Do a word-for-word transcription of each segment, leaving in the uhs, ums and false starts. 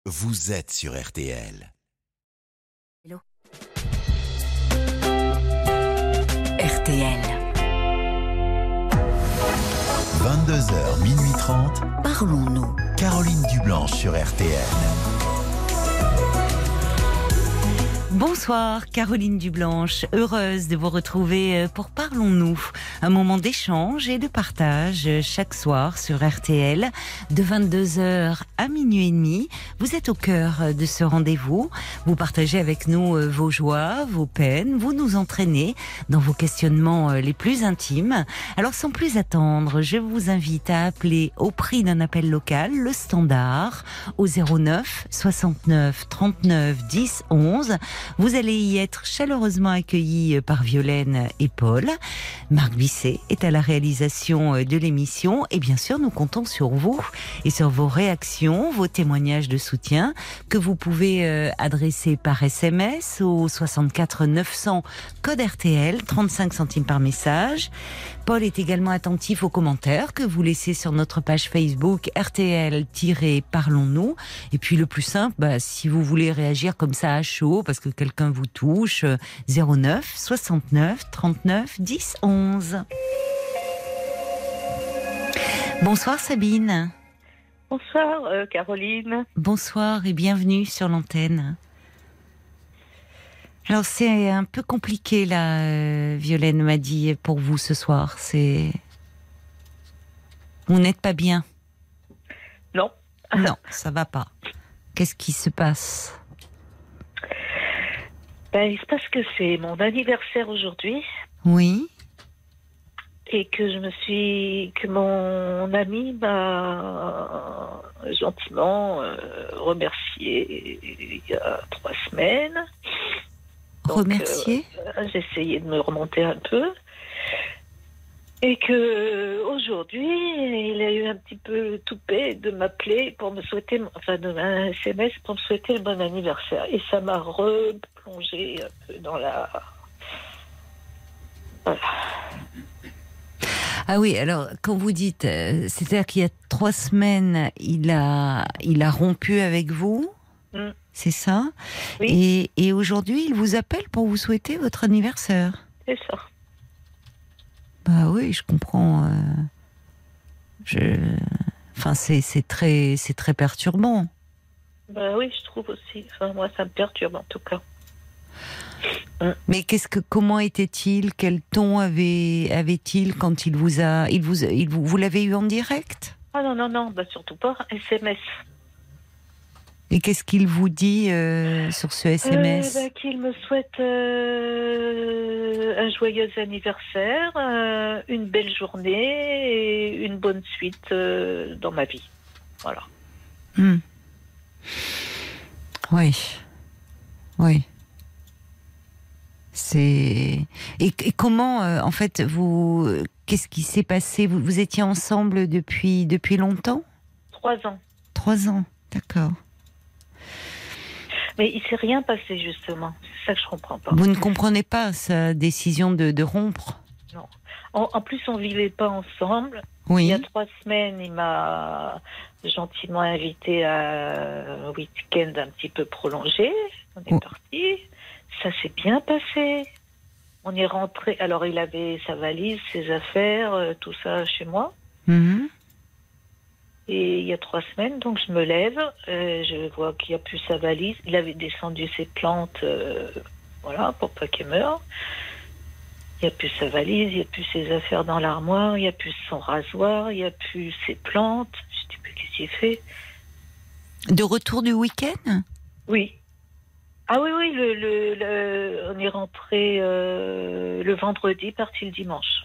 vous êtes sur R T L. Hello. R T L. vingt-deux heures, minuit trente. Parlons-nous. Caroline Dublanche sur R T L. Bonsoir Caroline Dublanche, heureuse de vous retrouver pour Parlons-nous, un moment d'échange et de partage chaque soir sur R T L de vingt-deux heures à minuit et demi. Vous êtes au cœur de ce rendez-vous, vous partagez avec nous vos joies, vos peines, vous nous entraînez dans vos questionnements les plus intimes. Alors sans plus attendre, je vous invite à appeler au prix d'un appel local, le standard, au zéro neuf soixante-neuf trente-neuf dix onze. Vous allez y être chaleureusement accueillis par Violaine et Paul. Marc Bisset est à la réalisation de l'émission et bien sûr nous comptons sur vous et sur vos réactions, vos témoignages de soutien que vous pouvez adresser par S M S au soixante-quatre neuf cents code R T L, trente-cinq centimes par message. Paul est également attentif aux commentaires que vous laissez sur notre page Facebook R T L-Parlons-nous. Et puis le plus simple, bah, si vous voulez réagir comme ça à chaud, parce que quelqu'un vous touche, zéro neuf soixante-neuf trente-neuf dix onze. Bonsoir Sabine. Bonsoir euh, Caroline. Bonsoir et bienvenue sur l'antenne. Alors c'est un peu compliqué là, euh, Violaine m'a dit pour vous ce soir. C'est vous n'êtes pas bien. Non. Non, ça va pas. Qu'est-ce qui se passe? Ben, il se passe que c'est mon anniversaire aujourd'hui. Oui. Et que je me suis, que mon ami m'a gentiment euh, remercié il y a trois semaines. Donc, remercier euh, j'ai essayé de me remonter un peu. Et que aujourd'hui, il a eu un petit peu le toupet de m'appeler pour me souhaiter, enfin, de un S M S pour me souhaiter le bon anniversaire. Et ça m'a replongé un peu dans la. Voilà. Ah oui, alors quand vous dites, euh, c'est-à-dire qu'il y a trois semaines, il a, il a rompu avec vous, mm. C'est ça? Oui. Et, et aujourd'hui, il vous appelle pour vous souhaiter votre anniversaire. C'est ça. Bah oui, je comprends. Euh, je, enfin, c'est, c'est très, c'est très perturbant. Bah oui, je trouve aussi. Enfin, moi, ça me perturbe en tout cas. Mais qu'est-ce que, comment était-il? Quel ton avait, avait-il quand il vous a, il vous, il vous, vous l'avez eu en direct? Ah non non non, bah surtout pas S M S. Et qu'est-ce qu'il vous dit euh, sur ce S M S? euh, bah, Qu'il me souhaite euh, un joyeux anniversaire, euh, une belle journée et une bonne suite euh, dans ma vie. Voilà. Mmh. Oui. Oui. C'est et, et comment euh, en fait vous qu'est-ce qui s'est passé? Vous, vous étiez ensemble depuis depuis longtemps? Trois ans. Trois ans, d'accord. Mais il s'est rien passé justement. C'est ça que je comprends pas. Vous ne comprenez pas sa décision de, de rompre? Non. En, en plus, on vivait pas ensemble. Oui. Il y a trois semaines, il m'a gentiment invité à un week-end un petit peu prolongé. On est oh. parti. Ça s'est bien passé. On est rentré. Alors, il avait sa valise, ses affaires, euh, tout ça chez moi. Mm-hmm. Et il y a trois semaines, donc je me lève, euh, je vois qu'il n'y a plus sa valise. Il avait descendu ses plantes, euh, voilà, pour pas qu'elles meurent. Il n'y a plus sa valise, il n'y a plus ses affaires dans l'armoire, il n'y a plus son rasoir, il n'y a plus ses plantes. Je dis, mais qu'est-ce qu'il fait? De retour du week-end? Oui. Ah oui, oui, le, le, le, on est rentré euh, le vendredi, parti le dimanche.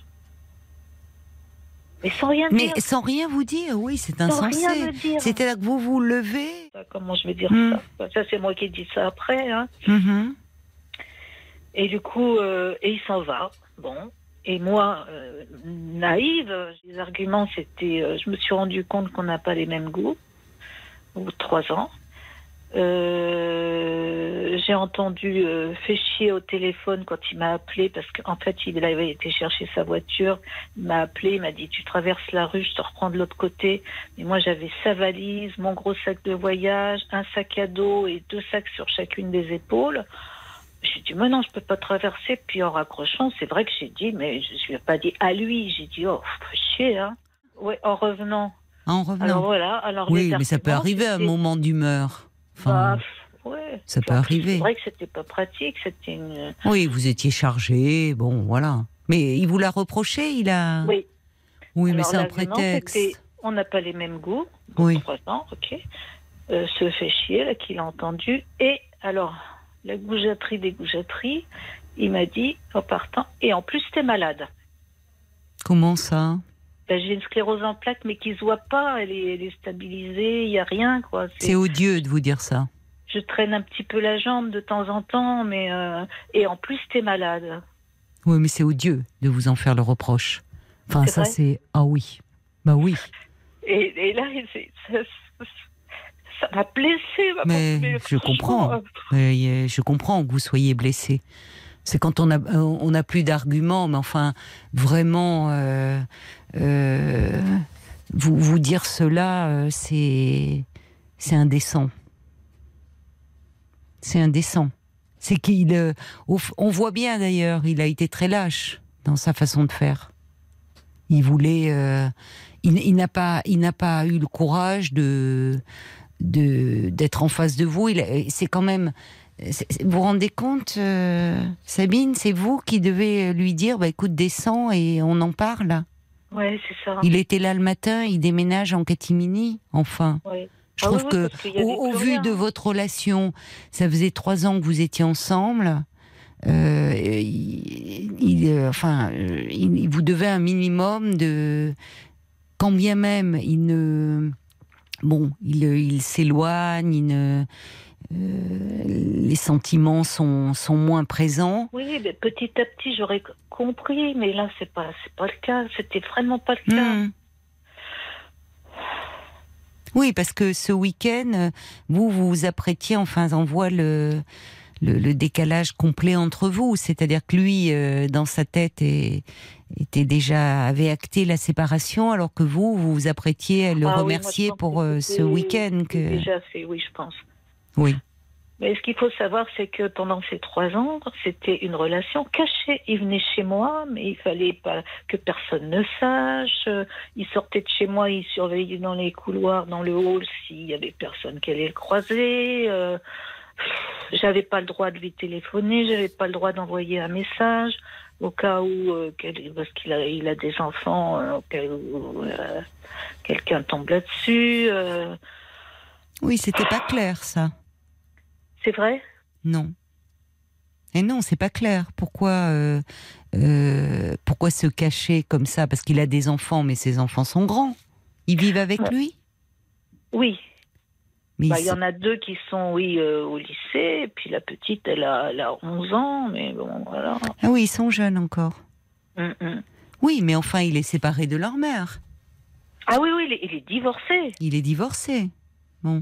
Mais sans rien Mais dire. Mais sans rien vous dire, oui, c'est insensé. C'était là que vous vous levez. Comment je vais dire mmh. ça? Ça, c'est moi qui ai dit ça après. Hein. Mmh. Et du coup, euh, et il s'en va. Bon. Et moi, euh, naïve, les arguments, c'était... Euh, je me suis rendu compte qu'on n'a pas les mêmes goûts. Au bout de trois ans. Euh, j'ai entendu euh, fait chier au téléphone quand il m'a appelé parce qu'en fait il avait été chercher sa voiture. Il m'a appelé, il m'a dit tu traverses la rue, je te reprends de l'autre côté. Mais moi j'avais sa valise, mon gros sac de voyage, un sac à dos et deux sacs sur chacune des épaules. J'ai dit mais non, je peux pas traverser. Puis en raccrochant, c'est vrai que j'ai dit, mais je ne lui ai pas dit à lui, j'ai dit oh fait chier hein. Ouais, en revenant. En revenant. Alors voilà. Alors oui, les mais ça peut arguments, arriver à un c'était- moment d'humeur. Enfin, Bah, ouais. ça Puis peut en plus, arriver. C'est vrai que c'était pas pratique, c'était une. oui, vous étiez chargé, bon, voilà. Mais il vous l'a reproché, il a. Oui. Oui, mais Alors, c'est un l'argument, prétexte. c'était, on n'a pas les mêmes goûts. Donc, Oui. trois ans, ok. Euh, se fait chier, là, qu'il a entendu. Et alors, la goujaterie des goujateries, il m'a dit, en partant, et en plus, t'es malade. Comment ça? Ben, j'ai une sclérose en plaques, mais qui se voit pas. Elle est, elle est stabilisée, il n'y a rien, quoi. C'est- C'est odieux de vous dire ça. Je traîne un petit peu la jambe de temps en temps, mais euh, et en plus, t'es malade. Oui, mais c'est odieux de vous en faire le reproche. Enfin, C'est ça, vrai c'est. Ah oui. Bah oui. Et, et là, c'est- ça ça m'a blessée. ma Mais pauvre- je franchement, comprends. euh, Euh, Je comprends que vous soyez blessé. C'est quand on a, on n'a plus d'arguments, mais enfin, vraiment, euh, euh, vous, vous dire cela, euh, c'est, c'est indécent. C'est indécent. C'est qu'il, euh, au f- on voit bien d'ailleurs, il a été très lâche dans sa façon de faire. Il voulait, euh, il, il n'a pas, il n'a pas eu le courage de, de d'être en face de vous. Il, a- c'est quand même. C'est- Vous vous rendez compte, euh, Sabine, c'est vous qui devez lui dire, bah, écoute, descends et on en parle. ouais, c'est ça. Il était là le matin, il déménage en catimini, enfin. Ouais. Je Ah trouve oui, oui, que, parce qu'il y avait au, au plus vu rien. de votre relation, ça faisait trois ans que vous étiez ensemble. Euh, il, il, euh, enfin, euh, il, il vous devait un minimum de, quand bien même il ne, bon, il, il s'éloigne, il ne, euh, les sentiments sont, sont moins présents. Oui, mais petit à petit, j'aurais c- compris, mais là, c'est pas, c'est pas le cas. C'était vraiment pas le cas. Hmm. Oui, parce que ce week-end, euh, vous vous vous apprêtiez, enfin, on voit le, le, le décalage complet entre vous. C'est-à-dire que lui, euh, dans sa tête, est, était déjà avait acté la séparation, alors que vous, vous vous apprêtiez à le Ah oui, moi, je remercier pense pour que euh, c'était- ce week-end. c'était Que... déjà fait, oui, je pense. Oui. Mais ce qu'il faut savoir, c'est que pendant ces trois ans, c'était une relation cachée. Il venait chez moi, mais il fallait pas que personne ne sache. Euh, Il sortait de chez moi, il surveillait dans les couloirs, dans le hall, s'il y avait personne qui allait le croiser. Euh, pff, j'avais pas le droit de lui téléphoner, j'avais pas le droit d'envoyer un message au cas où, euh, quel- parce qu'il a, il a des enfants, euh, au cas où euh, quelqu'un tombe là-dessus. euh. Oui, c'était pas clair, ça. C'est vrai? Non. Et non, c'est pas clair. Pourquoi, euh, euh, pourquoi se cacher comme ça? Parce qu'il a des enfants, mais ses enfants sont grands. Ils vivent avec Ouais. lui? Oui. Mais Bah, il il y en a deux qui sont, oui, euh, au lycée, et puis la petite, elle a, elle a onze ans, mais bon, voilà. Ah oui, ils sont jeunes encore. Hum, hum. Oui, mais enfin, il est séparé de leur mère. Ah oui, oui, il est, il est divorcé. Il est divorcé. Bon.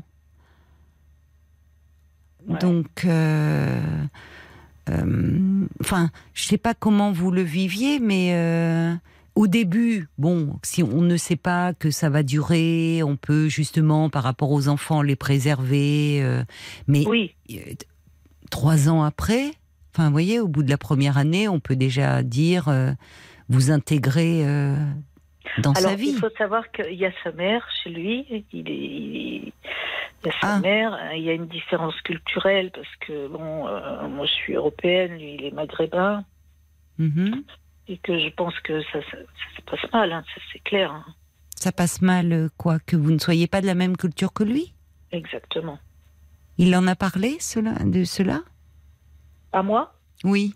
Ouais. Donc, euh, euh, enfin, je sais pas comment vous le viviez, mais euh, au début, bon, si on ne sait pas que ça va durer, on peut justement, par rapport aux enfants, les préserver. euh, mais Oui, euh, trois ans après, enfin, vous voyez, au bout de la première année, on peut déjà dire, euh, vous intégrer euh, dans alors sa vie. il faut savoir qu'il y a sa mère chez lui, il, est, il, est- il y a sa Ah. mère, il y a une différence culturelle, parce que, bon, euh, moi je suis européenne, lui il est maghrébin, Mhm. et que je pense que ça, ça, ça se passe mal, hein, ça c'est clair. Hein. Ça passe mal, euh, quoi, que vous ne soyez pas de la même culture que lui? Exactement. Il en a parlé, cela, de cela? À moi? Oui.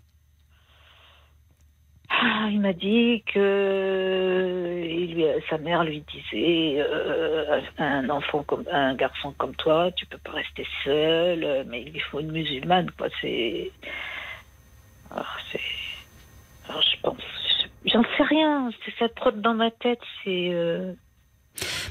Ah, il m'a dit que il lui, sa mère lui disait euh, un enfant comme un garçon comme toi, tu peux pas rester seul, euh, mais il lui faut une musulmane, quoi. C'est, alors, c'est, alors, je pense, j'en sais rien. C'est ça trotte dans ma tête. C'est. euh,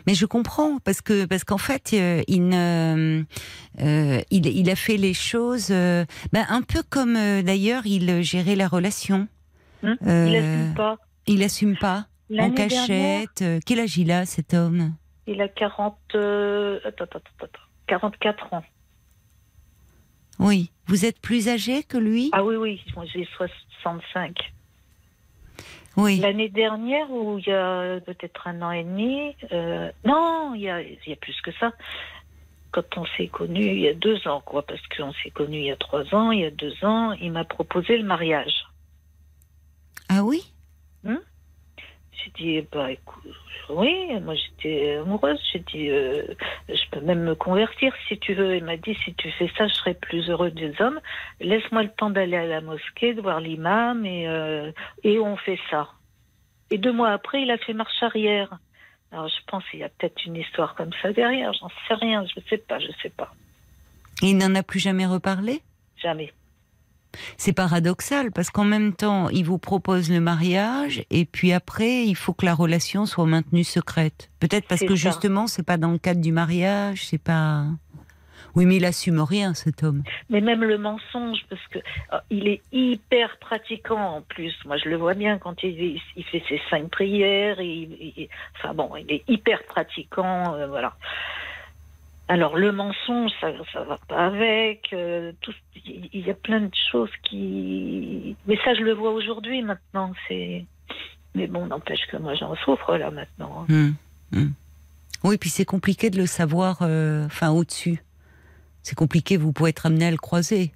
Mais je comprends, parce que parce qu'en fait, euh, il, ne, euh, il, il a fait les choses euh, ben, un peu comme euh, d'ailleurs il gérait la relation. Hum Euh, il assume pas. Il assume pas, en L'année cachette. Euh, quel âge il a, cet homme? Il a quarante, euh, attends, attends, attends, quarante-quatre ans. Oui. Vous êtes plus âgé que lui? Ah oui, oui, moi j'ai soixante-cinq. Oui. L'année dernière, ou il y a peut-être un an et demi, euh, non, il y a, il y a plus que ça. Quand on s'est connus, il y a deux ans, quoi, parce qu'on s'est connus il y a trois ans, il y a deux ans, il m'a proposé le mariage. Ah oui? Hum J'ai dit, bah écoute, oui, moi j'étais amoureuse. J'ai dit, euh, je peux même me convertir si tu veux. Il m'a dit, si tu fais ça, je serai plus heureux des hommes. Laisse-moi le temps d'aller à la mosquée, de voir l'imam, et, euh, et on fait ça. Et deux mois après, il a fait marche arrière. Alors je pense qu'il y a peut-être une histoire comme ça derrière, j'en sais rien, je sais pas, je sais pas. Et il n'en a plus jamais reparlé? Jamais. C'est paradoxal, parce qu'en même temps, il vous propose le mariage, et puis après, il faut que la relation soit maintenue secrète. Peut-être parce C'est que ça. justement, c'est pas dans le cadre du mariage, c'est pas... Oui, mais il assume rien, cet homme. Mais même le mensonge, parce que euh, il est hyper pratiquant en plus. Moi, je le vois bien quand il, il fait ses cinq prières. Et, il- il- enfin bon, il est hyper pratiquant, euh, voilà. Alors le mensonge, ça, ça va pas avec. euh, tout, il il y a plein de choses qui. Mais ça, je le vois aujourd'hui maintenant. C'est. Mais bon, n'empêche que moi, j'en souffre là maintenant. hein. Hum, hum. Oui, puis c'est compliqué de le savoir, euh, enfin, au-dessus. C'est compliqué, vous pouvez être amené à le croiser.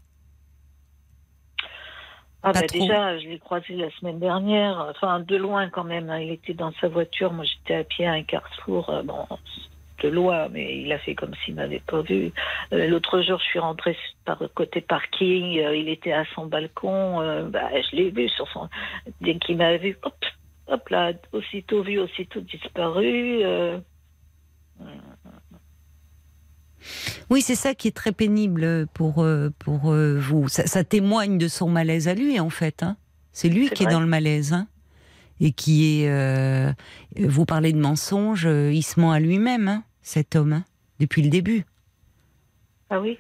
Ah Pas bah trop. déjà, je l'ai croisé la semaine dernière, enfin de loin quand même. hein. Il était dans sa voiture, moi j'étais à pied à un carrefour, euh, bon, de loin, mais il a fait comme s'il m'avait pas vu. Euh, L'autre jour, je suis rentrée par côté parking, euh, il était à son balcon, euh, bah, je l'ai vu sur son. Dès qu'il m'a vu, hop, hop là, aussitôt vu, aussitôt disparu. euh. Oui, c'est ça qui est très pénible pour, euh, pour euh, vous. Ça, ça témoigne de son malaise à lui, en fait. Hein. C'est lui C'est qui vrai. est dans le malaise. Hein. Et qui est... euh, vous parlez de mensonge, euh, il se ment à lui-même, hein, cet homme, hein, depuis le début. Ah oui.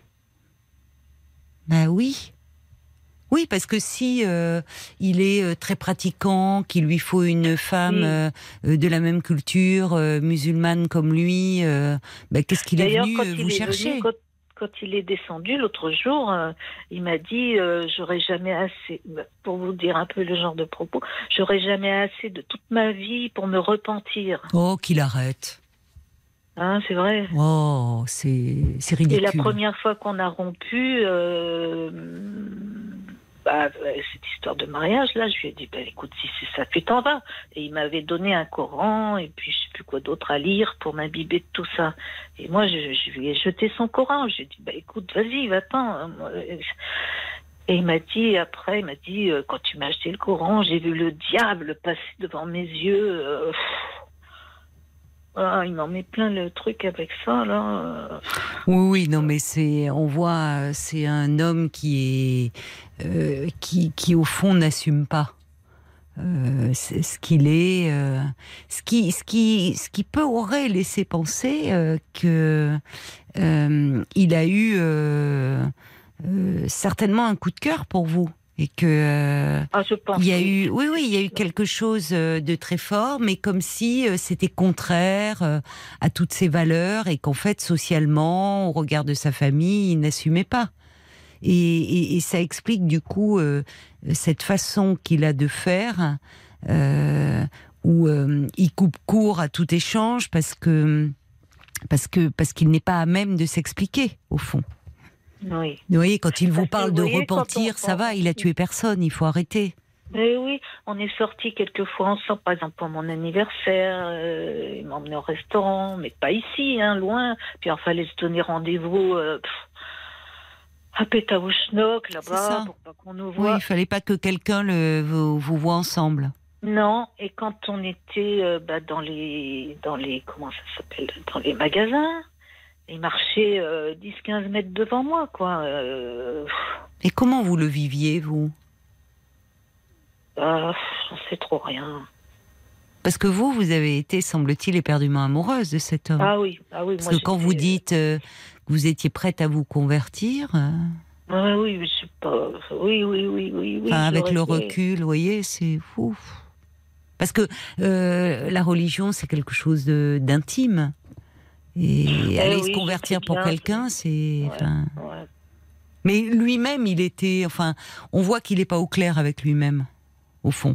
Bah oui. Oui, parce que si euh, il est euh, très pratiquant, qu'il lui faut une femme Oui. euh, euh, de la même culture, euh, musulmane comme lui, euh, bah, qu'est-ce qu'il est D'ailleurs, venu quand euh, il vous est chercher? venu, quand, quand il est descendu l'autre jour, euh, il m'a dit euh, j'aurais jamais assez, pour vous dire un peu le genre de propos, j'aurais jamais assez de toute ma vie pour me repentir. Oh, qu'il arrête. Hein, c'est vrai. Oh, c'est c'est Et ridicule. la première fois qu'on a rompu, euh, bah, cette histoire de mariage, là, je lui ai dit, bah, écoute, si c'est ça, tu t'en vas. Et il m'avait donné un Coran et puis je sais plus quoi d'autre à lire pour m'imbiber de tout ça. Et moi, je, je lui ai jeté son Coran. Je lui ai dit, bah, écoute, vas-y, va-t'en. Et il m'a dit, après, il m'a dit, euh, quand tu m'as acheté le Coran, j'ai vu le diable passer devant mes yeux. Euh, Ah, il m'en met plein le truc avec ça, là. Oui, oui, non, mais c'est, on voit, euh, c'est un homme qui est, euh, qui, qui au fond n'assume pas euh, c'est ce qu'il est, euh, ce qui, ce qui, ce qui peut aurait laissé penser euh, que euh, il a eu euh, euh, certainement un coup de cœur pour vous. Et que euh, Ah, je pense. il y a oui. eu, oui, oui, il y a eu quelque chose euh, de très fort, mais comme si euh, c'était contraire euh, à toutes ses valeurs et qu'en fait, socialement, au regard de sa famille, il n'assumait pas. Et, et, et ça explique du coup euh, cette façon qu'il a de faire, euh, où euh, il coupe court à tout échange parce que parce que parce qu'il n'est pas à même de s'expliquer au fond. Oui. Vous voyez, quand il vous Parce que parle vous de voyez, quand repentir, on- ça va, il a tué personne, il faut arrêter. Mais oui, on est sortis quelques fois ensemble, par exemple pour mon anniversaire, euh, il m'a emmené au restaurant, mais pas ici, hein, loin. Puis il fallait se donner rendez-vous euh, pff, à Pétaouchnok, C'est là-bas, ça. pour pas qu'on nous Oui, voit. il fallait pas que quelqu'un le, vous, vous voit ensemble. Non, et quand on était euh, bah, dans les, dans les, comment ça s'appelle, dans les magasins, il marchait euh, dix à quinze mètres devant moi, quoi. Euh, Et comment vous le viviez, vous? bah, j'en sais trop rien. Parce que vous, vous avez été, semble-t-il, éperdument amoureuse de cet homme. Ah oui, ah oui. Parce moi, que quand j'étais- vous dites euh, que vous étiez prête à vous convertir, euh, Ah oui, je sais pas. Oui, oui, oui, oui, oui. enfin, avec j'aurais le été- recul, vous voyez, c'est fou. Parce que euh, la religion, c'est quelque chose de- d'intime. Et Eh aller oui, se je convertir sais pour bien. quelqu'un, c'est... Ouais, enfin, ouais. mais lui-même, il était... Enfin, on voit qu'il n'est pas au clair avec lui-même, au fond.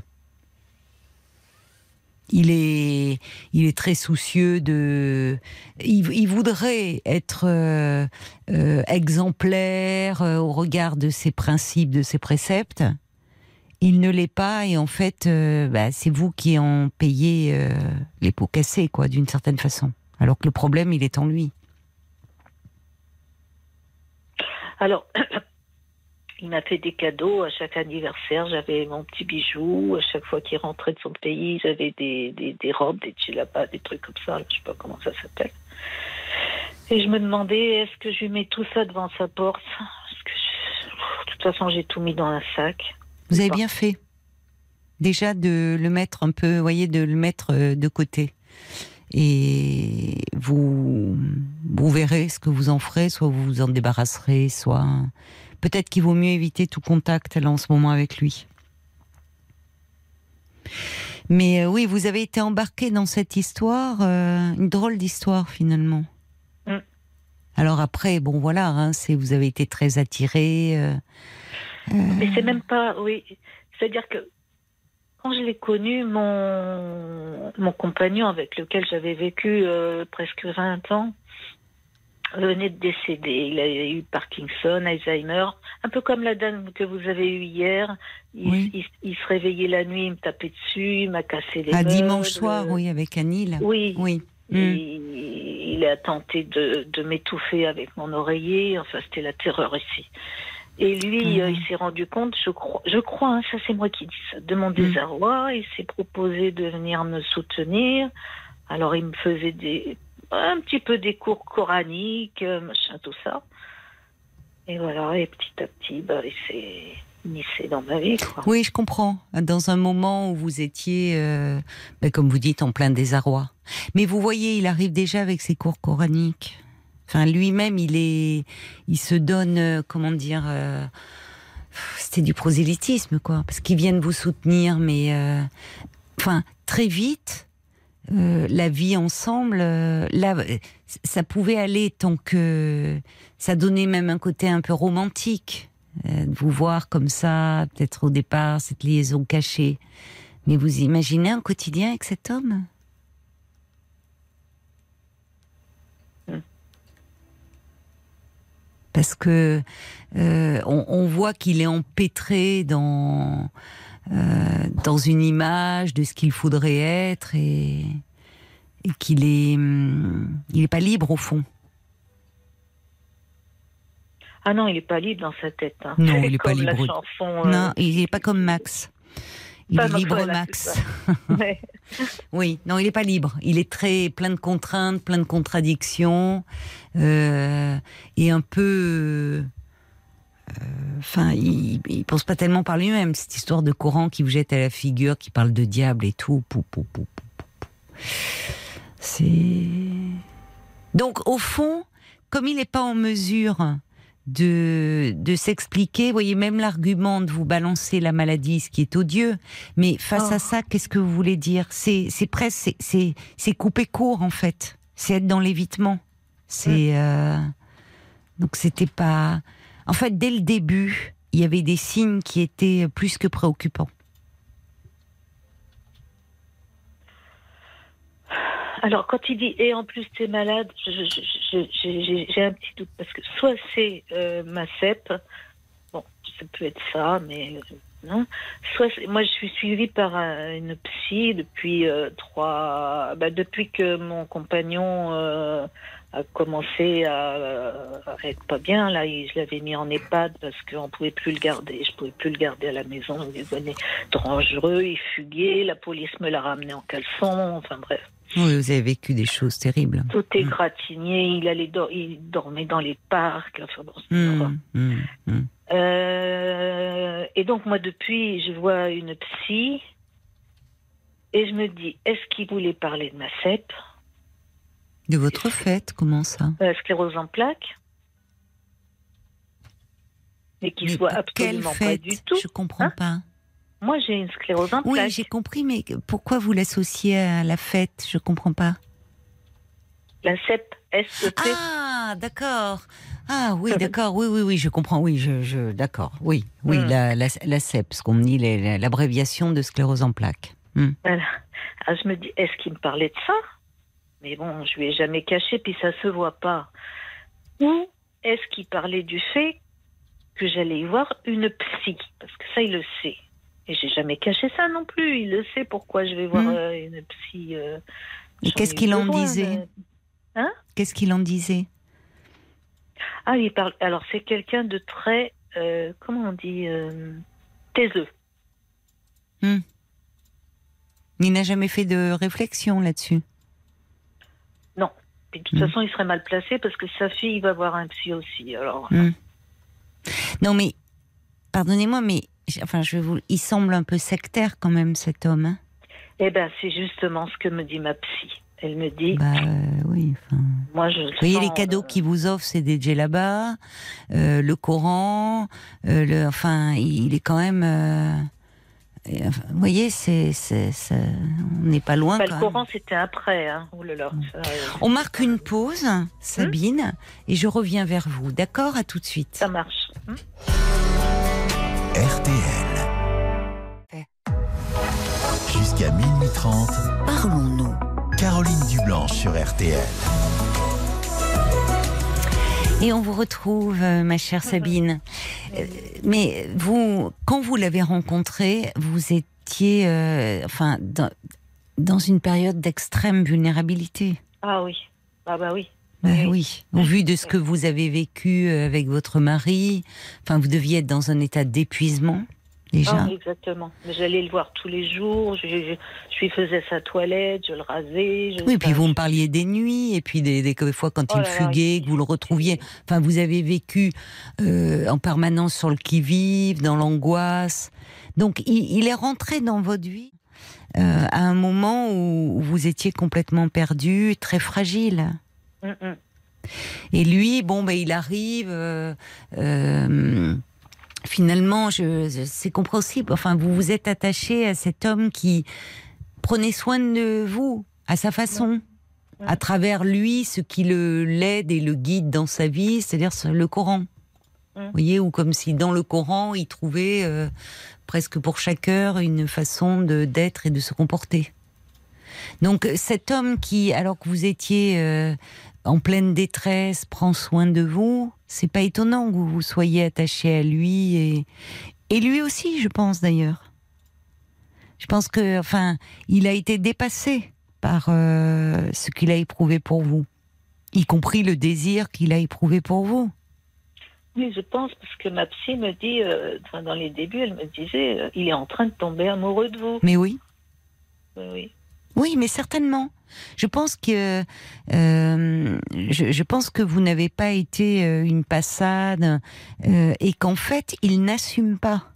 Il est, il est très soucieux de... Il, il voudrait être euh, euh, exemplaire euh, au regard de ses principes, de ses préceptes. Il ne l'est pas et en fait, euh, bah, c'est vous qui en payez euh, les pots cassés, quoi, d'une certaine façon. Alors que le problème, il est en lui. Alors, il m'a fait des cadeaux à chaque anniversaire. J'avais mon petit bijou. À chaque fois qu'il rentrait de son pays, j'avais des, des, des robes, des djellabas, des trucs comme ça. Je sais pas comment ça s'appelle. Et je me demandais, est-ce que je lui mets tout ça devant sa porte? Parce que je- de toute façon, j'ai tout mis dans un sac. Vous avez Bon. bien fait. Déjà de le mettre un peu, vous voyez, de le mettre euh, de côté. Et vous, vous verrez ce que vous en ferez, soit vous vous en débarrasserez, soit... Peut-être qu'il vaut mieux éviter tout contact là en ce moment avec lui. Mais euh, oui, vous avez été embarqué dans cette histoire, euh, une drôle d'histoire finalement. Mm. Alors après, bon voilà, hein, c'est, vous avez été très attiré. Euh, Mais c'est même pas, oui. C'est-à-dire que quand je l'ai connu, mon, mon compagnon avec lequel j'avais vécu euh, presque vingt ans venait de décéder. Il a eu Parkinson, Alzheimer, un peu comme la dame que vous avez eue hier. Il, Oui. il, il se réveillait la nuit, il me tapait dessus, il m'a cassé les à meubles. dimanche soir, oui, avec Anil. Oui. Oui. Et Mm. il a tenté de, de m'étouffer avec mon oreiller. Enfin, c'était la terreur ici. Et lui, Mhm. euh, il s'est rendu compte, je crois, je crois, hein, ça c'est moi qui dis ça, de mon Mhm. désarroi. Il s'est proposé de venir me soutenir. Alors il me faisait des, un petit peu des cours coraniques, euh, machin, tout ça. Et voilà, et petit à petit, bah, il s'est immiscé dans ma vie, quoi. Oui, je comprends. Dans un moment où vous étiez, euh, ben, comme vous dites, en plein désarroi. Mais vous voyez, il arrive déjà avec ses cours coraniques. Enfin, lui-même, il est, il se donne, euh, comment dire, euh, c'était du prosélytisme, quoi, parce qu'ils viennent vous soutenir, mais, euh, enfin, très vite, euh, la vie ensemble, euh, là, ça pouvait aller tant que ça donnait même un côté un peu romantique, euh, de vous voir comme ça, peut-être au départ, cette liaison cachée. Mais vous imaginez un quotidien avec cet homme ? Parce que euh, on, on voit qu'il est empêtré dans euh, dans une image de ce qu'il faudrait être et, et qu'il est hum, il est pas libre au fond. Ah non, il n'est pas libre dans sa tête. Hein. Non, C'est il est pas comme la libre. chanson, euh, Non, il est pas comme Max. Il Pas est non, libre voilà, Max. c'est ça. Ouais. Oui, non, il est pas libre. Il est très plein de contraintes, plein de contradictions, euh, et un peu. Enfin, euh, il, il pense pas tellement par lui-même. Cette histoire de Coran qui vous jette à la figure, qui parle de diable et tout. Pou, pou, pou, pou, pou, pou. C'est. Donc, au fond, comme il n'est pas en mesure de, de s'expliquer, vous voyez, même l'argument de vous balancer la maladie, ce qui est odieux, mais face Oh. à ça, qu'est-ce que vous voulez dire ? C'est, c'est presque, c'est, c'est, c'est couper court, en fait. C'est être dans l'évitement. C'est, Mm. euh, donc c'était pas, en fait, dès le début, il y avait des signes qui étaient plus que préoccupants. Alors, quand il dit « et en plus t'es malade », je- je- je- j'ai j'ai- j'ai un petit doute, parce que soit c'est euh, ma C E P, bon, ça peut être ça, mais euh, non. Soit c'est- moi je suis suivie par un- une psy depuis euh, trois, bah, depuis que mon compagnon euh, a commencé à, à être pas bien. Là, il- je l'avais mis en EHPAD parce qu'on pouvait plus le garder. Je pouvais plus le garder à la maison. Il devenait dangereux, il fuguait. La police me l'a ramené en caleçon. Enfin bref. Oui, vous avez vécu des choses terribles. Tout est gratigné, il allait dor- il dormait dans les parcs, enfin bon, c'est Mmh, horreur. mmh, mmh. Euh, et donc moi depuis, je vois une psy Et je me dis, est-ce qu'il voulait parler de ma C E P, De votre fête, comment ça? euh, sclérose en plaques, mais qu'il Mais soit pour quelle absolument pas fête? du tout. Je comprends Hein pas. Moi, j'ai une sclérose en Oui, plaques. j'ai compris, mais pourquoi vous l'associez à la fête? Je comprends pas. La C E P, S E P. Ah, d'accord. Ah oui, d'accord. Oui, oui, oui, je comprends. Oui, je, je d'accord. Oui, oui, Mm. la, la, la C E P, ce qu'on me dit, les- la- l'abréviation de sclérose en plaques. Hmm. Voilà. Alors, je me dis, est-ce qu'il me parlait de ça? Mais bon, je lui ai jamais caché, puis ça se voit pas. Ou est-ce qu'il parlait du fait que j'allais y voir une psy? Parce que ça, il le sait. Et j'ai jamais caché ça non plus. Il le sait pourquoi je vais voir Mm. euh, une psy. euh, Et j'en qu'est-ce ai qu'il en besoin, disait? de- Hein? Qu'est-ce qu'il en disait? Ah, il parle. Alors, c'est quelqu'un de très. euh, comment on dit euh, taiseux. Il n'a jamais fait de réflexion là-dessus. Puis, de toute Mm. façon, il serait mal placé parce que sa fille va voir un psy aussi. Alors. Hmm. Non, mais pardonnez-moi, mais j- enfin, je vais vous, il semble un peu sectaire quand même cet homme. Hein. Eh ben, c'est justement ce que me dit ma psy. Elle me dit, Bah euh, oui. Enfin, moi, je le vous voyez sens, les cadeaux euh, qu'il vous offre, c'est des djellabas, euh, le Coran, euh, le, enfin, il est quand même. euh, et, enfin, vous voyez, c'est, c'est, c'est- on n'est pas loin. bah, quand le même. Coran, c'était après. Hein. Oh là là, ça, euh, On marque une pause, Sabine, et je reviens vers vous. D'accord? À tout de suite. Ça marche. Hein. R T L. Jusqu'à minuit trente, Parlons-nous. Caroline Dublanche sur R T L. Et on vous retrouve, euh, ma chère Sabine. Euh, mais vous, quand vous l'avez rencontré, vous étiez, euh, enfin, dans, dans une période d'extrême vulnérabilité. Ah oui. Ah bah oui. Ben Oui. oui, au vu de ce que vous avez vécu euh, avec votre mari, enfin, vous deviez être dans un état d'épuisement déjà. Ah, exactement. Mais j'allais le voir tous les jours. Je, je, je lui faisais sa toilette, je le rasais. Je, Oui, puis enfin, vous me parliez des nuits, et puis des, des, des fois quand Oh il là là, fuguait, il- que vous le retrouviez. Enfin, vous avez vécu euh, en permanence sur le qui-vive, dans l'angoisse. Donc, il, il est rentré dans votre vie euh, à un moment où vous étiez complètement perdu, très fragile. Hum, hum. Et lui, bon, ben, il arrive. Euh, euh, finalement, je, je- c'est compréhensible. Enfin, vous vous êtes attaché à cet homme qui prenait soin de vous à sa façon, Ouais. à travers lui, ce qui le l'aide et le guide dans sa vie, c'est-à-dire le Coran. Ouais. Vous voyez, ou comme si dans le Coran, il trouvait euh, presque pour chaque heure une façon de d'être et de se comporter. Donc cet homme qui, alors que vous étiez euh, en pleine détresse, prend soin de vous, c'est pas étonnant que vous vous soyez attaché à lui et, et lui aussi, je pense d'ailleurs. Je pense que, enfin, il a été dépassé par euh, ce qu'il a éprouvé pour vous, y compris le désir qu'il a éprouvé pour vous. Oui, je pense, parce que ma psy me dit, euh, enfin, dans les débuts, elle me disait, euh, il est en train de tomber amoureux de vous. Mais oui. Oui, oui. Oui, mais certainement. Je pense que euh, je, je pense que vous n'avez pas été euh, une passade euh, et qu'en fait, il n'assume pas.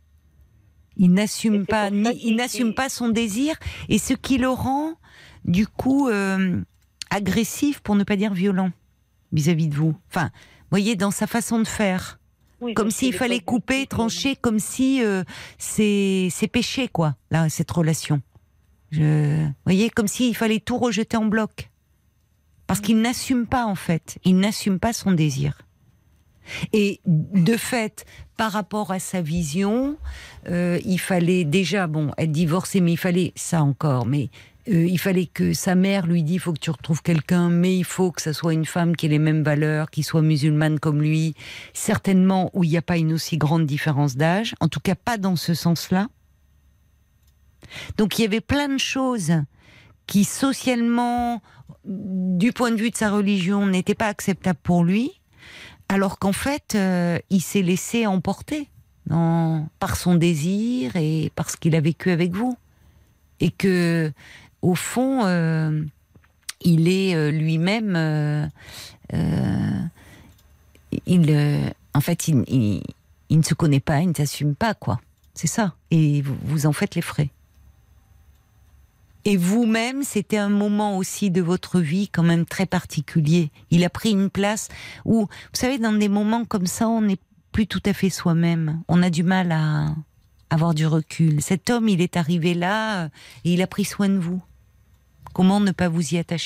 Il Et n'assume c'est pas pour ça ni, qu'il- il n'assume pas son désir et ce qui le rend du coup euh, agressif, pour ne pas dire violent, vis-à-vis de vous. Enfin, voyez, dans sa façon de faire. Oui, Comme parce s'il qu'il est fallait pas couper, du tout- trancher, comme si euh, c'est c'est péché, quoi, là, cette relation. Je... Vous voyez, comme s'il fallait tout rejeter en bloc. Parce qu'il n'assume pas, en fait. Il n'assume pas son désir. Et de fait, par rapport à sa vision, euh, il fallait déjà, bon, être divorcé, mais il fallait, ça encore, mais euh, il fallait que sa mère lui dise, il faut que tu retrouves quelqu'un, mais il faut que ça soit une femme qui ait les mêmes valeurs, qui soit musulmane comme lui, certainement où il n'y a pas une aussi grande différence d'âge, en tout cas pas dans ce sens-là. Donc il y avait plein de choses qui socialement, du point de vue de sa religion, n'étaient pas acceptables pour lui, alors qu'en fait, euh, il s'est laissé emporter dans, par son désir et par ce qu'il a vécu avec vous. Et que, au fond, euh, il est euh, lui-même... Euh, euh, il, euh, en fait, il, il, il ne se connaît pas, il ne s'assume pas, quoi. C'est ça. Et vous, vous en faites les frais. Et vous-même, c'était un moment aussi de votre vie quand même très particulier. Il a pris une place où, vous savez, dans des moments comme ça, on n'est plus tout à fait soi-même. On a du mal à avoir du recul. Cet homme, il est arrivé là et il a pris soin de vous. Comment ne pas vous y attacher ?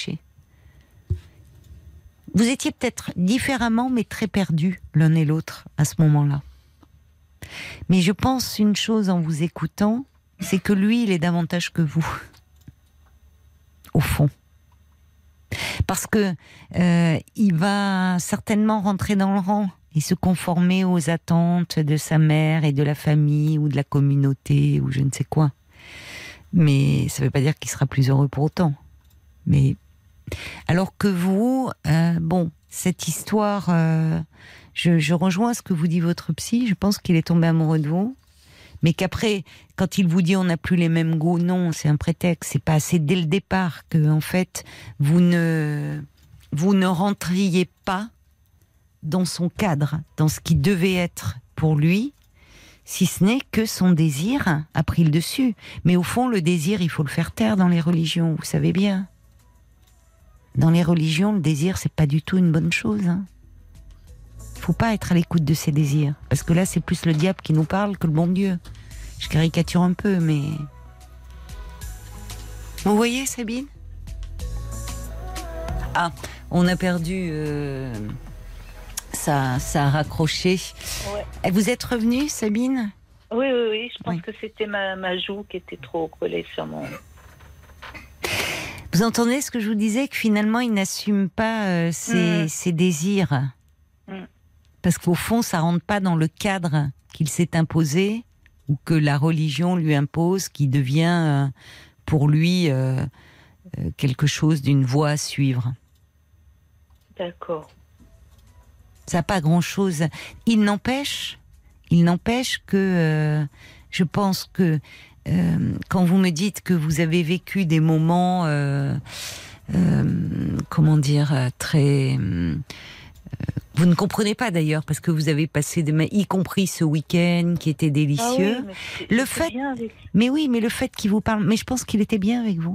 Vous étiez peut-être différemment, mais très perdus l'un et l'autre à ce moment-là. Mais je pense une chose en vous écoutant, c'est que lui, il est davantage que vous, au fond. Parce que euh, il va certainement rentrer dans le rang et se conformer aux attentes de sa mère et de la famille ou de la communauté ou je ne sais quoi. Mais ça ne veut pas dire qu'il sera plus heureux pour autant. Mais alors que vous, euh, bon, cette histoire, euh, je, je rejoins ce que vous dit votre psy. Je pense qu'il est tombé amoureux de vous, mais qu'après, quand il vous dit on n'a plus les mêmes goûts, non, c'est un prétexte. C'est pas assez dès le départ que en fait vous ne vous ne rentriez pas dans son cadre, dans ce qui devait être pour lui, si ce n'est que son désir a pris le dessus. Mais au fond, le désir, il faut le faire taire dans les religions, vous savez bien. Dans les religions, le désir, c'est pas du tout une bonne chose. Hein. Faut pas être à l'écoute de ses désirs, parce que là, c'est plus le diable qui nous parle que le bon Dieu. Je caricature un peu, mais... Vous voyez, Sabine ? Ah, on a perdu... Euh... Ça, ça a raccroché. Ouais. Vous êtes revenue, Sabine ? Oui, oui, oui. Je pense oui. que c'était ma, ma joue qui était trop collée sur mon... Vous entendez ce que je vous disais, que finalement, il n'assume pas euh, ses, mmh. ses désirs. Mmh. Parce qu'au fond, ça ne rentre pas dans le cadre qu'il s'est imposé ou que la religion lui impose, qui devient euh, pour lui euh, euh, quelque chose d'une voie à suivre. D'accord. Ça n'a pas grand-chose. Il n'empêche, il n'empêche que euh, je pense que euh, quand vous me dites que vous avez vécu des moments, euh, euh, comment dire, très... Euh, vous ne comprenez pas d'ailleurs, parce que vous avez passé, de, y compris ce week-end qui était délicieux. Ah oui, mais le fait, bien avec... mais oui, mais le fait qu'il vous parle, mais je pense qu'il était bien avec vous.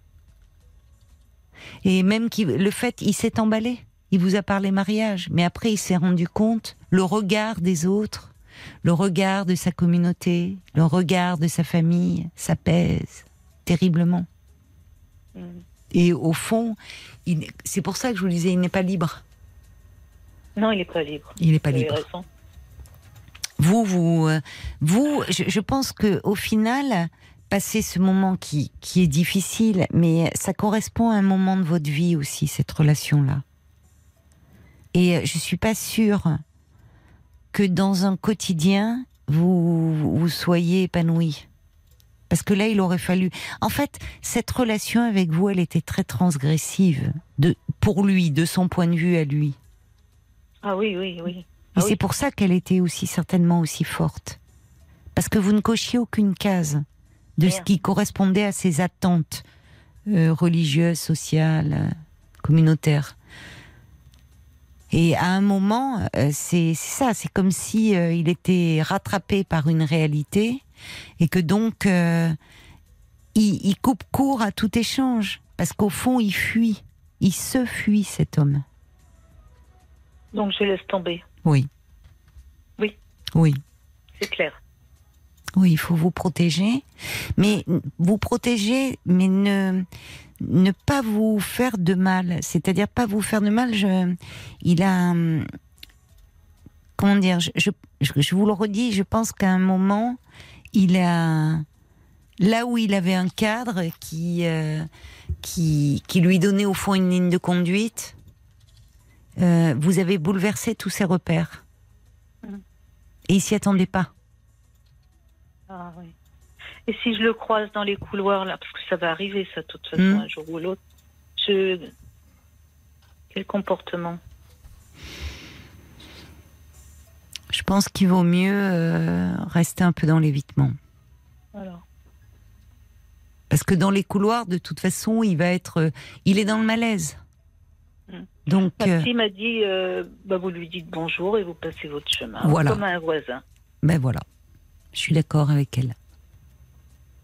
Et même qu'il, le fait, il s'est emballé. Il vous a parlé mariage, mais après il s'est rendu compte, le regard des autres, le regard de sa communauté, le regard de sa famille, ça pèse terriblement. Mmh. Et au fond, il, c'est pour ça que je vous disais, il n'est pas libre. Non, il n'est pas libre. Il n'est pas libre. Vous, vous, vous, je, je pense que au final, passer ce moment qui, qui est difficile, mais ça correspond à un moment de votre vie aussi, cette relation-là. Et je suis pas sûre que dans un quotidien, vous, vous soyez épanoui. Parce que là, il aurait fallu... En fait, cette relation avec vous, elle était très transgressive. De, pour lui, de son point de vue à lui. Ah oui, oui, oui. Et ah c'est oui. pour ça qu'elle était aussi certainement aussi forte. Parce que vous ne cochiez aucune case de Rien. Ce qui correspondait à ses attentes euh, religieuses, sociales, euh, communautaires. Et à un moment, euh, c'est, c'est ça, c'est comme si euh, il était rattrapé par une réalité et que donc euh, il, il coupe court à tout échange parce qu'au fond il fuit, il se fuit cet homme. Donc je laisse tomber. Oui. Oui. Oui. C'est clair. Oui, il faut vous protéger, mais vous protéger, mais ne ne pas vous faire de mal. C'est-à-dire pas vous faire de mal. Je, il a, comment dire, je, je, je vous le redis, je pense qu'à un moment, il a, là où il avait un cadre qui euh, qui qui lui donnait au fond une ligne de conduite, euh, vous avez bouleversé tous ses repères. Mmh. Et il s'y attendait pas. Ah oui. Et si je le croise dans les couloirs, là, parce que ça va arriver, ça, de toute façon, mmh. un jour ou l'autre, je... quel comportement? Je pense qu'il vaut mieux euh, rester un peu dans l'évitement. Voilà. Parce que dans les couloirs, de toute façon, il va être... Euh, il est dans le malaise. Mmh. Donc, ma euh, fille m'a dit, euh, bah, vous lui dites bonjour et vous passez votre chemin, voilà. comme un voisin. Ben voilà. Je suis d'accord avec elle.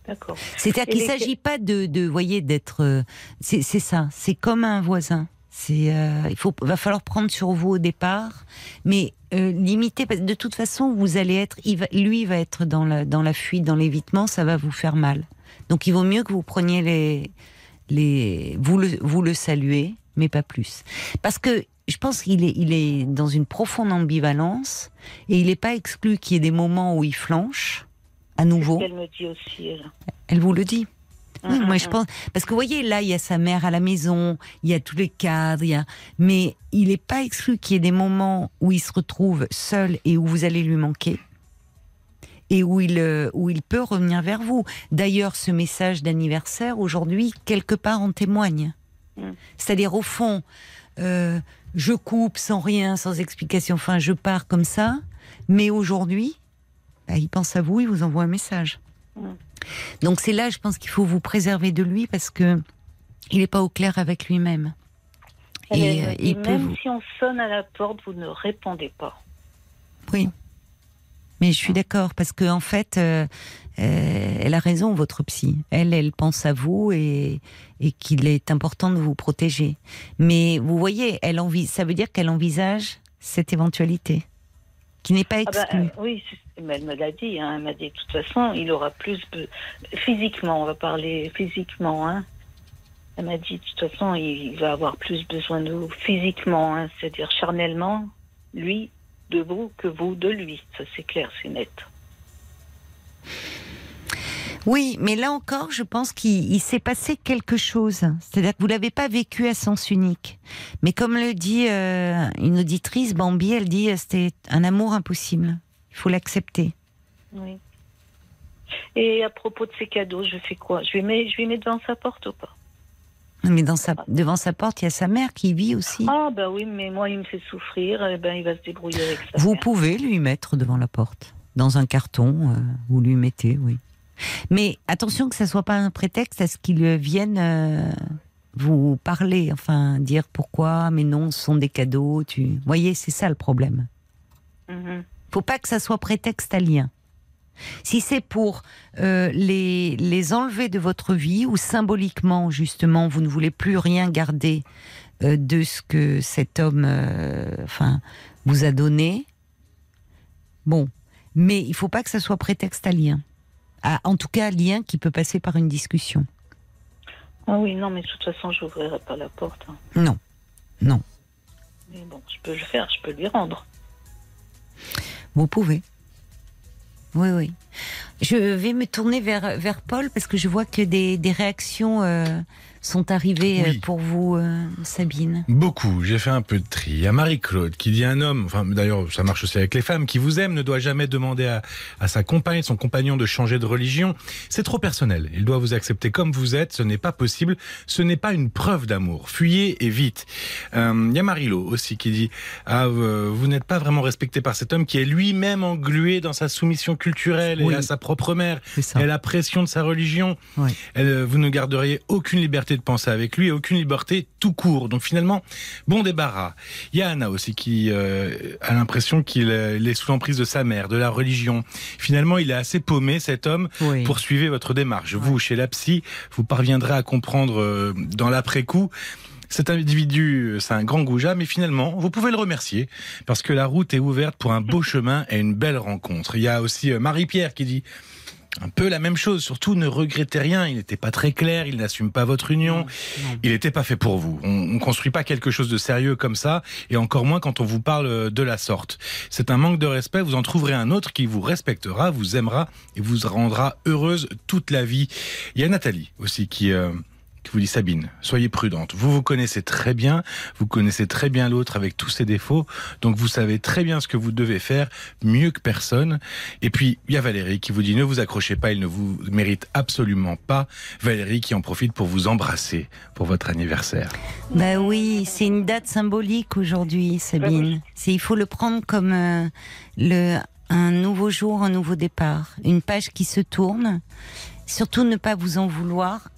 D'accord. C'est-à-dire Et qu'il ne les- s'agit pas de, de, voyez, d'être... euh, c'est, c'est ça, c'est comme un voisin. C'est, euh, il faut, va falloir prendre sur vous au départ, mais euh, limiter, parce que de toute façon, vous allez être... Il va, lui va être dans la, dans la fuite, dans l'évitement, ça va vous faire mal. Donc il vaut mieux que vous preniez les... les vous, le, vous le saluez, mais pas plus. Parce que je pense qu'il est, il est dans une profonde ambivalence, et il n'est pas exclu qu'il y ait des moments où il flanche, à nouveau. Elle me dit aussi, elle. Elle vous le dit. Oui, Hum, moi hum, je pense parce que vous voyez là il y a sa mère à la maison, il y a tous les cadres, il y a mais il n'est pas exclu qu'il y ait des moments où il se retrouve seul et où vous allez lui manquer et où il euh, où il peut revenir vers vous. D'ailleurs ce message d'anniversaire aujourd'hui quelque part en témoigne. Hum. C'est-à-dire au fond euh, je coupe sans rien, sans explication, enfin je pars comme ça, mais aujourd'hui bah, il pense à vous, il vous envoie un message. Hum. Donc c'est là, je pense qu'il faut vous préserver de lui parce que il n'est pas au clair avec lui-même. Elle, Et elle me euh, dit, il peut même vous... si on sonne à la porte, vous ne répondez pas. Oui. Mais je suis d'accord parce que en fait, euh, euh, elle a raison, votre psy. Elle, elle pense à vous et, et qu'il est important de vous protéger. Mais vous voyez, elle envie, ça veut dire qu'elle envisage cette éventualité qui n'est pas Ah bah, exclue. euh, oui, c'est- mais elle me l'a dit. Hein, elle m'a dit de toute façon, il aura plus be- physiquement. On va parler physiquement. Hein. Elle m'a dit de toute façon, il, il va avoir plus besoin de vous physiquement, hein, c'est-à-dire charnellement, lui de vous que vous de lui. Ça c'est clair, c'est net. Oui, mais là encore, je pense qu'il il s'est passé quelque chose. C'est-à-dire que vous l'avez pas vécu à sens unique. Mais comme le dit euh, une auditrice, Bambi, elle dit euh, c'était un amour impossible. Il faut l'accepter. Oui. Et à propos de ses cadeaux, je fais quoi? Je lui mets, je lui mets devant sa porte ou pas? Mais dans sa, devant sa porte, il y a sa mère qui y vit aussi. Ah bah oui, mais moi il me fait souffrir. Eh ben il va se débrouiller avec ça. Vous pouvez lui mettre devant la porte, dans un carton, euh, vous lui mettez, oui. Mais attention que ça soit pas un prétexte à ce qu'il vienne euh, vous parler, enfin dire pourquoi, mais non, ce sont des cadeaux. Tu, vous voyez, c'est ça le problème. Mhm. Faut pas que ça soit prétexte à lien. Si c'est pour euh, les, les enlever de votre vie ou symboliquement, justement, vous ne voulez plus rien garder euh, de ce que cet homme euh, enfin, vous a donné, bon, mais il faut pas que ça soit prétexte à lien. À, en tout cas, lien qui peut passer par une discussion. Ah oui, non, mais de toute façon, je n'ouvrirai pas la porte. Hein. Non, non, Mais bon, je peux le faire, je peux lui rendre. vous pouvez. Oui, oui. Je vais me tourner vers, vers Paul parce que je vois que des, des réactions euh, sont arrivées Oui. euh, pour vous, euh, Sabine. Beaucoup, j'ai fait un peu de tri. Il y a Marie-Claude qui dit un homme, enfin d'ailleurs ça marche aussi avec les femmes, qui vous aime ne doit jamais demander à, à sa compagne, son compagnon de changer de religion. C'est trop personnel. Il doit vous accepter comme vous êtes, ce n'est pas possible, ce n'est pas une preuve d'amour. Fuyez et vite. Euh, il y a Marilo aussi qui dit ah, euh, vous n'êtes pas vraiment respecté par cet homme qui est lui-même englué dans sa soumission culturelle Oui. et à sa propre mère C'est ça. et la pression de sa religion. Oui. Elle, vous ne garderiez aucune liberté de penser avec lui et aucune liberté tout court. Donc finalement, bon débarras. Il y a Anna aussi qui euh, a l'impression qu'il euh, il est sous l'emprise de sa mère, de la religion. Finalement, il est assez paumé, cet homme. Oui. Poursuivez votre démarche. Vous, chez la psy, vous parviendrez à comprendre euh, dans l'après-coup. Cet individu, c'est un grand goujat, mais finalement, vous pouvez le remercier parce que la route est ouverte pour un beau chemin et une belle rencontre. Il y a aussi euh, Marie-Pierre qui dit un peu la même chose. Surtout, ne regrettez rien. Il n'était pas très clair. Il n'assume pas votre union. Non, non. Il n'était pas fait pour vous. On ne construit pas quelque chose de sérieux comme ça, et encore moins quand on vous parle de la sorte. C'est un manque de respect. Vous en trouverez un autre qui vous respectera, vous aimera et vous rendra heureuse toute la vie. Il y a Nathalie aussi qui... Euh, qui vous dit Sabine, soyez prudente. Vous vous connaissez très bien, vous connaissez très bien l'autre avec tous ses défauts, donc vous savez très bien ce que vous devez faire, mieux que personne. Et puis, il y a Valérie qui vous dit ne vous accrochez pas, il ne vous mérite absolument pas. Valérie qui en profite pour vous embrasser pour votre anniversaire. Bah oui, c'est une date symbolique aujourd'hui, Sabine. C'est, il faut le prendre comme euh, le, un nouveau jour, un nouveau départ. Une page qui se tourne. Surtout ne pas vous en vouloir.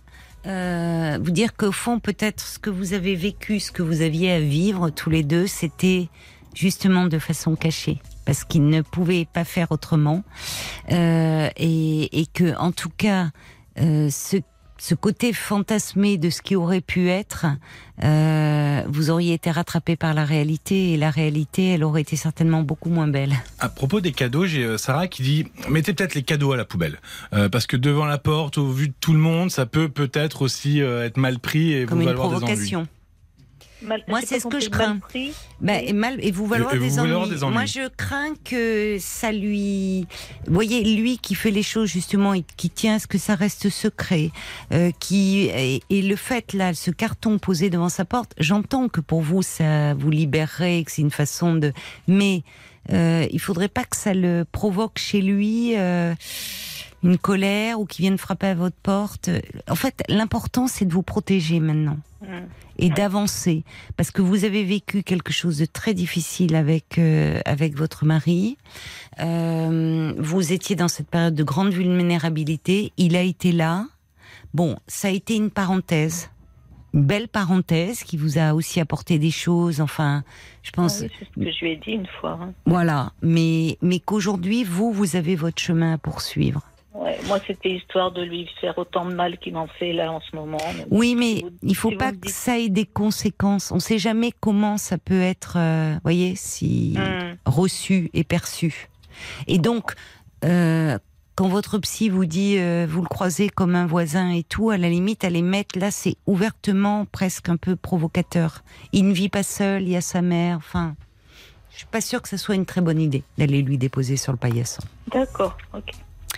Euh, vous dire qu'au fond, peut-être ce que vous avez vécu, ce que vous aviez à vivre tous les deux, c'était justement de façon cachée, parce qu'il ne pouvait pas faire autrement, euh, et, et que, en tout cas, euh, ce, ce côté fantasmé de ce qui aurait pu être, euh, vous auriez été rattrapé par la réalité, et la réalité, elle aurait été certainement beaucoup moins belle. À propos des cadeaux, j'ai Sarah qui dit mettez peut-être les cadeaux à la poubelle, euh, parce que devant la porte, au vu de tout le monde, ça peut peut-être aussi euh, être mal pris et Comme vous une valoir des ennuis. provocation. Mal- Moi, j'ai c'est pas ce que compris, je crains. mal pris. Ben, et, mal, et vous valoir Et- et vous des, valoir ennuis. des ennuis. Moi, je crains que ça lui... Vous voyez, lui qui fait les choses, justement, et qui tient à ce que ça reste secret, euh, qui et, et le fait, là, ce carton posé devant sa porte, j'entends que pour vous, ça vous libérerait, que c'est une façon de... Mais euh, il faudrait pas que ça le provoque chez lui... Euh, une colère ou qui vienne frapper à votre porte. En fait, l'important, c'est de vous protéger maintenant. Mmh. Et d'avancer, parce que vous avez vécu quelque chose de très difficile avec euh, avec votre mari. Euh, vous étiez dans cette période de grande vulnérabilité. Il a été là. Bon, ça a été une parenthèse, une belle parenthèse qui vous a aussi apporté des choses. Enfin, je pense. Ah oui, c'est ce que je lui ai dit une fois. Hein. Voilà, mais mais qu'aujourd'hui, vous, vous avez votre chemin à poursuivre. Ouais, moi, c'était histoire de lui faire autant de mal qu'il m'en fait là en ce moment. Mais Oui, mais si vous- il faut si pas vous me que dites- ça ait des conséquences. On ne sait jamais comment ça peut être, euh, voyez, si Mmh. reçu et perçu. Et donc, euh, quand votre psy vous dit, euh, vous le croisez comme un voisin et tout, à la limite, à les mettre là, c'est ouvertement presque un peu provocateur. Il ne vit pas seul, il y a sa mère. Enfin, je suis pas sûre que ce soit une très bonne idée d'aller lui déposer sur le paillasson. D'accord, ok.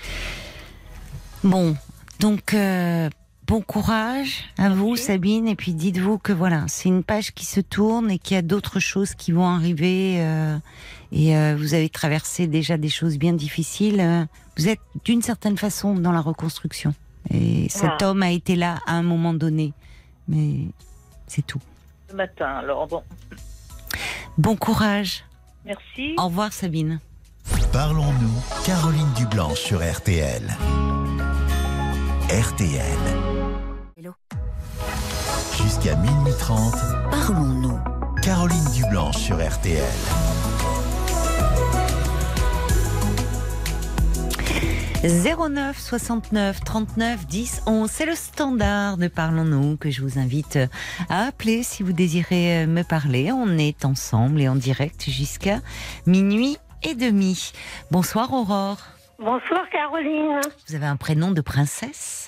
Bon, donc euh, bon courage à vous, Merci. Sabine, et puis dites-vous que voilà, c'est une page qui se tourne et qu'il y a d'autres choses qui vont arriver. Euh, et euh, vous avez traversé déjà des choses bien difficiles. Euh, vous êtes d'une certaine façon dans la reconstruction. Et cet Ah. homme a été là à un moment donné, mais c'est tout. Ce matin, alors bon, Bon courage. merci. Au revoir, Sabine. Parlons-nous, Caroline Dublanche sur R T L. R T L. Hello. Jusqu'à minuit trente, Parlons-nous. Caroline Dublanche sur R T L. zéro neuf soixante-neuf trente-neuf dix onze, c'est le standard de Parlons-nous que je vous invite à appeler si vous désirez me parler. On est ensemble et en direct jusqu'à minuit et demi. Bonsoir Aurore. Bonsoir Caroline. Vous avez un prénom de princesse?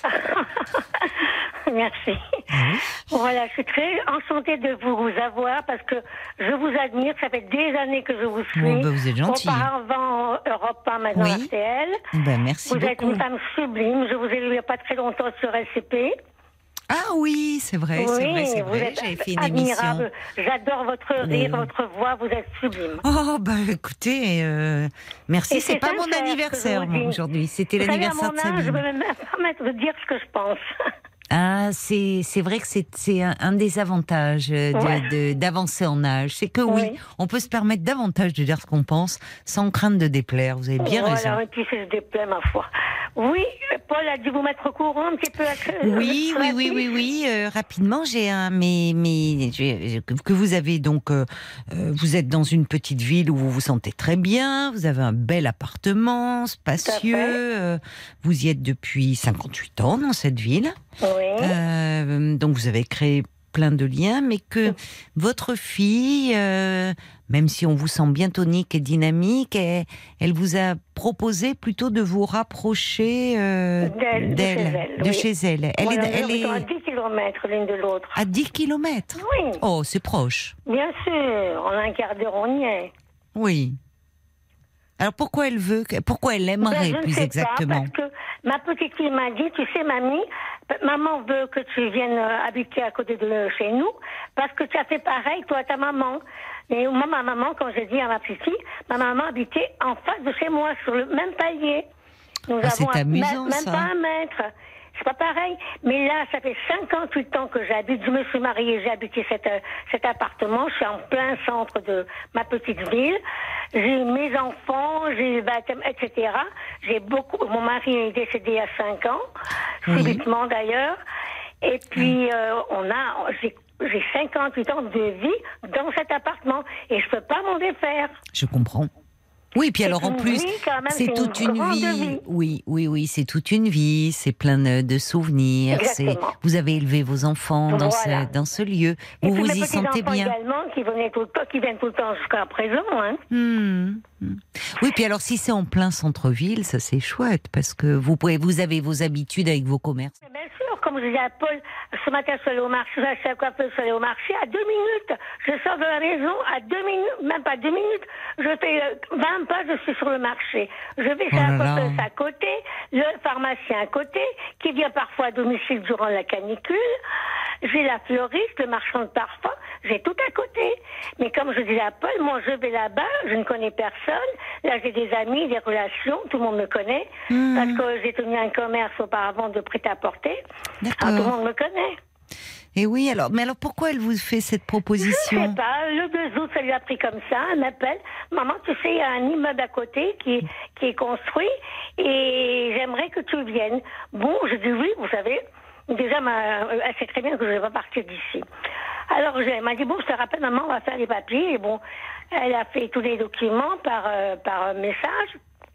Merci. Voilà, je suis très enchantée de vous avoir parce que je vous admire. Ça fait des années que je vous suis. Bon, ben, vous êtes gentille. Auparavant Europe un, maintenant Oui. R T L. Ben, merci Vous êtes beaucoup. une femme sublime. Je vous ai lu il n'y a pas très longtemps sur L C P. Ah oui, c'est vrai, c'est oui, vrai, c'est vous vrai. êtes J'avais fait une admirable. émission. J'adore votre rire, Oui. votre voix. Vous êtes sublime. Oh, bah écoutez, euh, merci. Et C'est c'est pas mon sincère, anniversaire, ce que je vous moi, dis. aujourd'hui. C'était Vous savez, à l'anniversaire mon de âge, je Sabine. peux même pas permettre de dire ce que je pense. Ah, c'est c'est vrai que c'est c'est un, un des avantages euh, de- Ouais. de- d'avancer en âge, c'est que oui, Oui. on peut se permettre davantage de dire ce qu'on pense sans crainte de déplaire. Vous avez bien voilà, raison. et puis c'est je déplaît, ma foi. Oui, Paul a dû vous mettre au courant un petit peu. Oui, oui, oui, oui, oui. euh, rapidement, j'ai un mais mais j'ai- que que vous avez donc euh, euh, vous êtes dans une petite ville où vous vous sentez très bien. Vous avez un bel appartement, spacieux. euh, vous y êtes depuis cinquante-huit ans dans cette ville. Oui. Euh, donc vous avez créé plein de liens, mais que votre fille, euh, même si on vous sent bien tonique et dynamique, elle, elle vous a proposé plutôt de vous rapprocher euh, D'elle, de chez elle, de oui. chez elle. Elle Voilà, est, elle nous est sommes à dix kilomètres l'une de l'autre. à dix kilomètres. Oui, Oh, c'est proche. bien sûr. En un quart d'heure, on y est. Oui. Alors pourquoi elle veut, que- pourquoi elle aimerait Ben, je ne plus sais exactement? pas, parce que ma petite fille m'a dit, tu sais, mamie, maman veut que tu viennes euh, habiter à côté de chez nous, parce que tu as fait pareil, toi, ta maman. Et moi, ma maman, quand j'ai dit à ma petite fille, ma maman habitait en face de chez moi, sur le même palier. Nous Ah, c'est avons un- amusant, même, même ça. pas un mètre. C'est pas pareil. Mais là, ça fait cinquante-huit ans que j'habite. Je me suis mariée, j'ai habité cet, euh, cet appartement. Je suis en plein centre de ma petite ville. J'ai mes enfants, j'ai le baptême, et cetera. J'ai beaucoup. Mon mari est décédé il y a cinq ans, Oui. subitement d'ailleurs. Et puis euh, on a, j'ai, j'ai cinquante-huit ans de vie dans cet appartement et je peux pas m'en défaire. Je comprends. Oui, puis C'est alors en une plus, vie, quand même, c'est c'est toute une une grande vie. vie. Oui, oui, oui, c'est toute une vie. C'est plein de, de souvenirs. C'est, Exactement. vous avez élevé vos enfants dans Voilà. ce, dans ce lieu. Et Vous puis vous mes y sentez petits-enfants bien. également, qui, venaient tout le temps, qui viennent tout le temps jusqu'à présent. Hein. Hmm, hmm. Oui, puis alors si c'est en plein centre-ville, ça c'est chouette parce que vous pouvez, vous avez vos habitudes avec vos commerces. Bien sûr, comme je disais à Paul, ce matin je suis allée au marché, je suis à coiffeuse, je suis allée au marché à deux minutes. Je sors de la maison à deux minutes, même pas deux minutes. Je fais euh, vingt pas, je suis sur le marché. Je vais chez Oh la là là. coiffeuse à côté, le pharmacien à côté, qui vient parfois à domicile durant la canicule. J'ai la fleuriste, le marchand de parfum, j'ai tout à côté. Mais comme je disais à Paul, moi je vais là-bas, je ne connais personne. Là j'ai des amis, des relations, tout le monde me connaît. Mmh. Parce que j'ai tenu un commerce auparavant de prêt-à-porter. D'accord. Alors, tout le monde me connaît. Et oui, alors, mais alors pourquoi elle vous fait cette Je proposition? sais pas, le deux août, ça lui a pris comme ça, elle m'appelle. Maman, tu sais, il y a un immeuble à côté qui, qui est construit et j'aimerais que tu viennes. Bon, je dis oui, vous savez, déjà, ma, elle sait très bien que je ne vais pas partir d'ici. Alors, elle m'a dit, bon, je te rappelle, maman, on va faire les papiers. Et bon, elle a fait tous les documents par, euh, par message.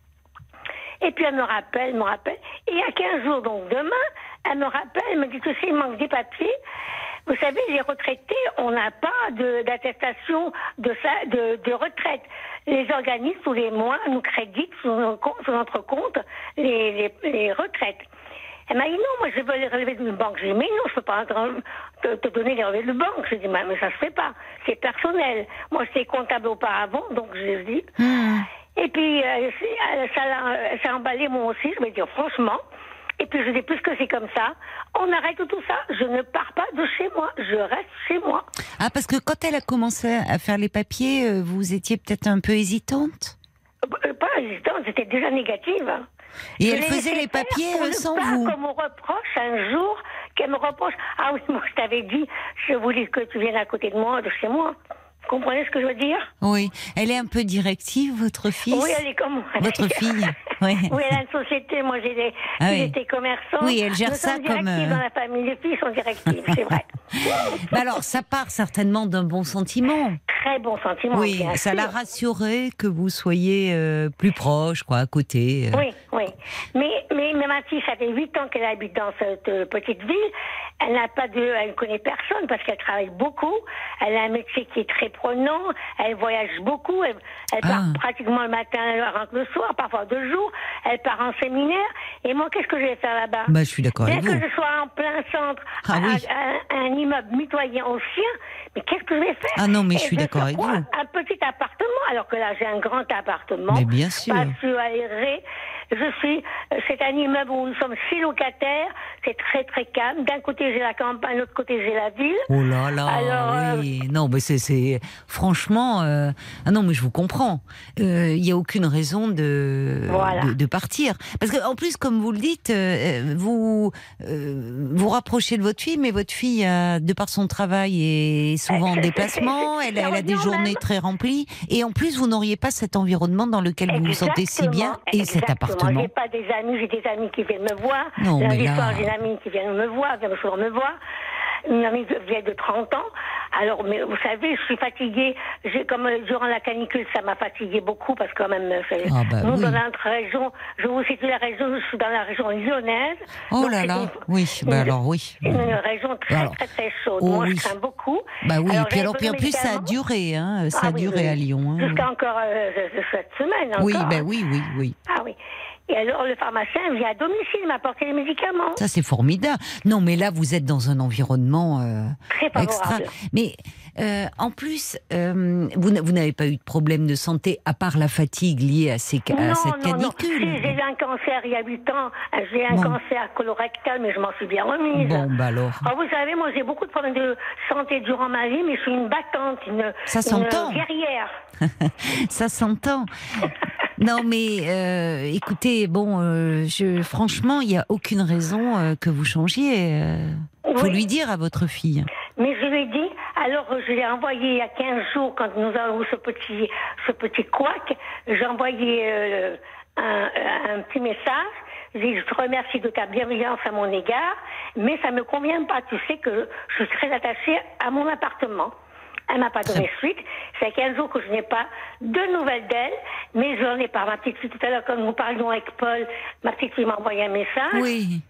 Et puis elle me rappelle, me rappelle. Et il y a quinze jours, donc demain, elle me rappelle, elle me dit, tu sais, il manque des papiers. Vous savez, les retraités, on n'a pas de, d'attestation de, ça, de, de retraite. Les organismes, tous les mois, nous créditent sur, nos, sur notre compte les, les, les retraites. Elle m'a dit, non, moi, je veux les relevés de banque. J'ai dit, mais non, je ne peux pas te, te donner les relevés de banque. J'ai dit, mais, mais ça ne se fait pas. C'est personnel. Moi, j'étais comptable auparavant, donc je dis. Mmh. Et puis, euh, ça s'est emballé moi aussi, je vais dire franchement. Et puis, je dis, puisque c'est comme ça, on arrête tout ça. Je ne pars pas de chez moi, je reste chez moi. Ah, parce que quand elle a commencé à faire les papiers, vous étiez peut-être un peu hésitante? Euh, pas hésitante, j'étais déjà négative. Et Je elle l'ai faisait laissé les faire papiers pour ne sans pas vous? qu'on me reproche un jour, qu'elle me reproche, ah oui, moi je t'avais dit, je voulais que tu viennes à côté de moi, de chez moi. Vous comprenez ce que je veux dire? Oui. Elle est un peu directive, votre fils? Oui, elle est comme... Votre fille? Oui. Oui, elle a une société, moi j'ai des, Ah oui. j'étais commerçant. Oui, elle gère Nous ça sommes comme, directives euh, dans la famille, les filles sont directives, c'est vrai. Bah alors, ça part certainement d'un bon sentiment. Très bon sentiment, Oui, bien ça sûr. l'a rassurée que vous soyez euh, plus proche, quoi, à côté. euh. Oui, oui. Mais, mais, mais ma fille, ça fait huit ans qu'elle habite dans cette euh, petite ville. Elle n'a pas de, elle ne connaît personne parce qu'elle travaille beaucoup. Elle a un métier qui est très prenant. Elle voyage beaucoup. Elle, elle part Ah. pratiquement le matin, elle rentre le soir, parfois deux jours. Elle part en séminaire. Et moi, qu'est-ce que je vais faire là-bas? Bah, je suis d'accord Bien avec que vous. je sois en plein centre, Ah à, oui. à- à un immeuble mitoyen ancien, mais qu'est-ce que je vais faire? Ah non, mais je Et suis de d'accord avec surcroît, vous. Un petit appartement, alors que là j'ai un grand appartement. Mais bien sûr. Pas suaéré. Je suis, c'est un immeuble où nous sommes six locataires. C'est très très calme. D'un côté j'ai la campagne, de l'autre côté j'ai la ville. Oh là là, Alors, oui. Non, mais c'est, c'est franchement, euh, ah non, mais je vous comprends. Euh, Il n'y a aucune raison de, Voilà. de de partir, parce que en plus, comme vous le dites, euh, vous euh, vous rapprochez de votre fille, mais votre fille, euh, de par son travail, est souvent en déplacement. Elle, elle a des Heureusement journées même. très remplies, et en plus, vous n'auriez pas cet environnement dans lequel vous vous sentez si bien, et cet exactement. appartement. J'ai pas des amis, j'ai des amis qui viennent me voir. Non, Lundi mais là- soir, j'ai une amie qui vient me voir, vient souvent me voir. Une amie de- vieille de trente ans. Alors, mais vous savez, je suis fatiguée. J'ai, comme euh, durant la canicule, ça m'a fatiguée beaucoup parce que quand même, euh, c'est- Ah bah nous, oui. dans notre région, je vous situe la région, je suis dans la région lyonnaise. Oh Donc, là c'est là, une- oui, bah une- alors oui. C'est une région très, Alors, très, très chaude. oh Moi, oui. je crains beaucoup. Bah oui, Alors, puis j'avais alors, puis en besoin de plus, ça a médicaments. duré, hein, ça Ah a oui, duré oui. à Lyon. Hein. Jusqu'à encore euh, cette semaine. Oui, encore, ben hein. oui, oui, oui. Ah oui. Et alors, le pharmacien vient à domicile m'apporter les médicaments. Ça, c'est formidable. Non, mais là, vous êtes dans un environnement euh, Très extra. favorable. Mais euh, en plus, euh, vous, n'a- vous n'avez pas eu de problème de santé, à part la fatigue liée à, ces, à non, cette non, non. canicule. Si, j'ai eu un cancer il y a huit ans. J'ai eu un Bon. cancer colorectal, mais je m'en suis bien remise. Bon, bah alors. Ah, vous savez, moi, j'ai beaucoup de problèmes de santé durant ma vie, mais je suis une battante, une, Ça une s'entend. guerrière. Ça s'entend. Non, mais euh, écoutez, bon, euh, je, franchement, il n'y a aucune raison euh, que vous changiez. Euh, faut Oui. lui dire à votre fille. Mais je lui ai dit, alors je l'ai envoyé il y a quinze jours, quand nous avons eu ce petit, ce petit couac, j'ai envoyé euh, un, un petit message. J'ai dit, je te remercie de ta bienveillance à mon égard, mais ça ne me convient pas. Tu sais que je suis très attachée à mon appartement. Elle m'a pas donné suite. C'est quinze jours que je n'ai pas de nouvelles d'elle, mais je j'en ai par ma petite fille tout à l'heure, quand nous parlions avec Paul, ma petite fille m'a envoyé un message. Oui.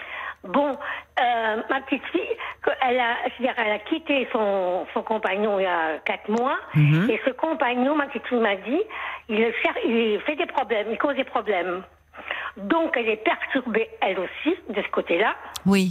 Bon, euh, ma petite fille, elle a, c'est-à-dire, elle a quitté son, son compagnon il y a quatre mois, Mhm. et ce compagnon, ma petite fille m'a dit, il, cher- il fait des problèmes, il cause des problèmes. Donc, elle est perturbée, elle aussi, de ce côté-là. Oui.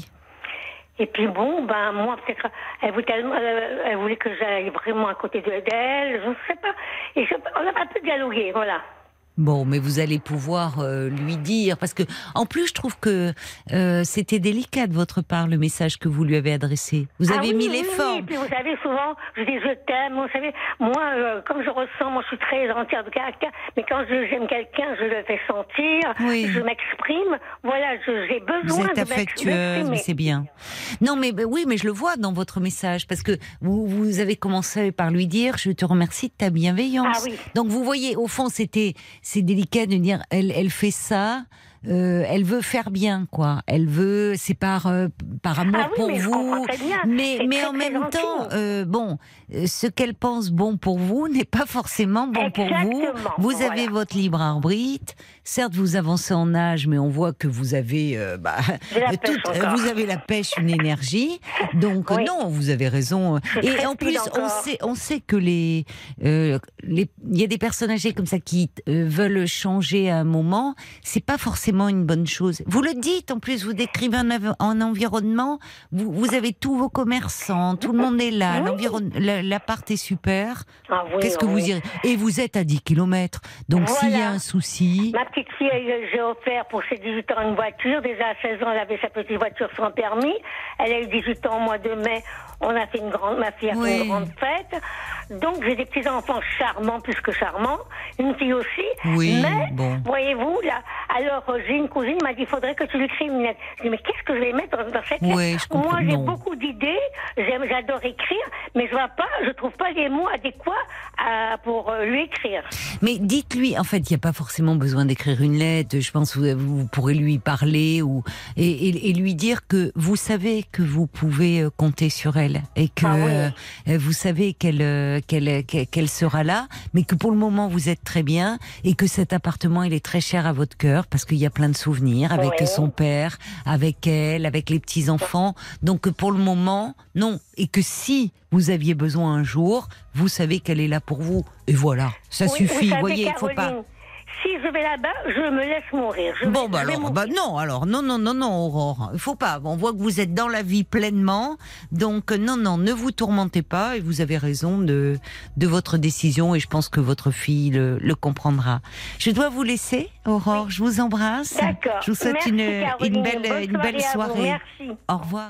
Et puis bon, ben moi peut-être, elle voulait, tellement- euh, elle voulait que j'aille vraiment à côté de- d'elle, je ne sais pas. Et je, on a pas pu dialoguer, voilà. Bon, mais vous allez pouvoir euh, lui dire, parce que en plus, je trouve que euh, c'était délicat de votre part le message que vous lui avez adressé. Vous Ah avez oui, mis oui, l'effort. Oui, et puis vous savez, souvent, je dis je t'aime, vous savez, moi, euh, comme je ressens, moi je suis très entière de caractère, mais quand je- j'aime quelqu'un, je le fais sentir, Oui. je m'exprime, voilà, je- j'ai besoin Vous êtes de m'ex- affectueuse, m'exprimer. mais c'est bien. Non, mais bah, oui, mais je le vois dans votre message, parce que vous, vous avez commencé par lui dire, je te remercie de ta bienveillance. Ah oui. Donc vous voyez, au fond, c'était, c'est délicat de dire, elle, elle fait ça. Euh, elle veut faire bien, quoi. Elle veut, c'est par euh, par amour Ah oui, pour mais je vous, comprends très bien. mais C'est mais très, en très même gentil. temps, euh, bon, euh, ce qu'elle pense bon pour vous n'est pas forcément bon pour vous. Exactement, Vous voilà. avez votre libre arbitre. Certes, vous avancez en âge, mais on voit que vous avez, euh, bah, J'ai la euh, pêche toute- encore. vous avez la pêche, une énergie. Donc Oui. non, vous avez raison. Je Et en respire plus, on encore. sait, on sait que les, euh, les, il y a des personnes âgées comme ça qui euh, veulent changer à un moment. C'est pas forcément une bonne chose. Vous le dites, en plus, vous décrivez un, av- un environnement. Vous, vous avez tous vos commerçants, tout le monde est là. Oui. l'environ- la- L'appart est super. Ah oui, Qu'est-ce que oui. vous irez Et vous êtes à dix kilomètres. Donc s'il y a Voilà. un souci. Ma petite fille, elle- j'ai offert pour ses dix-huit ans une voiture. Déjà à seize ans, elle avait sa petite voiture sans permis. Elle a eu dix-huit ans au mois de mai. On a fait une grande, ma fille a fait Oui. une grande fête. Donc j'ai des petits-enfants charmants, plus que charmants. Une fille aussi. Oui, Mais, bon. voyez-vous, là, alors euh, j'ai une cousine qui m'a dit, il faudrait que tu lui écrives une lettre. Je dis, mais qu'est-ce que je vais mettre dans, dans cette Oui, lettre je comprends, Moi, j'ai non. beaucoup d'idées. J'aime, j'adore écrire, mais je vois pas, je trouve pas les mots adéquats à- pour euh, lui écrire. Mais dites-lui, en fait, il n'y a pas forcément besoin d'écrire une lettre. Je pense que vous, vous pourrez lui parler ou et, et- et lui dire que vous savez que vous pouvez euh, compter sur elle et que Ah oui. euh, vous savez qu'elle euh, qu'elle qu'elle qu'elle sera là, mais que pour le moment vous êtes très bien et que cet appartement il est très cher à votre cœur parce qu'il y a plein de souvenirs avec Oui. son père, avec elle, avec les petits enfants. Donc que pour le moment, non. Et que si vous aviez besoin un jour, vous savez qu'elle est là pour vous. Et voilà, ça Oui, suffit. vous Vous savez, voyez, il faut pas. Caroline, si je vais là-bas, je me laisse mourir. Je Bon, vais- bah je vais alors, mourir. bah non, alors, non, non, non, non, Aurore, il faut pas. On voit que vous êtes dans la vie pleinement, donc euh, non, non, ne vous tourmentez pas et vous avez raison de, de votre décision et je pense que votre fille le, le comprendra. Je dois vous laisser, Aurore, je vous embrasse. D'accord. Je vous souhaite Merci, une, Caroline. une belle, Bonne une belle soirée à vous. soirée. Merci. Au revoir.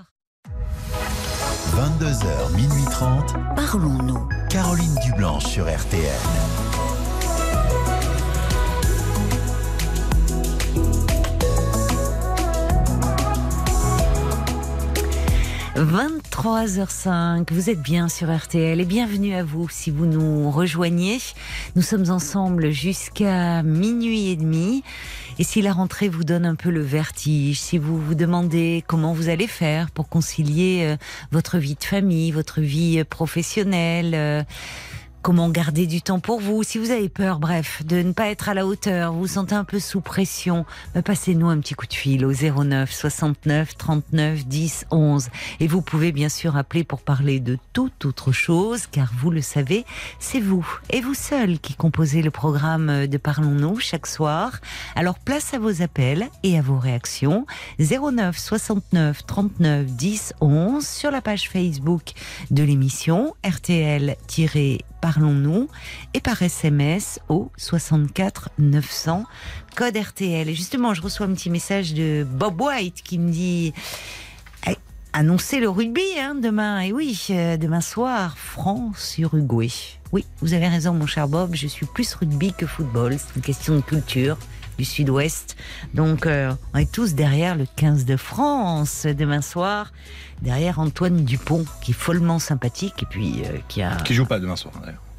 vingt-deux heures, minuit trente, Parlons-nous. Caroline Dublanche sur R T L. vingt-trois heures cinq, vous êtes bien sur R T L et bienvenue à vous si vous nous rejoignez. Nous sommes ensemble jusqu'à minuit et demi. Et si la rentrée vous donne un peu le vertige, si vous vous demandez comment vous allez faire pour concilier euh, votre vie de famille, votre vie euh, professionnelle, euh, comment garder du temps pour vous, si vous avez peur, bref, de ne pas être à la hauteur, vous vous sentez un peu sous pression, bah, passez-nous un petit coup de fil au zéro neuf soixante-neuf trente-neuf dix onze. Et vous pouvez bien sûr appeler pour parler de toute autre chose, car vous le savez, c'est vous et vous seul qui composez le programme de Parlons-nous chaque soir. Alors place à vos appels et à vos réactions. zéro neuf soixante-neuf trente-neuf dix onze sur la page Facebook de l'émission R T L-Parlons-nous et par S M S au soixante-quatre neuf cents code R T L. Et justement, je reçois un petit message de Bob White qui me dit eh, annoncer le rugby hein, demain. Et oui, euh, demain soir, France-Uruguay. Oui, vous avez raison, mon cher Bob. Je suis plus rugby que football. C'est une question de culture du Sud-Ouest. Donc, euh, on est tous derrière le quinze de France demain soir. Derrière Antoine Dupont, qui est follement sympathique et puis euh, qui a... Qui joue pas demain soir, d'ailleurs.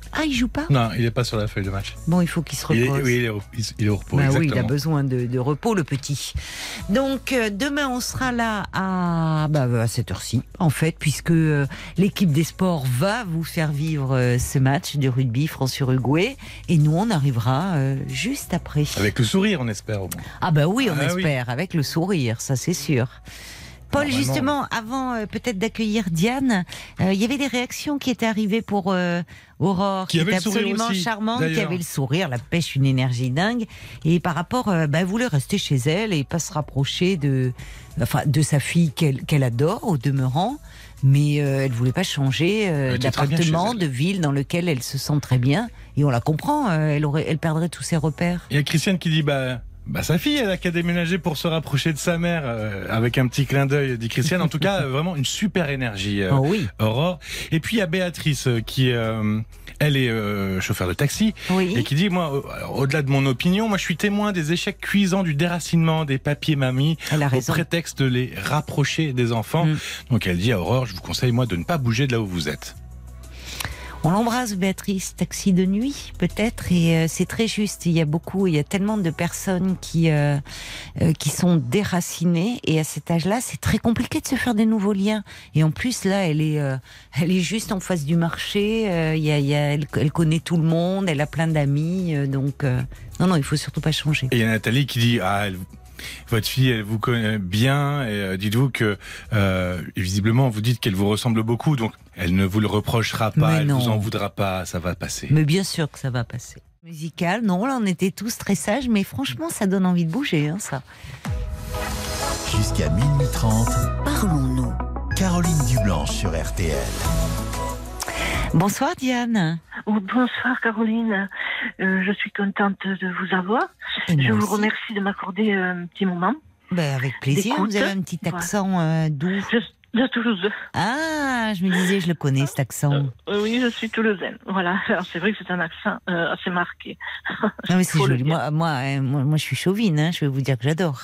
Ah, il joue pas? Non, il n'est pas sur la feuille de match. Bon, il faut qu'il se Il est, repose. oui, il est, au- il est au repos, Bah exactement. oui, il a besoin de, de repos, le petit. Donc, euh, demain, on sera là à, bah, à cette heure-ci, en fait, puisque euh, l'équipe des sports va vous faire vivre euh, ce match de rugby France-Uruguay. Et nous, on arrivera euh, juste après. Avec le sourire, on espère au moins. Ah bah oui, on Ah oui. espère, avec le sourire, ça c'est sûr. Paul, Normalement. justement, avant euh, peut-être d'accueillir Diane, euh, il y avait des réactions qui étaient arrivées pour euh, Aurore, Qui qui avait était le sourire absolument aussi, charmante, qui d'ailleurs. avait le sourire, la pêche, une énergie dingue. Et par rapport, euh, bah, elle voulait rester chez elle et pas se rapprocher de, enfin, de sa fille qu'elle qu'elle adore, au demeurant. Mais euh, elle voulait pas changer euh, Elle était très bien d'appartement, chez elle. de ville dans lequel elle se sent très bien. Et on la comprend, euh, elle, aurait, elle perdrait tous ses repères. Il y a Christiane qui dit bah, bah sa fille, elle a qu'à déménager pour se rapprocher de sa mère, euh, avec un petit clin d'œil, dit Christiane. En tout cas, euh, vraiment une super énergie, euh, Oh oui, Aurore. Et puis il y a Béatrice euh, qui, euh, elle est euh, chauffeur de taxi. oui. Et qui dit, moi, euh, alors, au-delà de mon opinion, moi je suis témoin des échecs cuisants du déracinement des papiers mamies Elle a au raison. prétexte de les rapprocher des enfants. Mm. Donc elle dit à Aurore, je vous conseille moi de ne pas bouger de là où vous êtes. On l'embrasse, Béatrice, taxi de nuit, peut-être, et euh, c'est très juste. Il y a beaucoup, il y a tellement de personnes qui euh, euh, qui sont déracinées, et à cet âge-là, c'est très compliqué de se faire des nouveaux liens. Et en plus, là, elle est, euh, elle est juste en face du marché. Euh, il y a, il y a, elle, elle connaît tout le monde, elle a plein d'amis, euh, donc euh, non, non, il faut surtout pas changer. Et il y a Nathalie qui dit, ah, elle- votre fille, elle vous connaît bien, et euh, dites-vous que, euh, visiblement, vous dites qu'elle vous ressemble beaucoup, donc elle ne vous le reprochera pas, Mais elle non. vous en voudra pas, ça va passer. Mais bien sûr que ça va passer. Musical, non, là, on était tous très sages, mais franchement, ça donne envie de bouger, hein, ça. Jusqu'à minuit trente, Parlons-nous. Caroline Dublanche sur R T L. Bonsoir, Diane. Oh, bonsoir Caroline, Euh, je suis contente de vous avoir. Et moi Je vous aussi. remercie de m'accorder un petit moment. Ben, avec plaisir, D'écoute. vous avez un petit Voilà. accent euh, doux. Je, de Toulouse. Ah, je me disais, je le connais cet accent. Euh, oui, je suis toulousaine. Voilà. Alors c'est vrai que c'est un accent euh, assez marqué. Non mais c'est faut le joli. dire. Moi, moi, euh, moi, moi, je suis chauvine. Hein, je vais vous dire que j'adore.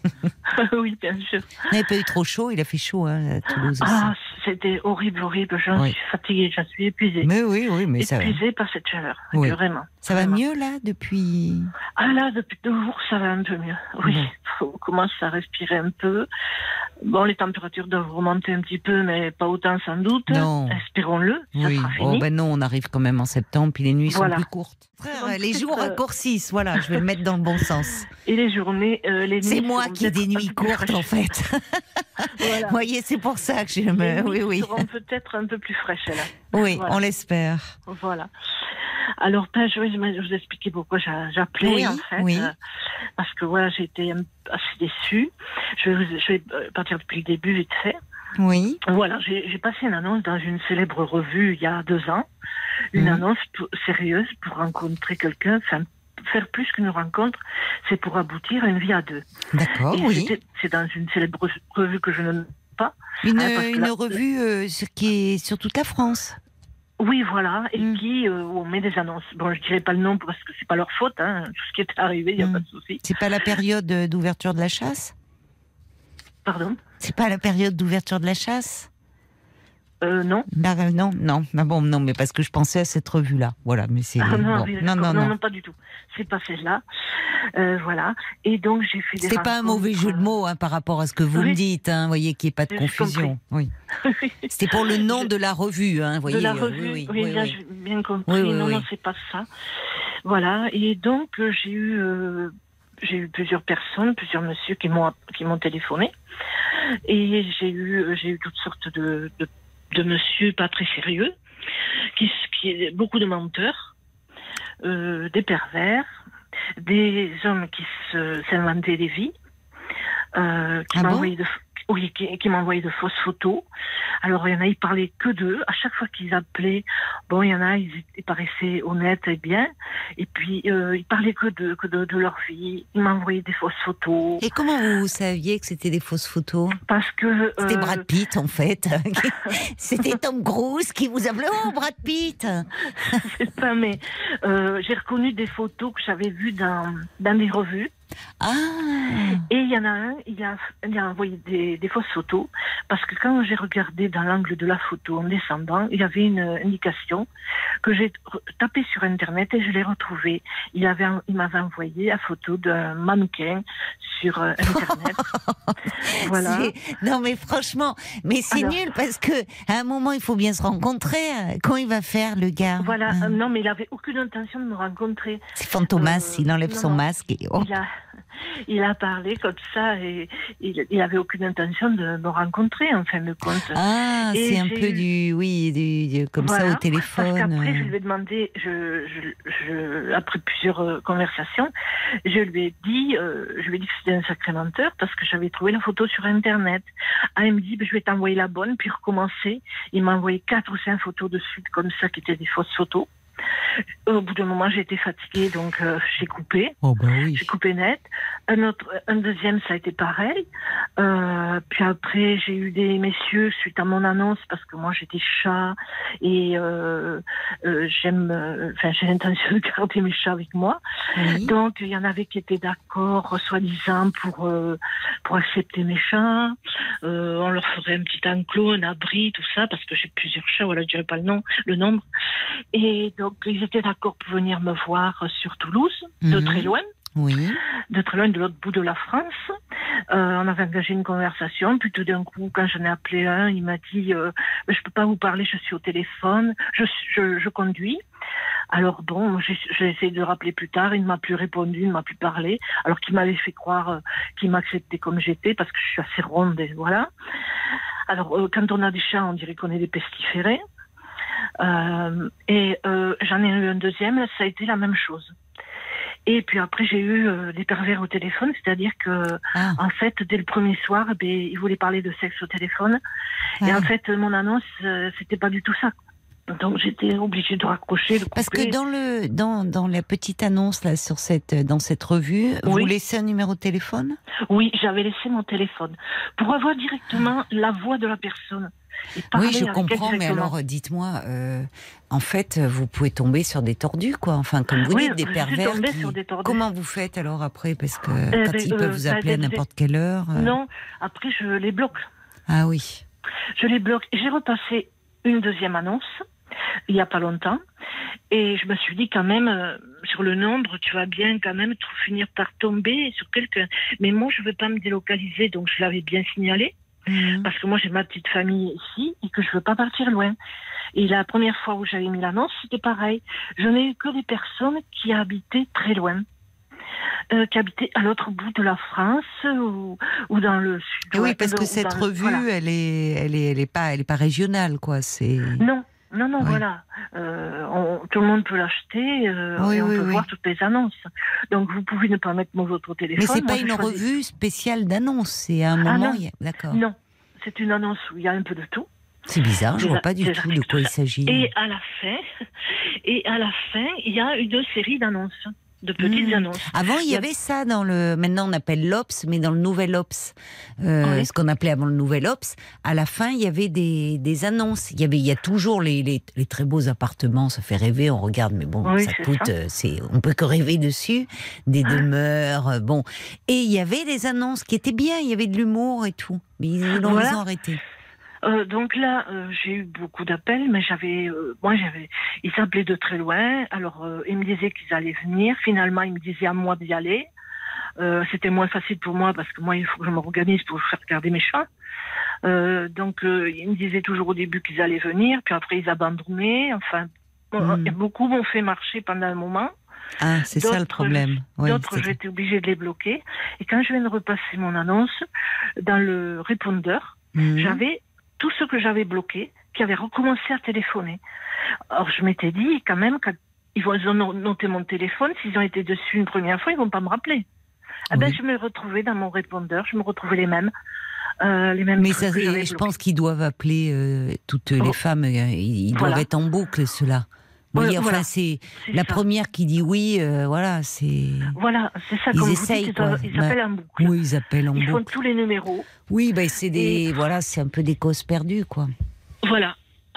Oui, bien sûr. Il n'avait pas eu trop chaud. Il a fait chaud hein, à Toulouse aussi. Ah, c'était horrible, horrible. Je Oui. suis fatiguée, je suis épuisée. Mais oui, oui, mais ça va. épuisée par cette chaleur. Oui. Vraiment. Ça va Vraiment. mieux là depuis. Ah là, depuis deux jours, ça va un peu mieux. Oui, Bon. on commence à respirer un peu. Bon, les températures doivent remonter un petit peu, mais pas autant sans doute. Non. Espérons-le, ça Oui. sera Oh fini. ben non, on arrive quand même en septembre, puis les nuits Voilà. sont plus courtes. Frère, Donc, les peut-être, jours euh, raccourcissent. Voilà, je vais le mettre dans le bon sens. Et les journées, euh, les nuits. C'est moi seront qui ai des peut-être un nuits peu plus courtes en fraîches. fait. Voilà. Vous voyez, c'est pour ça que je Les me. nuits Oui, oui. seront peut-être un peu plus fraîches là. Oui, Voilà. on l'espère. Voilà. Alors, ben, je vais je vais vous expliquer pourquoi j'a- j'appelais Oui, en fait. oui. euh, parce que voilà, j'ai été un- assez déçue. Je vais, vous- je vais euh, partir depuis le début vite fait. Oui. Voilà, j'ai j'ai passé une annonce dans une célèbre revue il y a deux ans. Une Mhm. annonce pour- sérieuse pour rencontrer quelqu'un. Enfin, faire plus qu'une rencontre, c'est pour aboutir à une vie à deux. D'accord, Et oui. c'était- C'est dans une célèbre revue que je ne pas. Une, Ah, parce que une là- revue euh, sur- qui est sur toute la France. Oui, voilà, et Mm. qui, euh, où on met des annonces. Bon, je dirais pas le nom parce que c'est pas leur faute, hein. Tout ce qui est arrivé, il n'y a Mm. pas de souci. C'est pas la période euh, d'ouverture de la chasse Pardon C'est pas la période d'ouverture de la chasse euh, Non. Bah, euh, Non, non. Ah bon, non, mais parce que je pensais à cette revue-là. Voilà, mais c'est. Ah, non, bon. oui, non, d'accord. non, non, non. pas du tout. C'est pas celle-là. Euh, voilà. Et donc, j'ai fait des C'est pas un mauvais jeu de mots hein, par rapport à ce que vous Oui. me dites, hein, voyez, qu'il n'y ait pas de J'ai confusion. Oui. C'était pour le nom de la revue, hein, voyez. de la euh, revue, oui, oui, oui, bien, oui. j'ai bien compris. Oui, oui, non, oui. non, c'est pas ça. Voilà. Et donc, euh, j'ai eu, euh, j'ai eu plusieurs personnes, plusieurs messieurs qui m'ont qui m'ont téléphoné. Et j'ai eu, euh, j'ai eu toutes sortes de, de, de messieurs pas très sérieux, qui, qui beaucoup de menteurs, euh, des pervers, des hommes qui se, s'inventaient des vies, euh, qui Ah bon m'envoyaient de oui, qui, qui m'envoyaient de fausses photos. Alors, il y en a, ils parlaient que d'eux. À chaque fois qu'ils appelaient, bon, il y en a, ils, ils paraissaient honnêtes et bien. Et puis, euh, ils parlaient que d'eux, que de, de leur vie. Ils m'envoyaient des fausses photos. Et comment vous saviez que c'était des fausses photos Parce que... C'était euh, Brad Pitt, en fait. C'était Tom Cruise qui vous appelait. Oh, Brad Pitt c'est pas, mais euh, j'ai reconnu des photos que j'avais vues dans, dans des revues. Ah. Et il y en a un, il a, il a envoyé des, des fausses photos, parce que quand j'ai regardé dans l'angle de la photo en descendant, il y avait une indication que j'ai tapé sur Internet et je l'ai retrouvée. Il, avait, il m'avait envoyé la photo d'un mannequin sur euh, Internet. Voilà. C'est... Non mais franchement, mais c'est Alors... nul parce que à un moment il faut bien se rencontrer. Quand il va faire le gars? Voilà, hein. euh, non mais il avait aucune intention de me rencontrer. C'est Fantomas, Euh, il enlève non, son non. masque et oh. Il a, il a parlé comme ça et il, il avait aucune intention de me rencontrer en fin de compte. Ah, Et c'est un j'ai peu eu- du, oui, du, du- comme Voilà, ça au Parce téléphone. qu'après, je euh. lui ai demandé, je, je, je, après plusieurs euh, conversations, je lui ai dit, euh, je lui ai dit que c'était un sacré menteur parce que j'avais trouvé la photo sur Internet. Ah, il me dit, ben, je vais t'envoyer la bonne, puis recommencer. Il m'a envoyé quatre ou cinq photos de suite comme ça qui étaient des fausses photos. Au bout d'un moment, j'ai été fatiguée, donc euh, j'ai coupé. Oh bah oui. J'ai coupé net. Un autre, un deuxième, ça a été pareil. Euh, puis après, j'ai eu des messieurs suite à mon annonce parce que moi j'étais chat et euh, euh, j'aime, euh, enfin j'ai l'intention de garder mes chats avec moi. Oui. Donc il y en avait qui étaient d'accord, soi-disant pour euh, pour accepter mes chats. Euh, on leur ferait un petit enclos, un abri, tout ça parce que j'ai plusieurs chats. Voilà, je dirais pas le nom, le nombre. Et donc ils étaient d'accord pour venir me voir sur Toulouse, de Mhm. très loin. Oui. de très loin, de l'autre bout de la France. Euh, on avait engagé une conversation, puis tout d'un coup, quand j'en ai appelé un, il m'a dit euh, « Je peux pas vous parler, je suis au téléphone, je, je, je conduis ». Alors bon, j'ai, j'ai essayé de le rappeler plus tard, il ne m'a plus répondu, il ne m'a plus parlé, alors qu'il m'avait fait croire euh, qu'il m'acceptait comme j'étais, parce que je suis assez ronde, et voilà. Alors, euh, quand on a des chats, on dirait qu'on est des pestiférés. Euh, et euh, j'en ai eu un deuxième, ça a été la même chose. Et puis après, j'ai eu euh, des pervers au téléphone, c'est-à-dire que, Ah. en fait, dès le premier soir, eh bien, ils voulaient parler de sexe au téléphone. Et Ah. en fait, mon annonce, euh, c'était pas du tout ça. Donc j'étais obligée de raccrocher, de couper. Parce que dans le dans dans la petite annonce là sur cette dans cette revue, Oui. vous laissez un numéro de téléphone? Oui, j'avais laissé mon téléphone pour avoir directement la voix de la personne. Et parler Oui, je avec elle comprends, mais directement. alors dites-moi, euh, en fait, vous pouvez tomber sur des tordus, quoi. Enfin, comme vous Oui, dites, des je suis pervers. tombée qui- sur des tordus. Comment vous faites alors après? Parce que Eh quand ben, ils euh, peuvent vous ça a appeler à été- n'importe quelle heure. euh, Non, après je les bloque. Ah oui. Je les bloque. J'ai repassé une deuxième annonce il y a pas longtemps et je me suis dit quand même euh, sur le nombre tu vas bien quand même tout finir par tomber sur quelqu'un. Mais moi je veux pas me délocaliser, donc je l'avais bien signalé Mhm. parce que moi j'ai ma petite famille ici et que je veux pas partir loin. Et la première fois où j'avais mis l'annonce c'était pareil. Je n'ai eu que des personnes qui habitaient très loin. Euh, qui habitaient à l'autre bout de la France ou, ou dans le sud. Et oui, parce que ou cette dans le- revue, voilà. elle est, elle est, elle est pas, elle est pas régionale, quoi. C'est. Non, non, non, Oui. voilà. Euh, on- tout le monde peut l'acheter euh, Oui, et on oui, peut oui. voir toutes les annonces. Donc vous pouvez ne pas mettre mon votre téléphone. Mais c'est Moi, pas j'ai une choisi- revue spéciale d'annonce. C'est à un Ah moment. non. il y a- D'accord. Non, c'est une annonce où il y a un peu de tout. C'est bizarre. Je Des vois a- pas du des tout de articles, quoi il tout ça. s'agit. Et à la fin, et à la fin, il y a une série d'annonces, de petites Mmh. annonces. Avant, il y Il y a- avait ça dans le. Maintenant, on appelle l'Obs, mais dans le Nouvel Obs, euh, Oui. ce qu'on appelait avant le Nouvel Obs, à la fin, il y avait des, des annonces. Il y avait, il y a toujours les, les, les très beaux appartements. Ça fait rêver. On regarde, mais bon, Oui, ça c'est coûte. ça. euh, C'est, on peut que rêver dessus. Des demeures, euh, bon. Et il y avait des annonces qui étaient bien. Il y avait de l'humour et tout. Mais ils l'ont Voilà. ils ont arrêté. Euh, donc là, euh, j'ai eu beaucoup d'appels, mais j'avais, euh, moi j'avais, ils s'appelaient de très loin. Alors euh, ils me disaient qu'ils allaient venir. Finalement, ils me disaient à moi d'y aller. Euh, c'était moins facile pour moi parce que moi, il faut que je m'organise pour faire regarder mes chats. Euh, donc euh, ils me disaient toujours au début qu'ils allaient venir, puis après ils abandonnaient. Enfin, bon, Mm. et beaucoup m'ont fait marcher pendant un moment. Ah, c'est ça le D'autres, problème. Oui, D'autres, c'est- j'ai été obligée de les bloquer. Et quand je viens de repasser mon annonce, dans le répondeur, Mhm. j'avais tout ce que j'avais bloqué qui avait recommencé à téléphoner. Alors je m'étais dit quand même quand ils vont ils ont noté mon téléphone, s'ils ont été dessus une première fois, ils vont pas me rappeler. Ah ben Oui. je me retrouvais dans mon répondeur, je me retrouvais les mêmes, euh, les mêmes. Mais trucs ça, que j'avais je bloqués. pense qu'ils doivent appeler euh, toutes les Oh. femmes. euh, Ils, ils Voilà. doivent être en boucle, ceux-là. Vous Ouais, voyez, enfin, voilà. c'est C'est la ça. première qui dit oui. euh, voilà, c'est. Voilà, c'est ça. Ils Comme essayent, vous dites, quoi. ils, ils Bah, appellent en boucle. Oui, ils appellent en Ils font boucle. tous les numéros. Oui, ben c'est des. Voilà, c'est un peu des causes perdues, quoi. Voilà.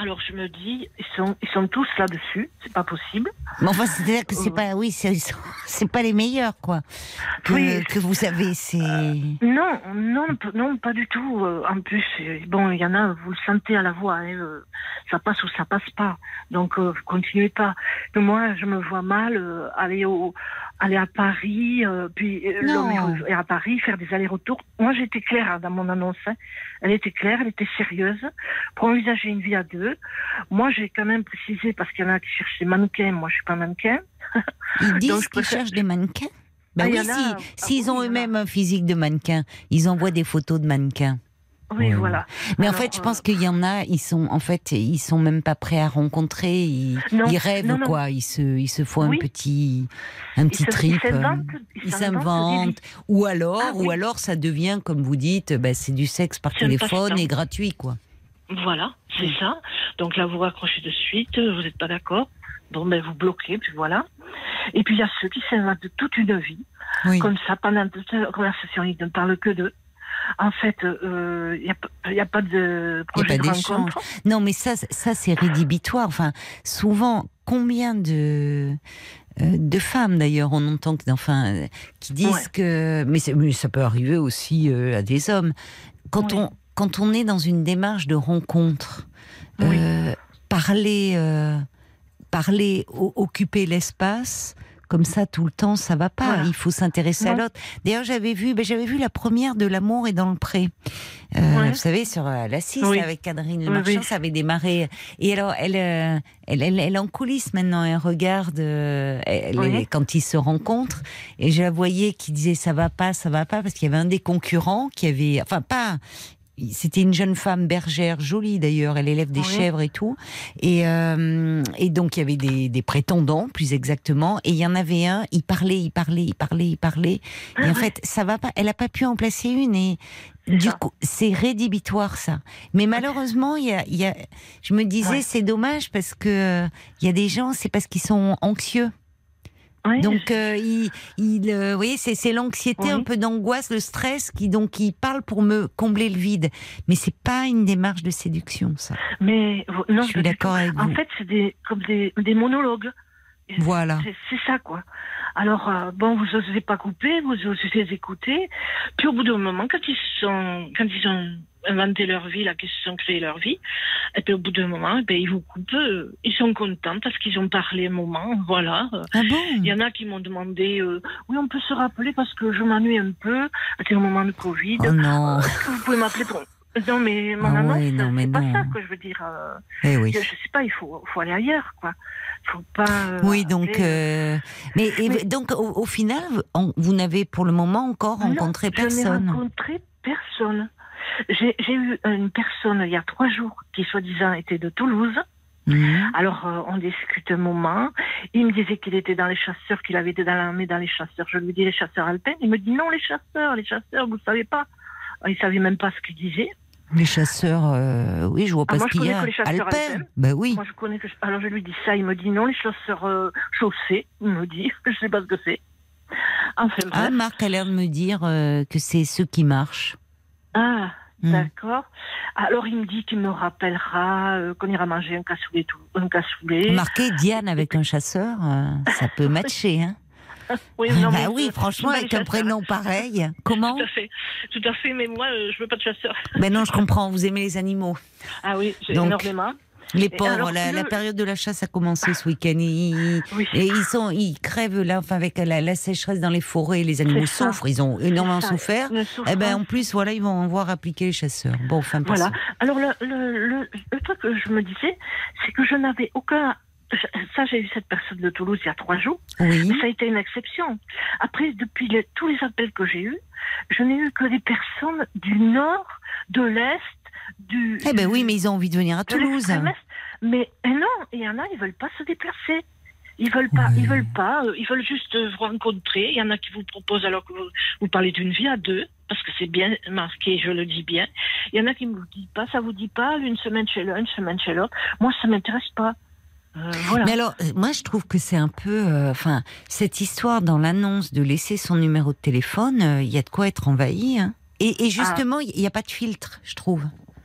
alors je me dis, ils sont, ils sont tous là-dessus, c'est pas possible. Mais enfin, c'est-à-dire que c'est Euh. pas, oui, c'est, c'est pas les meilleurs, quoi. Que, Oui. que vous savez, c'est. Non, non, p- non, pas du tout. Euh, En plus, euh, bon, il y en a, vous le sentez à la voix, hein, euh, ça passe ou ça passe pas. Donc, euh, continuez pas. Mais moi, je me vois mal euh, aller au, aller à Paris, euh, puis euh, Non. l'homme est à Paris, faire des allers-retours. Moi, j'étais claire hein, dans mon annonce. Hein. Elle était claire, elle était sérieuse pour envisager une vie à deux. Moi, j'ai quand même précisé parce qu'il y en a qui cherchent des mannequins. Moi, je suis pas mannequin. Ils disent Donc, je qu'ils préfère- cherchent des mannequins. Ben Ah, il oui, y en a- si, ah s'ils oui, ont il y en a. eux-mêmes un physique de mannequin, ils envoient des photos de mannequins. Oui, Oui. voilà. Mais en Alors, fait, je euh, pense qu'il y en a, ils sont, en fait, ils sont même pas prêts à rencontrer. Ils, Non, ils rêvent, non, non. quoi. Ils se, ils se font Oui. un petit, un petit Ils se- trip. Ils s'inventent. Ils s'inventent. Ou alors, Ah, oui. ou alors, ça devient, comme vous dites, ben, c'est du sexe par C'est un téléphone passe-temps. et gratuit, quoi. Voilà, c'est Mm. ça. Donc là, vous raccrochez de suite, vous n'êtes pas d'accord. Bon, ben vous bloquez, puis voilà. Et puis il y a ceux qui s'inventent toute une vie, Oui. comme ça, pendant toute la conversation, ils ne parlent que d'eux. En fait, euh, il n'y a, a pas de projet pas de d'échange. rencontre. Non, mais ça, ça c'est rédhibitoire. Enfin, souvent, combien de euh, de femmes d'ailleurs, on entend que, enfin, euh, qui disent Ouais. que, mais, c'est- mais ça peut arriver aussi euh, à des hommes. Quand Oui. on quand on est dans une démarche de rencontre, Oui. euh, parler, euh, parler, o- occuper l'espace. Comme ça, tout le temps, ça va pas. Voilà. Il faut s'intéresser à Non. l'autre. D'ailleurs, j'avais vu, ben, j'avais vu la première de L'amour est dans le pré. Euh, Ouais. Vous savez, sur euh, la six, Oui. avec Catherine Le Oui, Marchand, oui. ça avait démarré. Et alors, elle, euh, elle, elle, elle est en coulisses maintenant. Elle regarde euh, elle, Oui. elle- quand ils se rencontrent. Et je la voyais qui disait ça va pas, ça va pas, parce qu'il y avait un des concurrents qui avait, enfin pas. C'était une jeune femme bergère, jolie d'ailleurs, elle élève des Oui. chèvres et tout. Et, euh, et donc il y avait des, des prétendants, plus exactement. Et il y en avait un, il parlait, il parlait, il parlait, il parlait. Et en fait, ça va pas. Elle a pas pu en placer une. Et C'est du ça. coup, c'est rédhibitoire ça. Mais malheureusement, il y a, il y a, je me disais, Ouais. c'est dommage parce que euh, il y a des gens, c'est parce qu'ils sont anxieux. Oui, Donc, euh, il, il, euh, vous voyez, c'est, c'est l'anxiété, Oui. un peu d'angoisse, le stress qui donc il parle pour me combler le vide. Mais c'est pas une démarche de séduction, ça. mais vous- non, Je suis pas du d'accord tout. avec En vous. fait, c'est des, comme des, des monologues. Et Voilà. C'est, c'est ça, quoi. Alors, euh, bon, vous n'osez pas couper, vous osez écouter. Puis au bout d'un moment, quand ils sont, quand ils ont inventé leur vie, là, qu'ils se sont créés leur vie, et puis au bout d'un moment, eh ben, ils vous coupent. euh, Ils sont contents parce qu'ils ont parlé un moment, voilà. Euh, Ah bon Il y en a qui m'ont demandé, euh, oui, on peut se rappeler parce que je m'ennuie un peu. C'était au moment de Covid. Oh non. Est-ce que vous pouvez m'appeler pour... Non, mais mon Ah annonce, ouais, non, mais c'est pas non. ça, quoi, je veux dire. euh, Eh oui. je, je sais pas, il faut, faut aller ailleurs, quoi. Faut pas. euh, Oui, donc, appeler, euh, mais, et Mais- donc au, au final, on- vous n'avez pour le moment encore rencontré non, Je n'ai personne. rencontré personne. J'ai j'ai eu une personne il y a trois jours qui, soi-disant, était de Toulouse. Mhm. Alors, euh, on discute un moment. Il me disait qu'il était dans les chasseurs, qu'il avait été dans l'armée dans les chasseurs. Je lui dis les chasseurs alpins. Il me dit non, les chasseurs, les chasseurs, vous ne savez pas. Il ne savait même pas ce qu'il disait. Les chasseurs, euh, oui, je vois pas Ah, ce moi, je qu'il y connais a. que les chasseurs Alpin, alpins. ben oui. Moi, je connais que. Alors, je lui dis ça. Il me dit non, les chasseurs euh, chaussés. Il me dit, je ne sais pas ce que c'est. Enfin, Ah, bref. Marc a l'air de me dire euh, que c'est ceux qui marchent. Ah, Hmm. d'accord. Alors, il me dit qu'il me rappellera, euh, qu'on ira manger un cassoulet. Tout, un cassoulet. Remarquez, Diane avec un chasseur, euh, ça peut matcher, hein. Oui, Ah non, bah mais, oui, euh, franchement, pas avec les un chasseurs. prénom pareil. Comment? Tout à fait, tout à fait. Mais moi, euh, je veux pas de chasseur. Ben non, je comprends, vous aimez les animaux. Ah oui, j'ai Donc, énormément. Les Et pauvres, alors, la, le- la période de la chasse a commencé ce week-end. Ils, Oui. et ils, sont, ils crèvent là, enfin, avec la, la sécheresse dans les forêts, les animaux C'est ça. souffrent, ils ont énormément C'est ça, souffert. une Et souffrance. ben en plus, voilà, ils vont voir appliquer les chasseurs. Bon, enfin, Voilà. passons. Alors, le, le, le, le truc que je me disais, c'est que je n'avais aucun. Ça, j'ai eu cette personne de Toulouse il y a trois jours, Oui. mais ça a été une exception. Après, depuis les- tous les appels que j'ai eus, je n'ai eu que des personnes du nord, de l'est, du. Eh ben du- oui, mais ils ont envie de venir à de Toulouse. l'extrême est. Mais eh non, il y en a, ils veulent pas se déplacer. Ils veulent pas, Oui. ils veulent pas, euh, ils veulent juste euh, vous rencontrer. Il y en a qui vous proposent alors que vous, vous parlez d'une vie à deux, parce que c'est bien marqué, je le dis bien. Il y en a qui ne vous disent pas, ça vous dit pas, une semaine chez l'un, une semaine chez l'autre. Moi, ça m'intéresse pas. Euh, voilà. Mais alors, euh, moi, je trouve que c'est un peu, euh, enfin, cette histoire dans l'annonce de laisser son numéro de téléphone, euh, il y a de quoi être envahi. Hein. Et, et justement, il n'y a pas de filtre, je trouve.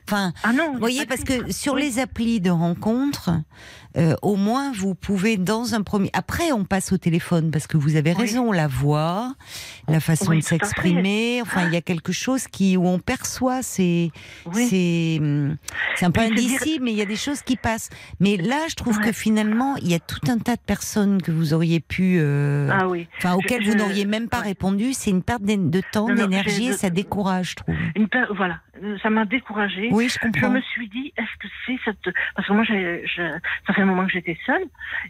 Enfin, Ah non, vous voyez, pas de parce filtre. que sur Oui. les applis de rencontres, euh, au moins vous pouvez dans un premier. Après, on passe au téléphone parce que vous avez Oui. raison, la voix, la façon Oui, de tout à fait. s'exprimer. Enfin, il y a quelque chose qui où on perçoit. C'est Oui. c'est hum, c'est un peu Mais je veux dire- indicible, mais il y a des choses qui passent. Mais là, je trouve Ouais. que finalement, il y a tout un tas de personnes que vous auriez pu, euh, Ah oui. enfin, auxquelles Je- vous je- n'auriez même pas ouais. répondu. C'est une perte d'é- de temps, Non, non, d'énergie, j'ai- et ça décourage, je trouve. Une per- Voilà, Euh, ça m'a découragée. Oui, je Je comprends. me suis dit, est-ce que c'est cette... Parce que moi, j'ai, je... ça fait un moment que j'étais seule.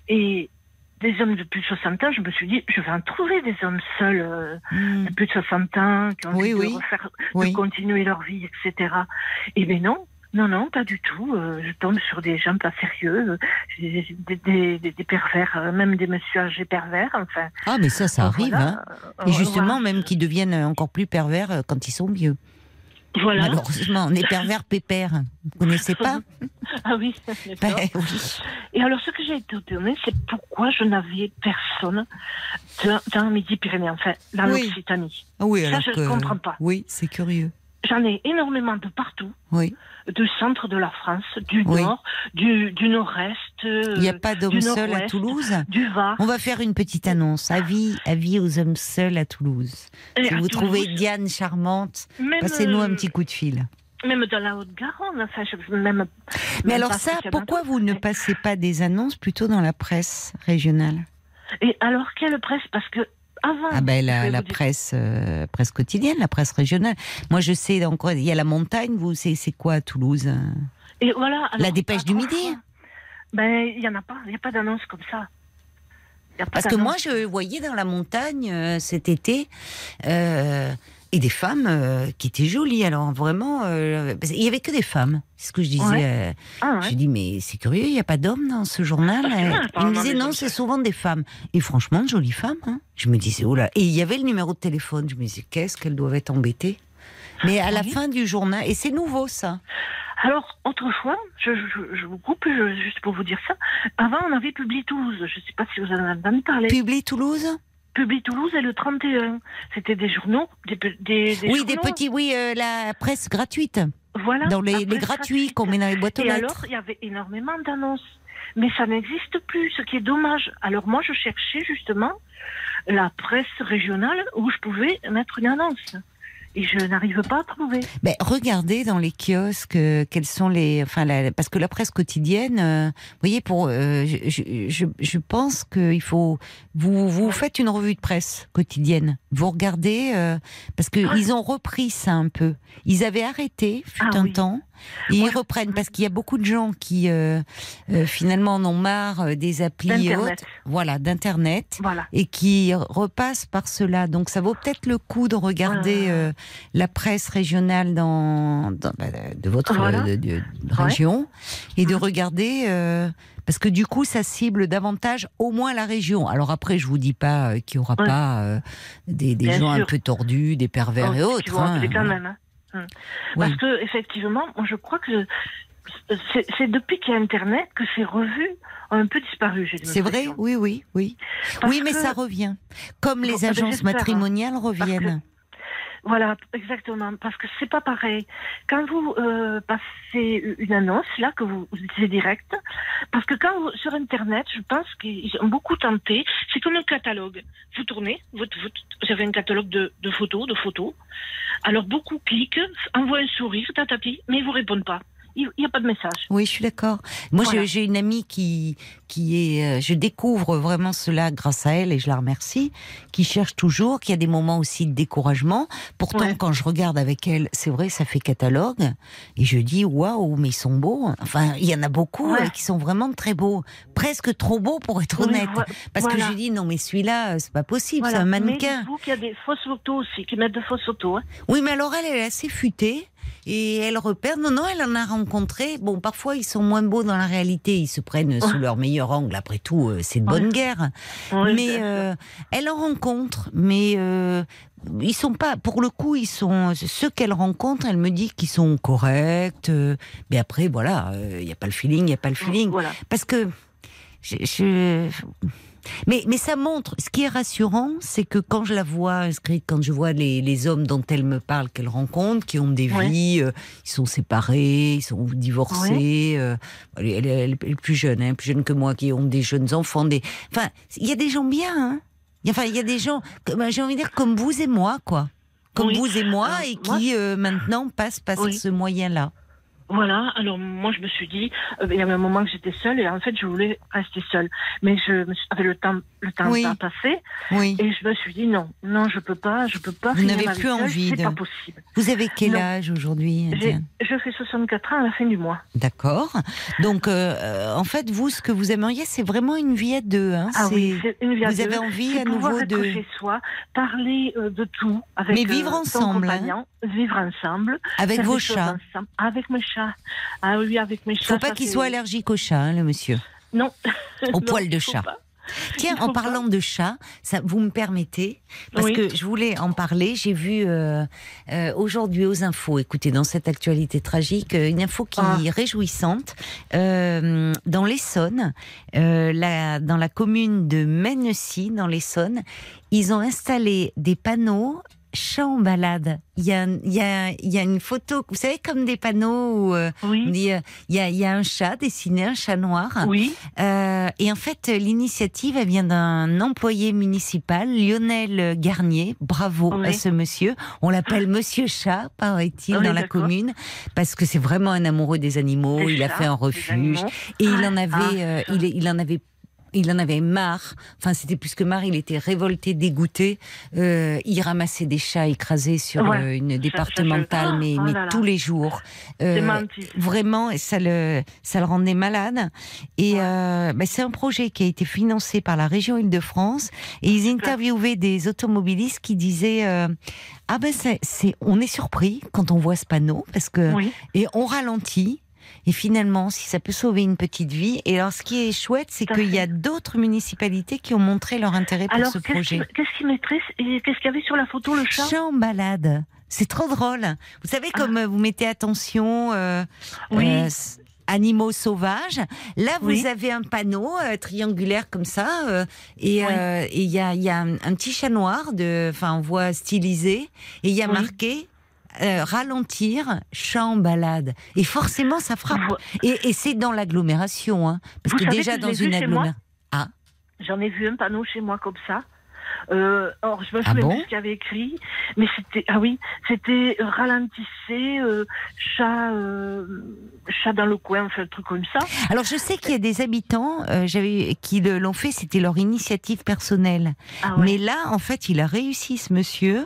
Et des hommes de plus de soixante ans, je me suis dit, je vais en trouver des hommes seuls euh, Hmm. de plus de soixante ans, qui ont Oui, envie oui. de, refaire, Oui. de continuer leur vie, et cetera. Et bien non, non, non, pas du tout. Euh, je tombe sur des gens pas sérieux, euh, des, des, des, des pervers, euh, même des messieurs âgés pervers, enfin. Ah, mais ça, ça arrive, voilà. hein. Euh, Et justement, voilà. même qui deviennent encore plus pervers euh, quand ils sont vieux. Voilà. Malheureusement, on est pervers pépère. Vous connaissez pas? Ah oui, Ben, d'accord. oui. Et alors, ce que j'ai été étonnée, c'est pourquoi je n'avais personne dans, dans Midi-Pyrénées, enfin, dans Oui. l'Occitanie. Ah oui, Ça, alors je que... ne comprends pas. Oui, c'est curieux. J'en ai énormément de partout, Oui. du centre de la France, du Oui. nord, du, du nord-est, euh, Il n'y a pas d'hommes du seuls à nord-ouest, Toulouse? du Var. On va faire une petite annonce. Avis, avis aux hommes seuls à Toulouse. Et Si à vous Toulouse, trouvez Diane charmante, même, passez-nous un euh, petit coup de fil. Même dans la Haute-Garonne, enfin, je, même. Mais même alors pas ça, spécialement. pourquoi vous ne passez pas des annonces plutôt dans la presse régionale? Et alors, quelle presse? Parce que avant. Ah ben je la, vais la vous dire- presse, euh, presse quotidienne, la presse régionale. Moi je sais encore, il y a la montagne. Vous, c'est c'est quoi à Toulouse? Et voilà. alors, La Dépêche du autrefois, Midi. Ben, il n'y en a pas. Il n'y a pas d'annonce comme ça. Il y a pas Parce que moi, d'annonce. je voyais dans la montagne euh, cet été euh, et des femmes euh, qui étaient jolies. Alors vraiment, euh, parce qu'il y avait que des femmes. C'est ce que je disais. Ouais. euh, Ah ouais. J'ai dit mais c'est curieux, il n'y a pas d'hommes dans ce journal. Parce que, Euh, ouais, Il me apparemment, disait les non, hommes c'est seuls. souvent des femmes. Et franchement, de jolies femmes. Hein. Je me disais oh là. Et il y avait le numéro de téléphone. Je me disais qu'est-ce qu'elles doivent être embêtées. Mais à la Oui. fin du journal, et c'est nouveau ça. Alors, autrefois, je, je, je vous coupe je- juste pour vous dire ça. Avant, on avait Publi Toulouse. Je ne sais pas si vous en avez entendu parler. Publie Toulouse. Publi Toulouse est le trente et un. C'était des journaux, des, pe- des, des Oui, journaux, des petits, oui, euh, la presse gratuite. Voilà, Dans les, la les presse gratuits gratuite. qu'on met dans les boîtes aux Et lettres. alors, il y avait énormément d'annonces. Mais ça n'existe plus, ce qui est dommage. Alors moi, je cherchais justement la presse régionale où je pouvais mettre une annonce. Et je n'arrive pas à trouver. Ben, regardez dans les kiosques euh, quels sont les, enfin, la- parce que la presse quotidienne, euh, vous voyez, pour, euh, je, je, je- je pense qu'il faut, vous, vous faites une revue de presse quotidienne. Vous regardez, euh, parce que ils ont repris ça un peu. Ils avaient arrêté, fut Ah un oui. temps, et ils Ouais. reprennent parce qu'il y a beaucoup de gens qui, euh, euh, finalement, en ont marre euh, des applis et D'Internet. autres, voilà, d'internet. Voilà. Et qui repassent par cela. Donc ça vaut peut-être le coup de regarder Ah. euh, la presse régionale dans, dans- bah, de votre Voilà. euh, de- de- de région et de regarder euh, parce que du coup ça cible davantage au moins la région. Alors après je vous dis pas euh, qu'il y aura Ouais. pas euh, des, des Bien gens un sûr. peu tordus, des pervers et Donc, autres. qui vont hein, appeler quand voilà. même. hein. Hum. Oui. Parce que effectivement, moi, je crois que c'est c'est depuis qu'il y a Internet que ces revues ont un peu disparu. j'ai C'est vrai, l'impression. oui, oui, oui. Parce oui, mais que- ça revient. Comme Bon, les eh ben, agences j'espère, hein. matrimoniales reviennent. Voilà, exactement. Parce que c'est pas pareil. Quand vous euh, passez une annonce, là, que vous utilisez direct, parce que quand vous, sur Internet, je pense qu'ils ont beaucoup tenté, c'est comme un catalogue. Vous tournez, vous, vous, vous avez un catalogue de, de photos, de photos. Alors beaucoup cliquent, envoient un sourire, tatapi, mais ils vous répondent pas. Il n'y a pas de message. Oui, je suis d'accord. Moi, Voilà. j'ai- j'ai une amie qui, qui est, euh, je découvre vraiment cela grâce à elle et je la remercie, qui cherche toujours, qui a des moments aussi de découragement. Pourtant, Ouais. quand je regarde avec elle, c'est vrai, ça fait catalogue. Et je dis, waouh, mais ils sont beaux. Enfin, il y en a beaucoup Ouais. euh, qui sont vraiment très beaux. Presque trop beaux pour être Oui, honnête. vo- Parce que voilà. je dis, non, mais celui-là, euh, c'est pas possible, Voilà. c'est un Mais mannequin. dites-vous qu'il y a des fausses photos aussi, qui mettent de fausses photos. hein. Oui, mais alors elle, elle est assez futée. Et elle repère, non, non, elle en a rencontré. Bon, parfois ils sont moins beaux dans la réalité, ils se prennent sous leur meilleur angle. Après tout, euh, c'est de bonne Ouais. guerre. Oui, mais bien sûr. euh, elle en rencontre, mais euh, ils sont pas, pour le coup, ils sont ceux qu'elle rencontre. Elle me dit qu'ils sont corrects. euh, mais après, voilà, il n'y a pas le feeling, il y a pas le feeling. Voilà. Parce que je, je- Mais, mais ça montre, ce qui est rassurant, c'est que quand je la vois inscrite, quand je vois les, les hommes dont elle me parle, qu'elle rencontre, qui ont des Oui. vies, euh, ils sont séparés, ils sont divorcés, euh, elle, elle- elle est plus jeune, hein, plus jeune que moi, qui ont des jeunes enfants. Des... Enfin, il y a des gens bien, hein. Il y a- Enfin, il y a des gens, comme- j'ai envie de dire, comme vous et moi, quoi. Comme Oui. vous et moi, Euh, et moi- qui euh, maintenant passent par Oui. ce moyen-là. Voilà, alors moi je me suis dit, euh, il y avait un moment que j'étais seule et en fait je voulais rester seule. Mais je me suis, avec le temps, le temps Oui. a passé Oui. et je me suis dit non, non je peux pas, je peux pas. Vous finir n'avez ma vie plus seule, envie c'est de- pas possible. Vous avez quel Non. âge aujourd'hui, J'ai- Diane ? Je fais soixante-quatre ans à la fin du mois. D'accord. Donc, euh, euh, en fait, vous, ce que vous aimeriez, c'est vraiment une vie à deux. Hein. Ah C'est- oui, c'est une vie à vous deux. avez envie C'est à pouvoir nouveau être de... chez soi, parler euh, de tout avec Mais vivre euh, son ensemble, hein. compagnon, vivre ensemble, Avec faire vos des choses chats. ensemble, avec mes chats. Ah oui, avec mes Il chats. faut pas ça, qu'il c'est- soit allergique au chat, hein, le monsieur. Non. Au Non, poil de il faut chat. pas. Tiens, Il en faut pas. parlant de chat, ça, vous me permettez, parce Oui. que je voulais en parler. J'ai vu euh, euh, aujourd'hui aux infos, écoutez, dans cette actualité tragique, euh, une info qui Ah. est réjouissante. Euh, dans l'Essonne, euh, la, dans la commune de Mennecy, dans l'Essonne, ils ont installé des panneaux chat en balade. Il y a, il y a, il y a une photo, vous savez, comme des panneaux où euh, on Oui. dit, euh, il y a, il y a un chat dessiné, un chat noir. Oui. Euh, et en fait, l'initiative, elle vient d'un employé municipal, Lionel Garnier. Bravo Oui. à ce monsieur. On l'appelle Monsieur Chat, paraît-il, Oui, dans la d'accord. commune, parce que c'est vraiment un amoureux des animaux. Des il a chats, fait un des refuge animaux. et il en avait, Ah, euh, ça. il, il en avait. Il en avait marre, enfin c'était plus que marre, il était révolté, dégoûté. Euh, il ramassait des chats écrasés sur Ouais. euh, une Ça, ça, départementale, je- mais, Oh mais là là. tous les jours. C'est Euh, menti. Vraiment, et ça le, ça le rendait malade. Et euh, bah, c'est un projet qui a été financé par la région Île-de-France. Et ils interviewaient des automobilistes qui disaient euh, ah ben c'est, c'est, on est surpris quand on voit ce panneau parce que Oui. et on ralentit. Et finalement, si ça peut sauver une petite vie. Et alors, ce qui est chouette, c'est Tout à qu'il y fait. a d'autres municipalités qui ont montré leur intérêt pour Alors, ce qu'est-ce projet. qui- qu'est-ce qu'il mettrait et qu'est-ce qu'il y avait sur la photo, le chat Chat en balade. C'est trop drôle. Vous savez, comme euh, vous mettez attention, euh, Oui. euh, s- animaux sauvages. Là, vous Oui. avez un panneau euh, triangulaire comme ça, euh, et Oui. euh, et il y a, il y a un, un petit chat noir, de, enfin, on voit stylisé, et il y a Oui. marqué. euh, ralentir, chat en balade. Et forcément, ça frappe. Vous- Et, et c'est dans l'agglomération, hein, parce Vous que savez déjà que je dans l'ai vu une chez moi agglomération. Ah, J'en ai vu un panneau chez moi comme ça. Euh, or, je me Ah souviens bon plus ce qu'il y avait écrit, mais c'était ah oui, c'était euh, ralentissez, euh, chat, euh, chat dans le coin, enfin un truc comme ça. alors je sais qu'il y a des habitants euh, j'avais, qui le- l'ont fait, c'était leur initiative personnelle. Ah ouais. Mais là, en fait, il a réussi, ce monsieur,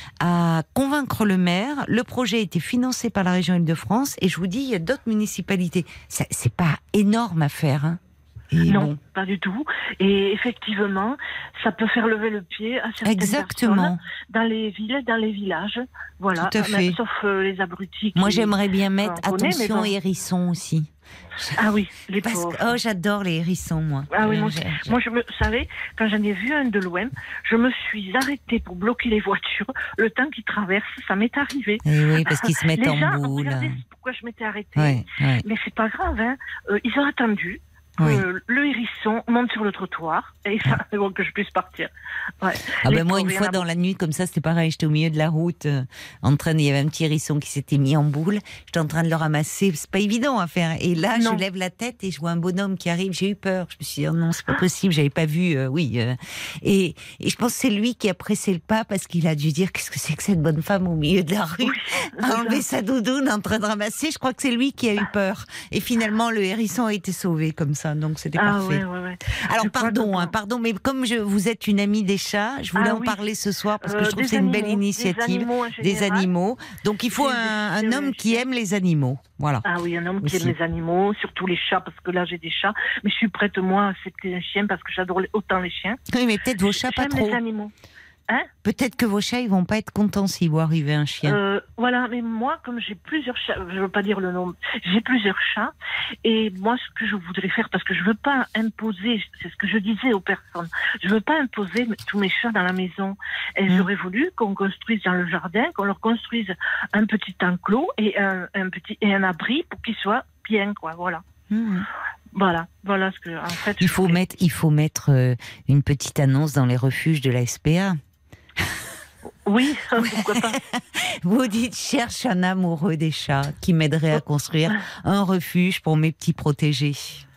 à convaincre le maire. Le projet a été financé par la région Île-de-France. Et je vous dis, il y a d'autres municipalités. Ça, c'est pas énorme à faire. Hein. Et Non, bon, pas du tout. Et effectivement, ça peut faire lever le pied à certaines exactement. personnes dans les villes, dans les villages. Voilà. Tout à Même fait. sauf euh, les abrutis. Moi, qui- j'aimerais bien mettre on connaît, mais attention bon. hérissons aussi. Ah oui, les Parce pauvres. que, oh, j'adore les hérissons, moi. Ah oui, Euh, moi, j'ai- j'ai- Moi, je me vous savez, quand j'en ai vu un de loin, je me suis arrêtée pour bloquer les voitures. Le temps qu'ils traversent, ça m'est arrivé. Eh oui, parce qu'ils se mettent Les en gens, boule. regardez pourquoi je m'étais arrêtée. Ouais, ouais. Mais c'est pas grave, hein. Euh, ils ont attendu que Oui. le hérisson monte sur le trottoir et ça, bon, que je puisse partir. Ouais. Ah Les ben moi, une pauvres, il y en fois a dans la nuit, comme ça, c'était pareil. J'étais au milieu de la route, euh, en train de... Il y avait un petit hérisson qui s'était mis en boule. J'étais en train de le ramasser. C'est pas évident à faire. Et là, Non. je lève la tête et je vois un bonhomme qui arrive. J'ai eu peur. Je me suis dit, oh non, c'est pas possible. J'avais pas vu. euh, oui. euh. Et, et je pense que c'est lui qui a pressé le pas parce qu'il a dû dire, qu'est-ce que c'est que cette bonne femme au milieu de la rue, a enlevé sa doudoune en train de ramasser. Je crois que c'est lui qui a eu peur. Et finalement, le hérisson a été sauvé comme ça. Donc c'était Ah parfait. ouais, ouais, ouais. Alors Je crois pardon, que- hein, pardon, mais comme je, vous êtes une amie des chats, je voulais Ah en oui. parler ce soir parce que Euh, je trouve que des c'est une belle animaux, initiative. Des animaux, en Des général. animaux. Donc il faut J'ai un, des- un des homme qui chiens. aime les animaux. Voilà. Ah oui, un homme qui Aussi. aime les animaux, surtout les chats, parce que là j'ai des chats. Mais je suis prête, moi, à accepter un chien parce que j'adore les- autant les chiens. Oui, mais peut-être vos chats pas J'aime trop. les animaux. Peut-être que vos chats ils vont pas être contents s'ils voient arriver un chien. Euh, voilà, mais moi, comme j'ai plusieurs chats, je veux pas dire le nom, j'ai plusieurs chats, et moi, ce que je voudrais faire, parce que je veux pas imposer, c'est ce que je disais aux personnes, je veux pas imposer tous mes chats dans la maison. Et Mm. j'aurais voulu qu'on construise dans le jardin, qu'on leur construise un petit enclos et un, un petit et un abri pour qu'ils soient bien, quoi. Voilà. Mmh. Voilà, voilà ce que, en fait. Il je faut voulais. mettre, il faut mettre euh, une petite annonce dans les refuges de la S P A. Oui, pourquoi pas. Vous dites, cherche un amoureux des chats qui m'aiderait à construire un refuge pour mes petits protégés.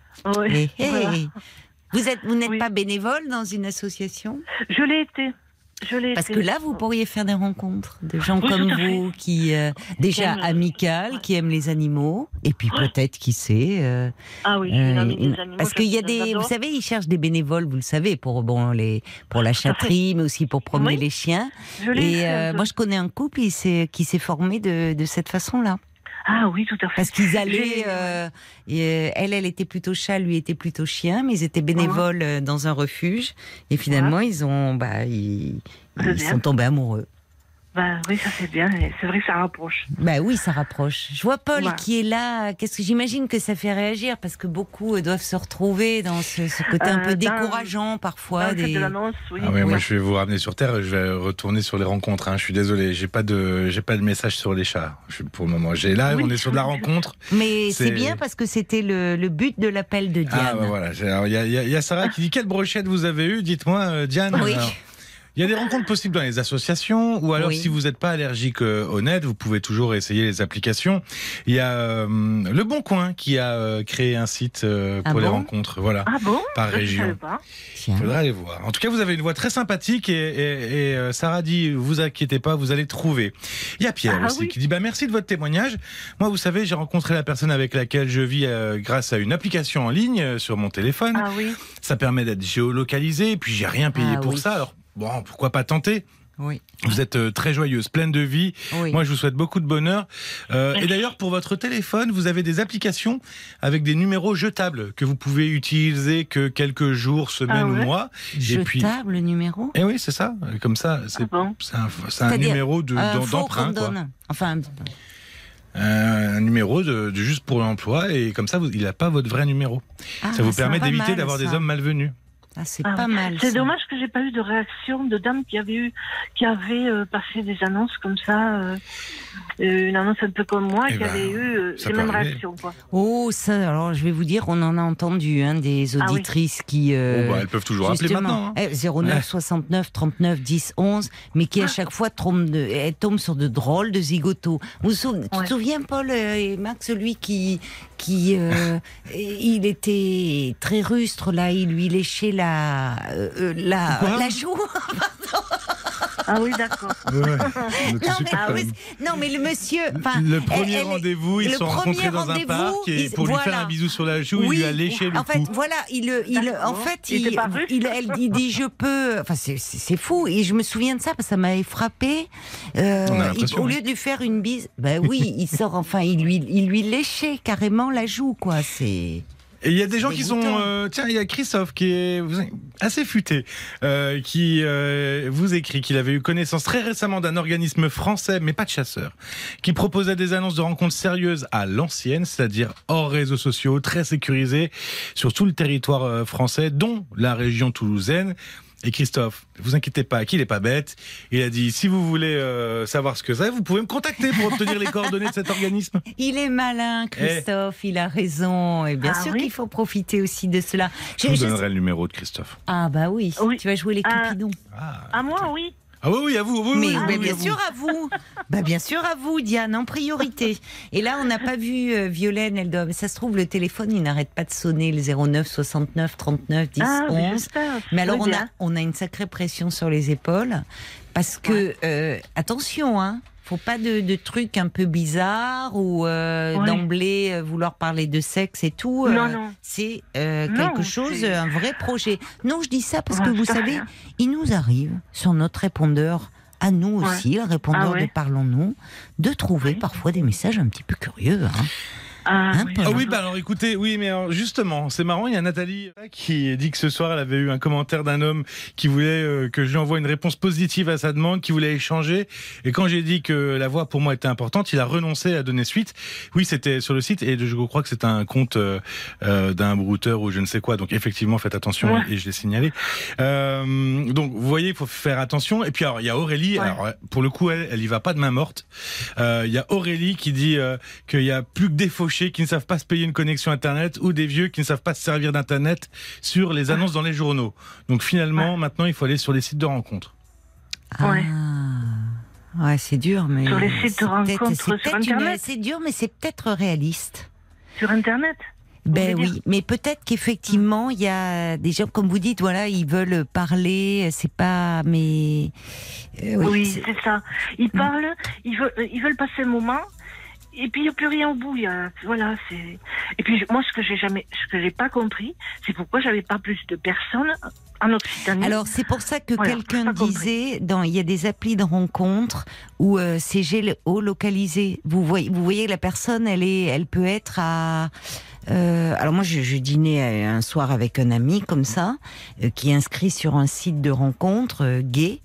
Oui, Eh, eh. voilà. Vous êtes, vous n'êtes Oui. pas bénévole dans une association? Je l'ai été. Je l'ai Parce été. que là, vous pourriez faire des rencontres de gens Oui, comme tout à fait. vous qui, euh, déjà aiment, euh, amicales, ouais. qui aiment les animaux, et puis Ouais. peut-être, qui sait. euh, Ah oui, j'ai une euh, amie une- des animaux. parce qu'il y a je- des, j'adore. vous savez, ils cherchent des bénévoles, vous le savez, pour bon les, pour la Tout à fait. chatterie, mais aussi pour promener Oui. les chiens. Je l'ai Et fait un euh, peu. moi, je connais un couple, il s'est, qui s'est formé de, de cette façon-là. Ah oui, tout à fait. Parce qu'ils allaient, J'ai- euh, et, euh, elle, elle était plutôt chat, lui était plutôt chien, mais ils étaient bénévoles euh, dans un refuge. Et finalement, ils ont, bah, ils, C'est ils bien. sont tombés amoureux. Bah oui, ça c'est bien. et C'est vrai que ça rapproche. Bah oui, ça rapproche. Je vois Paul Ouais. qui est là. Qu'est-ce que j'imagine que ça fait réagir parce que beaucoup euh, doivent se retrouver dans ce, ce côté un Euh, peu dans- décourageant parfois. Dans le cadre Des... de l'annonce, oui. Ah ouais, moi Oui. je vais vous ramener sur terre, je vais retourner sur les rencontres. Hein. Je suis désolé, j'ai pas de, j'ai pas de message sur les chats. Je suis pour le moment. J'ai là, Oui. on est sur de la rencontre. Mais c'est C'est- bien parce que c'était le, le but de l'appel de Diane. Ah bah voilà. J'ai- alors, Il y, a- il y a- il y a Sarah qui dit quelle brochette vous avez eue. Dites-moi, euh, Diane. Oui. Alors, il y a des rencontres possibles dans les associations, ou alors Oui. si vous n'êtes pas allergique euh, au net, vous pouvez toujours essayer les applications. Il y a euh, Le Bon Coin qui a euh, créé un site euh, Ah pour les bon rencontres, voilà, Ah bon par Ça, je région. savais pas. Tiens. Il faudra aller voir. En tout cas, vous avez une voix très sympathique et, et- et, euh, Sarah dit, vous inquiétez pas, vous allez trouver. Il y a Pierre Ah aussi oui. qui dit, bah merci de votre témoignage. Moi, vous savez, j'ai rencontré la personne avec laquelle je vis euh, grâce à une application en ligne euh, sur mon téléphone. Ah oui. Ça permet d'être géolocalisé, et puis j'ai rien payé Ah pour oui. ça. Alors bon, pourquoi pas tenter? Oui. Vous êtes euh, très joyeuse, pleine de vie. Oui. Moi, je vous souhaite beaucoup de bonheur. Euh, et Merci. d'ailleurs, pour votre téléphone, vous avez des applications avec des numéros jetables que vous pouvez utiliser que quelques jours, semaines Ah ou ouais. mois. puis- Jetable le numéro. Eh oui, c'est ça. Comme ça, c'est Ah bon c'est un, c'est un C'est-à-dire, numéro de- Un d'en- faux d'emprunt, qu'on quoi. donne. Enfin, Euh, un numéro de, de juste pour l'emploi, et comme ça, vous, il n'a pas votre vrai numéro. ah, ça vous c'est permet pas d'éviter mal, d'avoir des ça. hommes malvenus. Ah, c'est Ah pas oui. mal. C'est ça. dommage que j'ai pas eu de réaction de dames qui avaient eu, qui avaient euh, passé des annonces comme ça, euh, euh, une annonce un peu comme moi, Eh qui ben, avait eu euh, ça les peut mêmes arriver. réactions, quoi. Oh, ça, alors je vais vous dire, on en a entendu hein, des Ah oui. auditrices qui. euh, Bon, bah, elles peuvent toujours appeler justement, maintenant. hein. eh, zéro neuf soixante-neuf trente-neuf dix onze, mais qui à chaque fois tombe, de, elle tombe sur de drôles de zigotos. Vous vous souvenez, tu Ouais. te souviens, Paul euh, et Max, celui qui, qui euh, il était très rustre là, il lui léchait la, euh, euh, la, Quoi la joue. Ah oui, d'accord. Ouais, on a tous Non eu mais, peur, quand oui, même. non, mais le monsieur. Enfin, Le elle- premier elle est- rendez-vous, ils le se sont premier rencontrés dans un rendez-vous, parc et ils- pour lui faire voilà. un bisou sur la joue, il Oui. lui a léché le En cou. fait, voilà, il, il, en D'accord. fait, Il il, était pas russe. il, elle, il dit je peux. Enfin, c'est, c'est, c'est fou. Et je me souviens de ça parce que ça m'avait frappé. Euh, On a il- l'impression, au hein. lieu de lui faire une bise, ben oui, il sort. Enfin, il lui, il lui léchait carrément la joue, quoi. C'est. Et il y a des C'est gens qui sont... dégoûtant. euh, tiens, il y a Christophe qui est vous- assez futé, euh, qui euh, vous écrit qu'il avait eu connaissance très récemment d'un organisme français, mais pas de chasseurs, qui proposait des annonces de rencontres sérieuses à l'ancienne, c'est-à-dire hors réseaux sociaux, très sécurisées, sur tout le territoire euh, français, dont la région toulousaine. Et Christophe, vous inquiétez pas, qu'il est pas bête. Il a dit, si vous voulez euh, savoir ce que c'est, vous pouvez me contacter pour obtenir les coordonnées de cet organisme. Il est malin, Christophe. Il a raison. Et bien Ah sûr oui. qu'il faut profiter aussi de cela. Je vous donnerai le numéro de Christophe. Ah bah oui. Oui. Tu vas jouer les Ah. Cupidons. Ah, À moi, oui. ah oui, oui, à vous. Oui, Mais, oui, mais oui, bien à vous. sûr à vous. Bah bien sûr à vous, Diane, en priorité. Et là, on n'a pas vu euh, Violaine. Elle doit. Ça se trouve, le téléphone, il n'arrête pas de sonner le zéro neuf soixante-neuf trente-neuf dix Ah, mais onze. j'espère. Mais alors, Oui, on a, bien. on a une sacrée pression sur les épaules parce que euh, attention, hein. Faut pas de, de trucs un peu bizarres ou euh, Ouais. d'emblée euh, vouloir parler de sexe et tout. Non, euh, non. C'est euh, Non, quelque chose, c'est- un vrai projet. Non, je dis ça parce Ouais, que vous tout à savez, fait. il nous arrive sur notre répondeur, à nous Ouais. aussi, le répondeur Ah ouais. de Parlons-nous, de trouver Ouais. parfois des messages un petit peu curieux. Hein. Ah, Hein, oui. Paul Ah oui, bah alors écoutez, oui, mais alors, justement, c'est marrant, il y a Nathalie qui dit que ce soir, elle avait eu un commentaire d'un homme qui voulait euh, que je lui envoie une réponse positive à sa demande, qui voulait échanger. Et quand j'ai dit que la voix pour moi était importante, il a renoncé à donner suite. Oui, c'était sur le site et je crois que c'est un compte euh, euh, d'un brouteur ou je ne sais quoi. Donc effectivement, faites attention Ouais. et je l'ai signalé. Euh, donc vous voyez, il faut faire attention. Et puis alors, il y a Aurélie, Ouais. alors pour le coup, elle, elle y va pas de main morte. Euh, Il y a Aurélie qui dit euh, qu'il y a plus que des faux gauchers qui ne savent pas se payer une connexion Internet ou des vieux qui ne savent pas se servir d'Internet sur les annonces dans les journaux. Donc finalement, ouais. maintenant, il faut aller sur les sites de rencontres. Ah. Ouais. Ouais, c'est dur, mais... Sur les sites de rencontres sur Internet. Une... C'est dur, mais c'est peut-être réaliste. Sur Internet ? Ben oui, dire. Mais peut-être qu'effectivement, il y a des gens, comme vous dites, voilà, ils veulent parler, c'est pas... mais euh, Oui, oui c'est... c'est ça. Ils parlent, ils veulent, ils veulent passer le moment... Et puis il n'y a plus rien au bout. Il y a, voilà, c'est. Et puis moi, ce que j'ai jamais, ce que j'ai pas compris, c'est pourquoi j'avais pas plus de personnes en Occitanie. Alors c'est pour ça que voilà, quelqu'un disait, dans, il y a des applis de rencontres où euh, c'est géolocalisé. Vous voyez, vous voyez la personne, elle est, elle peut être à. Euh, alors moi, je, je dînais un soir avec un ami comme ça, euh, qui est inscrit sur un site de rencontre euh, gay.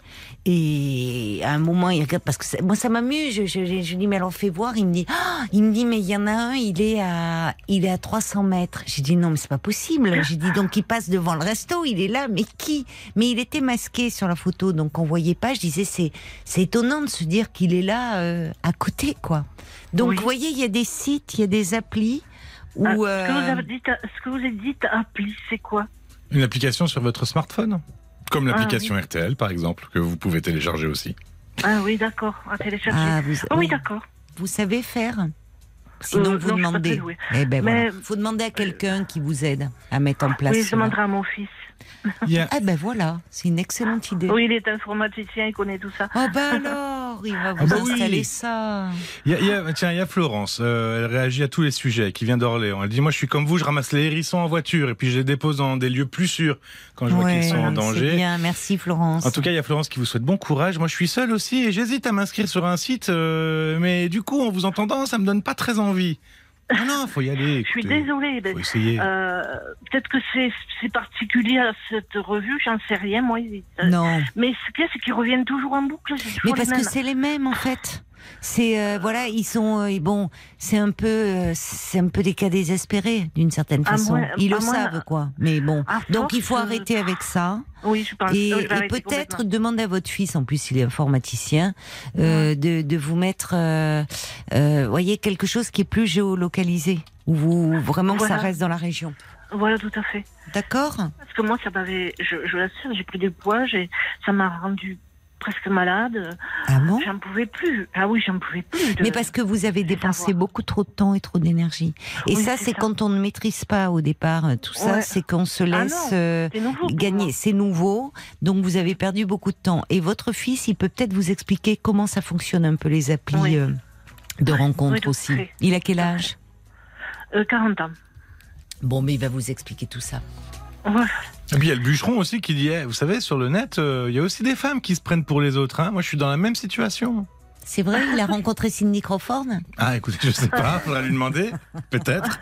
Et à un moment, il regarde parce que ça, moi ça m'amuse. Je, je, je, je dis mais alors fais voir. Il me dit, oh, il me dit mais il y en a un, il est à, il est à trois cents mètres. J'ai dit non mais c'est pas possible. J'ai dit donc il passe devant le resto, il est là. Mais qui? Mais il était masqué sur la photo, donc on voyait pas. Je disais c'est, c'est étonnant de se dire qu'il est là euh, à côté quoi. Donc oui. Vous voyez, il y a des sites, il y a des applis. Où, ah, euh... ce, que vous avez dit, ce que vous avez dit, appli, c'est quoi? Une application sur votre smartphone, comme l'application ah, oui. R T L par exemple, que vous pouvez télécharger aussi. Ah oui, d'accord, à télécharger. Ah, vous... oh, oui, d'accord. Vous savez faire? Sinon, euh, vous non, demandez. Eh ben Mais... voilà. Faut demander à quelqu'un qui vous aide à mettre en place. Oui, je demanderai à mon fils. Yeah. Ah ben voilà, c'est une excellente idée. Oui, il est informaticien, il connaît tout ça. Oh ben alors, il va vous ah bah installer oui. ça. Il y a, il y a, tiens, il y a Florence, euh, elle réagit à tous les sujets, qui vient d'Orléans. Elle dit, moi je suis comme vous, je ramasse les hérissons en voiture et puis je les dépose dans des lieux plus sûrs quand je vois ouais, qu'ils sont en danger. C'est bien, merci Florence. En tout cas, il y a Florence qui vous souhaite bon courage. Moi je suis seule aussi et j'hésite à m'inscrire sur un site, euh, mais du coup, en vous entendant, ça me donne pas très envie. Non, non, faut y aller. Écoutez. Je suis désolée. Faut essayer. Euh, peut-être que c'est, c'est particulier à cette revue, j'en sais rien, moi. Non. Mais ce qu'il y a, c'est qu'ils reviennent toujours en boucle. C'est Mais parce les que mêmes. c'est les mêmes, en fait. C'est euh, voilà, ils sont euh, bon. C'est un peu, euh, c'est un peu des cas désespérés d'une certaine façon. Moi, ils le moi, savent, quoi. Mais bon, donc il faut arrêter avec ça. Oui, je pense. Et, et peut-être demander à votre fils, en plus il est informaticien, euh, ouais. de, de vous mettre, euh, euh, voyez, quelque chose qui est plus géolocalisé, où vous vraiment voilà. Que ça reste dans la région. Voilà, tout à fait. D'accord. Parce que moi, ça m'avait, je, je l'assure, j'ai pris du poids, j'ai, ça m'a rendu presque malade. Ah bon? J'en pouvais plus. Ah oui, j'en pouvais plus. De... Mais parce que vous avez dépensé beaucoup trop de temps et trop d'énergie. Et oui, ça, c'est, c'est ça. Quand on ne maîtrise pas au départ tout ça, ouais. C'est qu'on se laisse ah non, euh, c'est nouveau gagner. C'est nouveau, donc vous avez perdu beaucoup de temps. Et votre fils, il peut peut-être vous expliquer comment ça fonctionne un peu les applis oui. euh, de rencontres oui, aussi. Fait. Il a quel âge? euh, quarante ans. Bon, mais il va vous expliquer tout ça. Ouais. Et puis il y a le bûcheron aussi qui dit, eh, vous savez, sur le net, il euh, y a aussi des femmes qui se prennent pour les autres. Hein. Moi, je suis dans la même situation. C'est vrai, il a rencontré Cindy Crawford? Ah, écoutez, je sais pas, faudra lui demander, peut-être.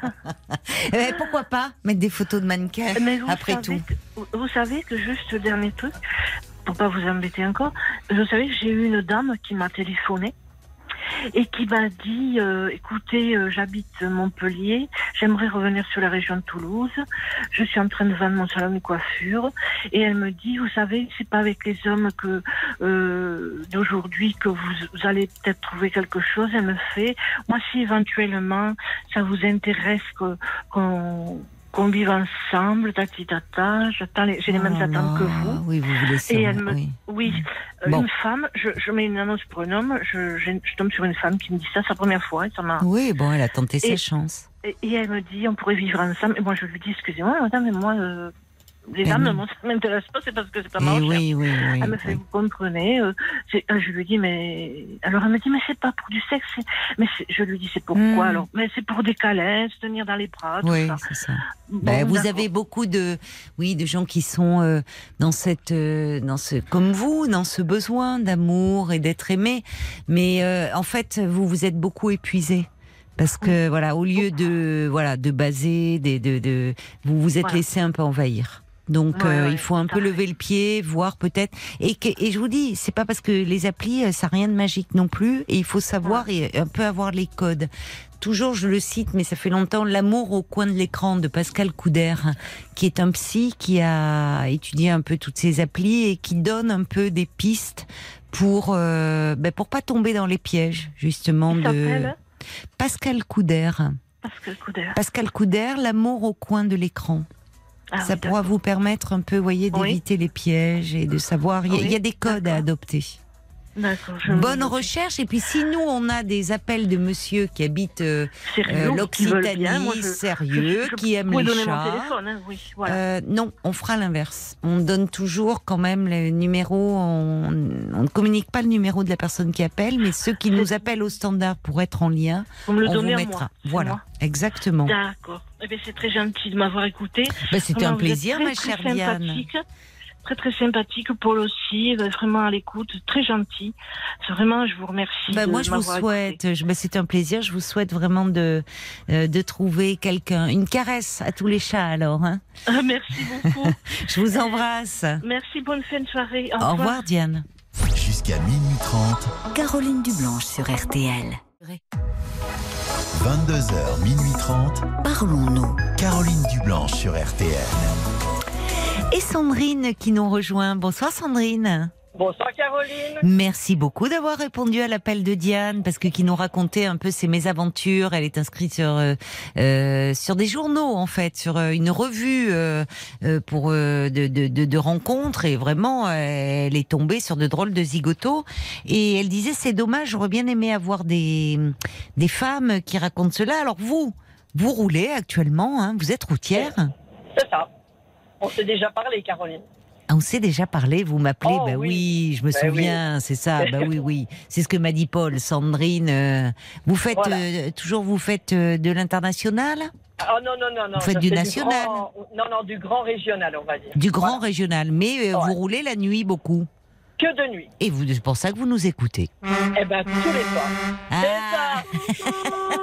Eh, pourquoi pas mettre des photos de mannequins, après tout. Que, vous savez que juste le dernier truc, pour pas vous embêter encore, vous savez que j'ai eu une dame qui m'a téléphoné et qui m'a dit euh, écoutez, euh, j'habite Montpellier, j'aimerais revenir sur la région de Toulouse, je suis en train de vendre mon salon de coiffure, et elle me dit, vous savez, c'est pas avec les hommes que euh, d'aujourd'hui que vous, vous allez peut-être trouver quelque chose. Elle me fait, moi si éventuellement ça vous intéresse que, qu'on qu'on vive ensemble, tati tata, j'attends les, j'ai les mêmes oh attentes non. Que vous. Oui, vous voulez ça. Et elle me, oui, oui bon. Une femme, je, je mets une annonce pour un homme, je, je, je tombe sur une femme qui me dit ça, c'est la première fois, et ça m'a... Oui, bon, elle a tenté et, sa chance. Et, et elle me dit, on pourrait vivre ensemble, et moi je lui dis, excusez-moi, madame, mais moi, euh, les femmes, non. Ça ne m'intéresse pas, c'est parce que c'est pas ma recherche. Oui, oui, oui. Elle me fait, oui. Vous comprenez, euh, c'est, je lui dis, mais... Alors elle me dit, mais c'est pas pour du sexe, c'est... mais c'est... je lui dis, c'est pourquoi mmh. alors? Mais c'est pour des câlins, se tenir dans les bras, tout oui, ça. Oui, c'est ça. Bon, ben, vous avez beaucoup de, oui, de gens qui sont euh, dans cette, euh, dans ce, comme vous, dans ce besoin d'amour et d'être aimé, mais euh, en fait, vous vous êtes beaucoup épuisé. Parce que, voilà, au lieu de, voilà, de baser, de, de, de, vous vous êtes voilà. Laissé un peu envahir. Donc, ouais, euh, ouais, il faut un peu lever le pied, voir peut-être. Et, que, et je vous dis, c'est pas parce que les applis, ça n'a rien de magique non plus. Et il faut savoir ouais. et un peu avoir les codes. Toujours, je le cite, mais ça fait longtemps, L'amour au coin de l'écran de Pascal Couder, qui est un psy qui a étudié un peu toutes ces applis et qui donne un peu des pistes pour, euh, ben pour pas tomber dans les pièges, justement, il de s'appelle Pascal Couder. Pascal Couder. Pascal Couder, L'amour au coin de l'écran. Ah, Ça oui, pourra d'accord. vous permettre un peu, vous voyez, d'éviter les pièges et de savoir. Il y, a- Oui, il y a des codes à d'accord. adopter. D'accord. Je Bonne recherche. Et puis, si nous, on a des appels de monsieur qui habite euh, Sérieux, euh, qui veulent bien. l'Occitanie, Moi, je- sérieux, je- je qui aime pourrais les donner mon chats. téléphone, hein, oui, voilà. Euh, non, on fera l'inverse. On donne toujours quand même le numéro. On, on ne communique pas le numéro de la personne qui appelle, mais ceux qui nous appellent au standard pour être en lien, Vous me le on donnez vous à mettra. moi. c'est Voilà, moi. exactement. D'accord. Eh bien, c'est très gentil de m'avoir écouté. Ben, C'était un Vraiment, vous êtes plaisir, très, ma très chère Diane. sympathique. Très très sympathique, Paul aussi, euh, vraiment à l'écoute, très gentil. C'est vraiment, je vous remercie. Ben, de moi, je vous m'avoir souhaite, je, ben, c'est un plaisir, je vous souhaite vraiment de, euh, de trouver quelqu'un, une caresse à tous les chats alors. Hein. écouté. Ah, merci beaucoup. Je vous embrasse. Merci, bonne fin de soirée. Au Au revoir. revoir, Diane. Jusqu'à minuit trente, Caroline Dublanche sur R T L. vingt-deux heures, minuit trente, Parlons-nous. Caroline Dublanche sur R T L. Et Sandrine qui nous rejoint. Bonsoir Sandrine. Bonsoir Caroline. Merci beaucoup d'avoir répondu à l'appel de Diane, parce que qui nous racontait un peu ses mésaventures. Elle est inscrite sur euh, euh, sur des journaux en fait, sur euh, une revue euh, euh, pour euh, de, de, de, de rencontres, et vraiment euh, elle est tombée sur de drôles de zigotos. Et elle disait c'est dommage, j'aurais bien aimé avoir des des femmes qui racontent cela. Alors vous, vous roulez actuellement, hein, vous êtes routière. C'est ça. On s'est déjà parlé Caroline. Ah, on s'est déjà parlé, vous m'appelez, Oh, bah oui, oui. je me Bah souviens, c'est ça, bah oui, oui, c'est ce que m'a dit Paul, Sandrine. euh, vous faites Voilà. euh, toujours, vous faites euh, de l'international, Ah non, non, non, non. Vous faites je du fais national. grand- Non, non, du grand régional, on va dire. du grand Voilà. régional, mais euh, Ouais. vous roulez la nuit beaucoup. Que de nuit. Et vous, c'est pour ça que vous nous écoutez. Eh ben, tous les soirs. Ah, C'est ça.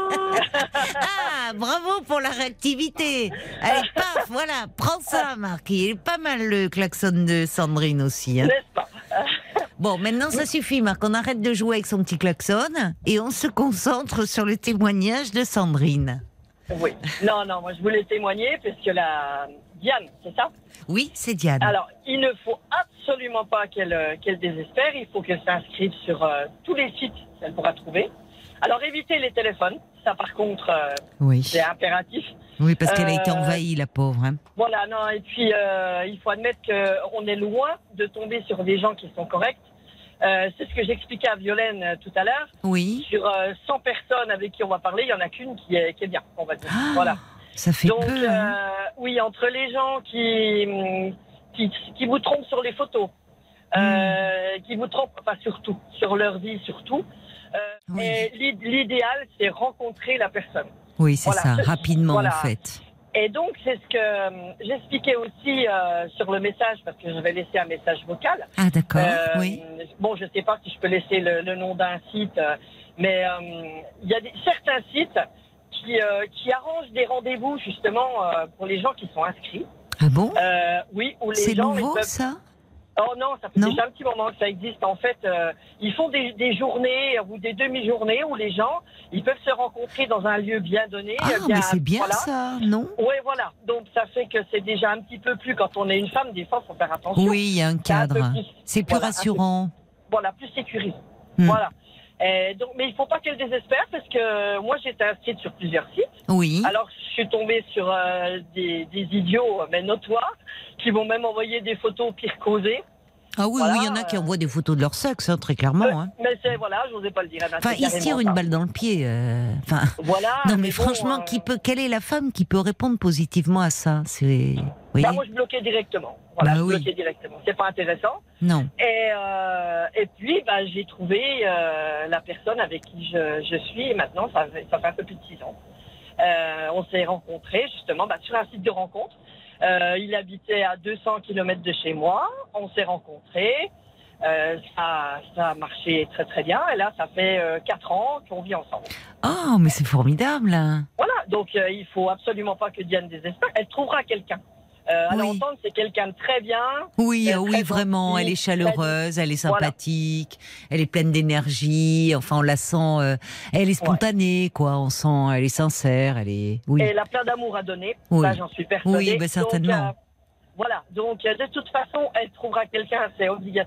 ah, bravo pour la réactivité. Allez, paf, voilà, prends ça, Marc. Il est pas mal le klaxon de Sandrine aussi. Hein. N'est-ce pas? Bon, maintenant ça suffit, Marc. On arrête de jouer avec son petit klaxon et on se concentre sur le témoignage de Sandrine. Oui. Non, non, moi je voulais témoigner parce que la Diane, c'est ça? Oui, c'est Diane. Alors, il ne faut absolument pas qu'elle euh, qu'elle désespère. Il faut qu'elle s'inscrive sur euh, tous les sites qu'elle pourra trouver. Alors, évitez les téléphones. Ça, par contre, euh, Oui. c'est impératif. Oui, parce qu'elle a Euh, été envahie, la pauvre. Hein. Voilà, non, et puis euh, il faut admettre qu'on est loin de tomber sur des gens qui sont corrects. Euh, c'est ce que j'expliquais à Violaine euh, tout à l'heure. Oui. Sur euh, cent personnes avec qui on va parler, il n'y en a qu'une qui est, qui est bien, on va dire. Ah, Voilà. Ça fait Donc, peu. Hein. euh, oui, entre les gens qui, hum, qui, qui vous trompent sur les photos, euh, Hmm. qui vous trompent, enfin surtout, sur leur vie surtout, euh, Oui. et l'id- l'idéal, c'est rencontrer la personne. Oui, c'est voilà. ça, rapidement Voilà. en fait. Et donc, c'est ce que hum, j'expliquais aussi euh, sur le message, parce que j'avais laissé un message vocal. Ah d'accord, Euh, oui. Bon, je ne sais pas si je peux laisser le, le nom d'un site, euh, mais euh, il y a des, certains sites qui, euh, qui arrangent des rendez-vous justement euh, pour les gens qui sont inscrits. Ah bon? Euh, oui, où les C'est gens nouveau ils peuvent... ça? Oh non, ça fait Non. déjà un petit moment que ça existe. En fait, euh, ils font des, des journées ou des demi-journées où les gens ils peuvent se rencontrer dans un lieu bien donné. Ah, euh, bien- mais c'est bien voilà. ça, non? Oui, voilà. Donc ça fait que c'est déjà un petit peu plus, quand on est une femme, des fois, il faut faire attention. Oui, il y a un C'est un peu cadre. plus- C'est plus voilà, un peu- rassurant. Voilà, plus sécurisé. Hmm. Voilà. Et donc, mais il ne faut pas qu'elle désespère parce que moi j'étais inscrite sur plusieurs sites. Oui. Alors je suis tombée sur euh, des, des idiots, mais notoires, qui m'ont même envoyé des photos pire causées. Ah oui, voilà, oui, il y en a qui euh, envoient des photos de leur sexe, hein, très clairement. Euh, Hein. Mais c'est, voilà, je n'osais pas le dire. eh ben, Enfin, c'est ils se carrément tirent une ça. balle dans le pied. euh, Enfin, Voilà. non, mais, bon, franchement, euh, qui peut, quelle est la femme qui peut répondre positivement à ça? C'est, vous voyez? bah, moi je bloquais directement. Voilà, Bah je oui. bloquais directement. C'est pas intéressant. Non. Et, euh, et puis, bah, j'ai trouvé euh, la personne avec qui je, je suis. Et maintenant, ça fait, ça fait un peu plus de six ans. Euh, on s'est rencontrés, justement, bah, sur un site de rencontre. Euh, il habitait à deux cents kilomètres de chez moi. On s'est rencontrés. Euh, ça, ça a marché très, très bien. Et là, ça fait euh, quatre ans qu'on vit ensemble. Oh, mais c'est formidable. Hein. Voilà. Donc, euh, il faut absolument pas que Diane désespère. Elle trouvera quelqu'un. Euh, à Oui. l'entendre, c'est quelqu'un de très bien. Oui, Elle est euh, oui, très vraiment. gentille, Elle est chaleureuse, elle est Voilà. sympathique, elle est pleine d'énergie. Enfin, on la sent. euh, elle est spontanée, quoi. On sent, elle est sincère. Elle est. Oui. Et elle a plein d'amour à donner. Oui. Ça, j'en suis persuadée. Oui, ben, certainement. Donc, euh, voilà. Donc, euh, de toute façon, elle trouvera quelqu'un, c'est obligatoire.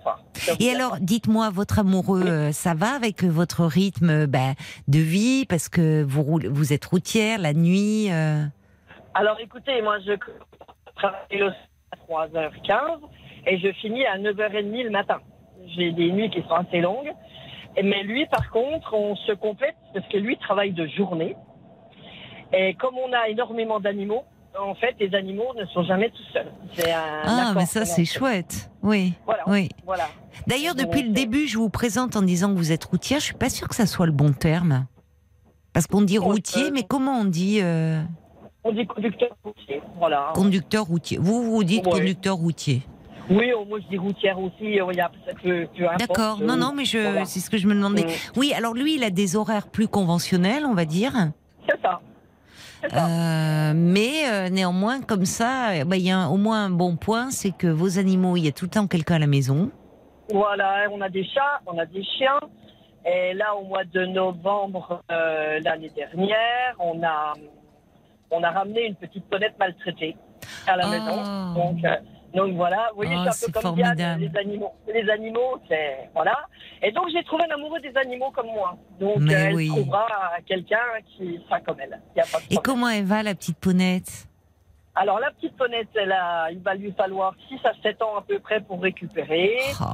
Et alors, dites-moi, votre amoureux, euh, ça va avec votre rythme euh, ben, de vie, parce que vous, roulez- vous êtes routière la nuit euh... Alors écoutez, moi je travaille à trois heures quinze et je finis à neuf heures trente le matin. J'ai des nuits qui sont assez longues. Mais lui, par contre, on se complète parce que lui travaille de journée. Et comme on a énormément d'animaux, en fait, les animaux ne sont jamais tout seuls. C'est un Ah, accord mais ça, qu'on a c'est fait. chouette. Oui, Voilà. oui. Voilà. D'ailleurs, Donc, depuis le euh, début, je vous présente en disant que vous êtes routière. Je suis pas sûre que ça soit le bon terme. Parce qu'on dit Oh, routier, euh, mais comment on dit euh, On dit conducteur routier. Voilà. conducteur routier? Vous, vous dites Ouais. conducteur routier. Oui, oh, moi je dis routière aussi. Il y a ça peut, peu importe. D'accord. Non, non, mais je, Voilà. c'est ce que je me demandais. Mm. Oui, alors lui, il a des horaires plus conventionnels, on va dire. C'est ça. C'est ça. Euh, mais euh, néanmoins, comme ça, euh, bah, il y a un- au moins un bon point, c'est que vos animaux, il y a tout le temps quelqu'un à la maison. Voilà, on a des chats, on a des chiens. Et là, au mois de novembre euh, l'année dernière, on a, on a ramené une petite ponette maltraitée à la Oh. maison. Donc, euh, donc voilà, vous voyez, Oh, c'est un c'est peu comme Diane, formidable. les animaux. Les animaux, c'est voilà. Et donc j'ai trouvé un amoureux des animaux comme moi. Donc Mais euh, elle oui. trouvera quelqu'un qui sera comme elle. Il y a pas de Et problème. comment elle va, la petite ponette? Alors la petite ponette, elle a, il va lui falloir six à sept ans à peu près pour récupérer. Oh.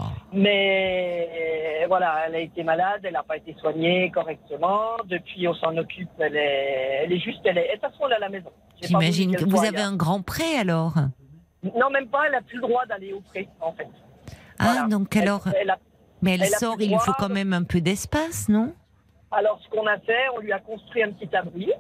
Mais voilà, elle a été malade, elle n'a pas été soignée correctement. Depuis, on s'en occupe. Elle est, elle est juste, elle est. Et de toute façon, elle est à la maison. J'ai pas voulu J'imagine que qu'elle vous soit avez ailleurs. un grand pré alors. Non, même pas. Elle n'a plus le droit d'aller au pré, en fait. Ah, Voilà. donc Elle- alors. elle a- Mais elle, elle a sort, plus il lui droit faut quand de- même un peu d'espace, non? Alors, ce qu'on a fait, on lui a construit un petit abri.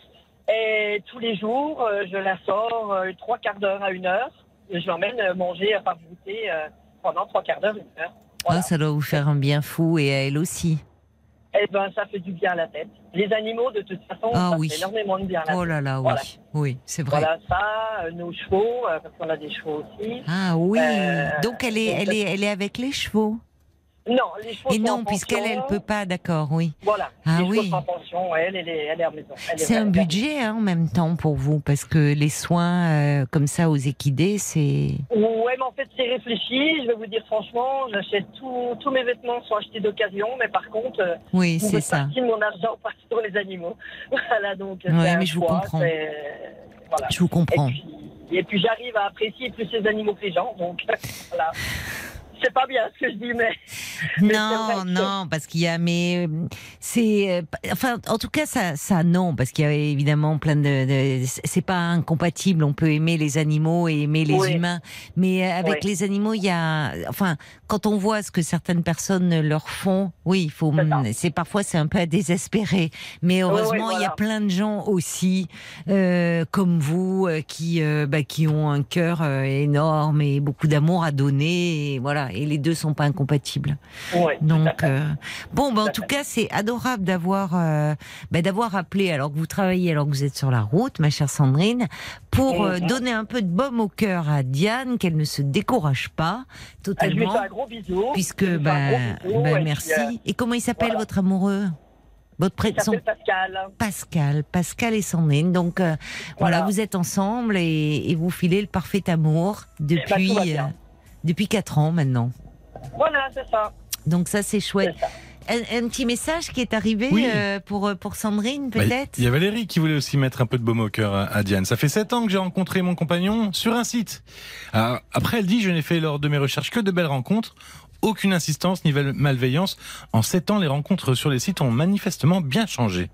Et tous les jours, euh, je la sors euh, trois quarts d'heure à une heure. Et je l'emmène euh, manger, enfin goûter euh, pendant trois quarts d'heure, une heure. Voilà. Ah, ça doit vous faire un bien fou, et à elle aussi. Eh ben, ça fait du bien à la tête. Les animaux, de toute façon, Ah ça oui. fait énormément de bien à la Oh tête. là là, oui. Voilà. Oui, c'est vrai. Voilà ça, euh, nos chevaux, euh, parce qu'on a des chevaux aussi. Ah oui. Euh, Donc elle est, donc elle ça- est, elle est avec les chevaux. Non, les chevaux Et sont non, en puisqu'elle, pension. elle peut pas, d'accord, oui. Voilà, Ah les oui. chevaux sont en pension, elle, elle est, elle est à la maison. Elle est C'est un vraiment- budget hein, en même temps pour vous, parce que les soins euh, comme ça aux équidés, c'est. Ouais, mais en fait, c'est réfléchi. Je vais vous dire franchement, j'achète tout- tous mes vêtements sont achetés d'occasion, mais par contre, euh, Oui, une c'est bonne ça. partie de mon argent passe sur les animaux. Voilà, donc c'est Ouais, un mais je vous choix, comprends. c'est- Voilà. Je vous Et comprends. puis, et puis j'arrive à apprécier plus les animaux que les gens, donc voilà. C'est pas bien ce que je dis, mais. mais c'est Non, vrai que- non, parce qu'il y a, mais euh, c'est, euh, enfin, en tout cas, ça, ça non, parce qu'il y a évidemment plein de, de- c'est pas incompatible. On peut aimer les animaux et aimer les Oui. humains, mais euh, avec Oui. les animaux, il y a, enfin, quand on voit ce que certaines personnes leur font, oui, il faut, C'est ça. c'est parfois c'est un peu à désespérer, mais heureusement, il y a voilà. plein de gens aussi euh, comme vous euh, qui, euh, bah, qui ont un cœur euh, énorme et beaucoup d'amour à donner, et voilà, et les deux sont pas incompatibles. Ouais, tout à Donc fait. euh, bon, ben, en Tout à tout fait. cas, c'est adorable d'avoir euh, ben, d'avoir appelé alors que vous travaillez, alors que vous êtes sur la route, ma chère Sandrine, pour euh, Mhm. donner un peu de baume au cœur à Diane, qu'elle ne se décourage pas Ah, je lui totalement, fais un gros bisou. puisque Je lui fais un ben, gros bisou, ben, et puis, merci. euh, Et comment il s'appelle voilà. votre amoureux? Votre il prénom s'appelle Pascal. Pascal, Pascal et Sandrine. Donc euh, voilà. Voilà. vous êtes ensemble et, et vous filez le parfait amour depuis tout va bien. euh, depuis quatre ans maintenant. Voilà, c'est ça. Donc ça c'est chouette. C'est ça. Un, un petit message qui est arrivé Oui. euh, pour, pour Sandrine, Bah, peut-être. Il y a Valérie qui voulait aussi mettre un peu de baume au cœur à, à Diane. Ça fait sept ans que j'ai rencontré mon compagnon sur un site. Alors, après, elle dit, je n'ai fait lors de mes recherches que de belles rencontres. Aucune insistance ni val- malveillance. En sept ans, les rencontres sur les sites ont manifestement bien changé.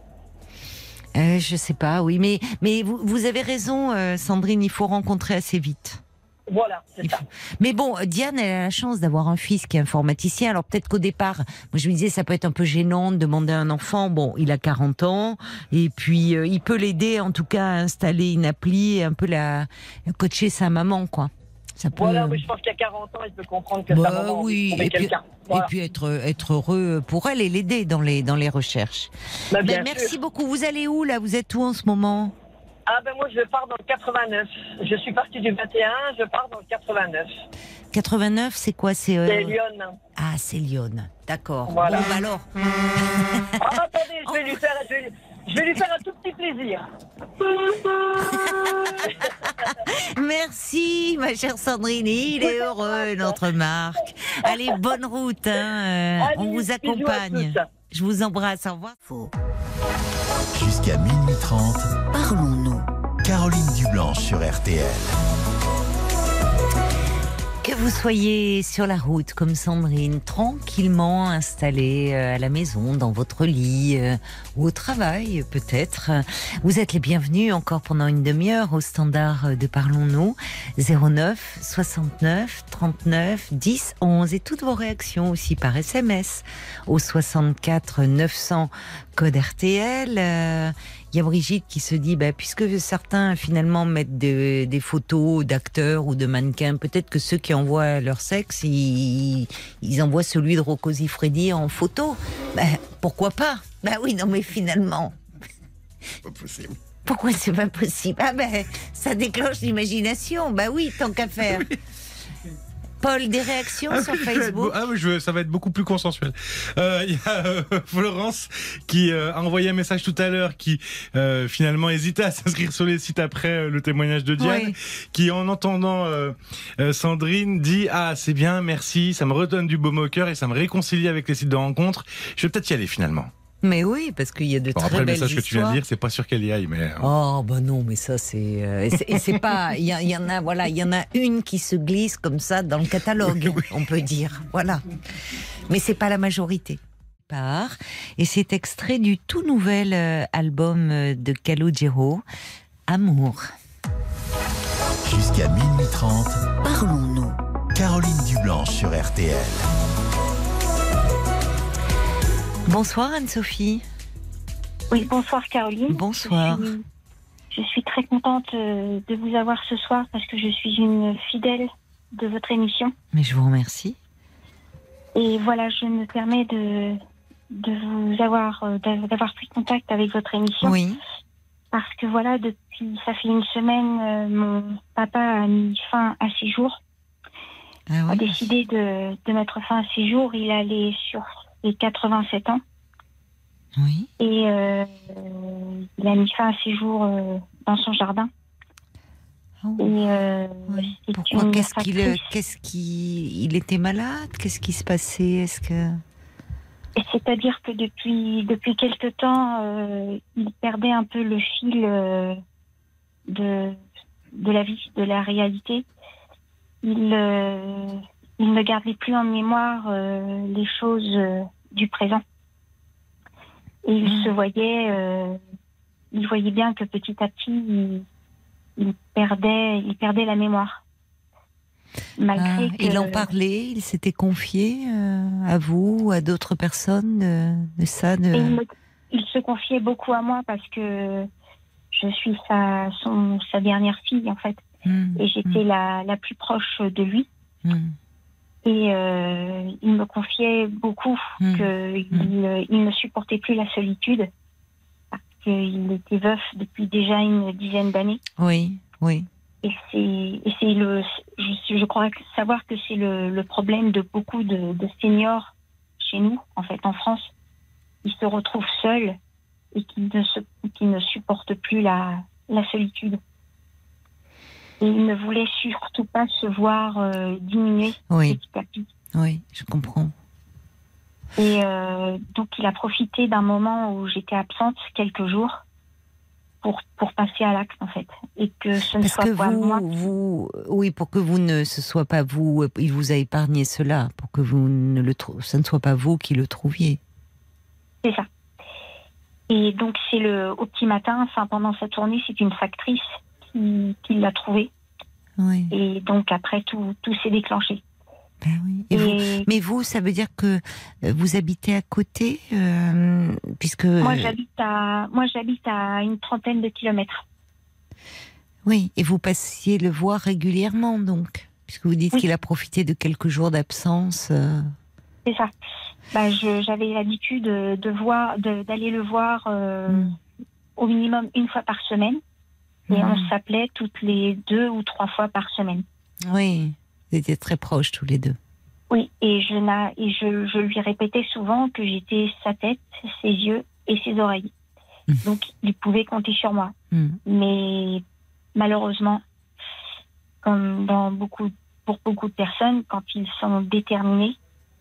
Euh, je sais pas, oui, mais, mais vous, vous avez raison, euh, Sandrine, il faut rencontrer assez vite. Voilà, c'est Il ça. faut- Mais bon, Diane, elle a la chance d'avoir un fils qui est informaticien. Alors peut-être qu'au départ, moi je me disais, ça peut être un peu gênant de demander à un enfant. Bon, il a quarante ans, et puis euh, il peut l'aider en tout cas à installer une appli et un peu la coacher sa maman, quoi. Ça peut... Voilà, oui, je pense qu'à quarante ans, il peut comprendre que Bah sa maman a envie de oui, trouver et puis, quelqu'un. et Voilà. puis être, être heureux pour elle et l'aider dans les, dans les recherches. Bah, Ben, bien merci sûr. beaucoup. Vous allez où là? Vous êtes où en ce moment? Ah ben moi, je pars dans le quatre-vingt-neuf. Je suis partie du vingt et un, je pars dans le quatre-vingt-neuf. quatre-vingt-neuf, c'est quoi? C'est euh, C'est Lyon. Ah, c'est Lyon. D'accord. Voilà. Bon, bah alors. Ah, attendez, je vais lui faire, je vais, Je vais lui faire un tout petit plaisir. Merci, ma chère Sandrine. Il est heureux, notre Marc. Allez, bonne route. Hein. Euh, Allez, on vous accompagne. Je vous embrasse. Au revoir. Faux. Jusqu'à minuit trente, Parlons-nous. Caroline Dublanche sur R T L. Que vous soyez sur la route comme Sandrine, tranquillement installée euh, à la maison, dans votre lit euh, ou au travail peut-être, vous êtes les bienvenus encore pendant une demi-heure au standard de Parlons-nous, zéro neuf soixante-neuf trente-neuf dix onze, et toutes vos réactions aussi par S M S au soixante-quatre neuf cents code R T L. euh, Il y a Brigitte qui se dit, bah, puisque certains finalement mettent de, des photos d'acteurs ou de mannequins, peut-être que ceux qui envoient leur sexe, ils, ils envoient celui de Rocco Siffredi en photo. Bah, pourquoi pas? Bah oui, non mais finalement. Pas possible. Pourquoi c'est pas possible? Ah ben, ça déclenche l'imagination. Bah oui, tant qu'à faire. Paul, des réactions Ah sur oui, je vais être Facebook? beau- Ah oui, je veux- ça va être beaucoup plus consensuel. Euh, Il y a euh, Florence qui euh, a envoyé un message tout à l'heure, qui euh, finalement hésitait à s'inscrire sur les sites après euh, le témoignage de Diane, Oui. qui en entendant euh, euh, Sandrine dit « Ah, c'est bien, merci, ça me redonne du baume au cœur et ça me réconcilie avec les sites de rencontres. Je vais peut-être y aller finalement. » Mais oui, parce qu'il y a de Bon, très après, le belles message que tu viens de histoires. lire, c'est pas sûr qu'elle y aille, mais... euh, Oh bah non, mais ça c'est euh, et c'est- et c'est pas il y, a- il y en a voilà il y en a une qui se glisse comme ça dans le catalogue, on peut dire, voilà, mais c'est pas la majorité. Part et c'est extrait du tout nouvel euh, album euh, de Calogero, Amour. Jusqu'à minuit trente, Parlons-nous. Caroline Dublanche sur R T L. Bonsoir Anne-Sophie. Oui, bonsoir Caroline. Bonsoir. Je suis, je suis très contente euh, de vous avoir ce soir parce que je suis une fidèle de votre émission. Mais je vous remercie. Et voilà, je me permets de, de vous avoir, euh, d'avoir pris contact avec votre émission. Oui. Parce que voilà, depuis, ça fait une semaine, euh, mon papa a mis fin à ses jours. Ah A oui. décidé de, de mettre fin à ses jours. Il allait sur les quatre-vingt-sept ans. Oui. Et euh, il a mis fin à ses jours euh, dans son jardin. Oh. Et euh, Oui. c'est Pourquoi? une Qu'est-ce qu'il factrice. qu'est-ce qui il était malade? Qu'est-ce qui se passait? Est-ce que Et c'est-à-dire que depuis depuis quelque temps, euh, il perdait un peu le fil euh, de de la vie, de la réalité. Il euh, il ne gardait plus en mémoire euh, les choses euh, du présent. Et il Mmh. se voyait, euh, il voyait bien que petit à petit, il, il perdait, il perdait la mémoire. Malgré Ah, que il en parlait, il s'était confié euh, à vous, à d'autres personnes de, de ça. De... Et il, me- il se confiait beaucoup à moi parce que je suis sa, son, sa dernière fille en fait, Mmh, et j'étais la, la plus proche de lui. mmh, Et euh, il me confiait beaucoup Mmh. qu'il il, il ne supportait plus la solitude parce qu'il était veuf depuis déjà une dizaine d'années. oui, oui. Et c'est, et c'est le, je, je crois savoir que c'est le, le problème de beaucoup de, de seniors chez nous, en fait, en France. Ils se retrouvent seuls et qui ne, se, qui ne supportent plus la, la solitude. Et ils ne voulaient surtout pas se voir euh, diminuer Oui, petit à petit. oui, je comprends. Et euh, donc, il a profité d'un moment où j'étais absente quelques jours pour, pour passer à l'acte, en fait. Et que ce ne Parce soit que pas vous, moi. vous, oui, pour que vous ne, ce soit pas vous, il vous a épargné cela, pour que vous ne le, trou- ce ne soit pas vous qui le trouviez. C'est ça. Et donc, c'est le, au petit matin, enfin, pendant sa tournée, c'est une factrice qui, qui l'a trouvé. Oui. Et donc, après, tout, tout s'est déclenché. Ben oui. Et vous, Et mais vous, ça veut dire que euh, vous habitez à côté, euh, puisque. moi, j'habite à, moi, j'habite à une trentaine de kilomètres. Oui, et vous passiez le voir régulièrement, donc, puisque vous dites Oui. qu'il a profité de quelques jours d'absence. euh, C'est ça. Bah, je, j'avais l'habitude de, de voir, de, d'aller le voir euh, Mm. au minimum une fois par semaine. Et Mm. on s'appelait toutes les deux ou trois fois par semaine. Oui, vous étiez très proches tous les deux. Oui, et je, n'a, et je, je lui répétais souvent que j'étais sa tête, ses yeux et ses oreilles. Donc, il pouvait compter sur moi. Mmh. Mais malheureusement, comme dans beaucoup, pour beaucoup de personnes, quand ils sont déterminés,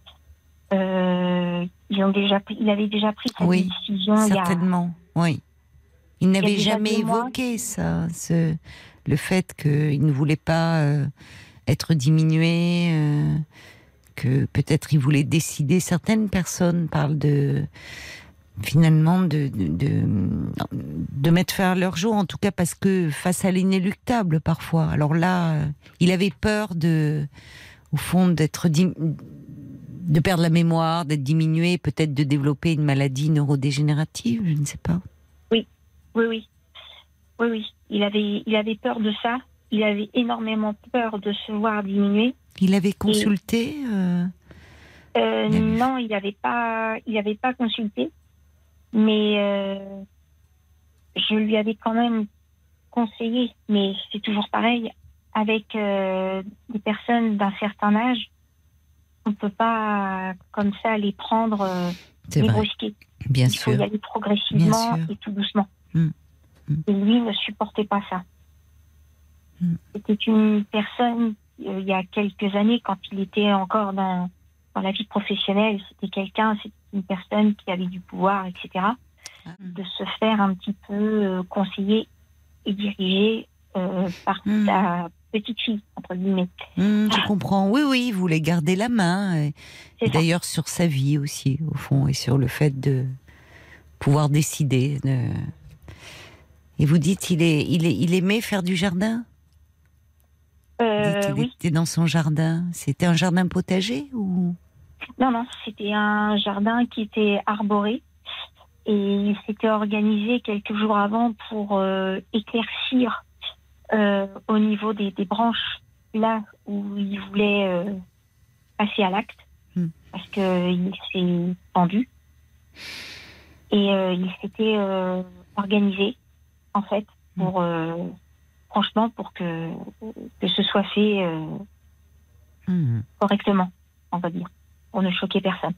euh, ils ont déjà pris, il avait déjà pris cette Oui, décision. certainement, il y a, oui. Il n'avait déjà jamais deux mois. évoqué ça, ce, le fait qu'il ne voulait pas euh, être diminué, euh, que peut-être il voulait décider. Certaines personnes parlent de finalement de, de, de, de mettre fin à leur jour, en tout cas parce que face à l'inéluctable parfois. Alors là, euh, il avait peur de, au fond, d'être dim- de perdre la mémoire, d'être diminué, peut-être de développer une maladie neurodégénérative, je ne sais pas. Oui, oui, oui, oui, oui. Il avait, il avait peur de ça. Il avait énormément peur de se voir diminuer. Il avait consulté euh... Euh, il avait... Non, il n'avait pas, il avait pas consulté, mais euh, je lui avais quand même conseillé. Mais c'est toujours pareil avec euh, des personnes d'un certain âge. On ne peut pas, comme ça, les prendre, euh, C'est les vrai. brusquer. Bien Il faut sûr. y aller progressivement et tout doucement. Mmh. Mmh. Et lui ne supportait pas ça. Mmh. C'était une personne, euh, il y a quelques années, quand il était encore dans, dans la vie professionnelle, c'était quelqu'un, c'était une personne qui avait du pouvoir, et cetera. Mmh. De se faire un petit peu euh, conseiller et diriger euh, par Mmh. sa petite fille, entre guillemets. Mmh, je comprends. Oui, oui, il voulait garder la main. Et, C'est et ça. d'ailleurs sur sa vie aussi, au fond, et sur le fait de pouvoir décider. De... Et vous dites, il, est, il, est, il aimait faire du jardin ? Euh, Vous dites, il oui. était dans son jardin. C'était un jardin potager ou... Non, non, c'était un jardin qui était arboré. Et il s'était organisé quelques jours avant pour euh, éclaircir euh, au niveau des, des branches, là où il voulait euh, passer à l'acte, Mm. parce qu'il s'est pendu. Et euh, il s'était euh, organisé, en fait, pour, euh, franchement, pour que, que ce soit fait euh, Mmh. correctement, on va dire, pour ne choquer personne.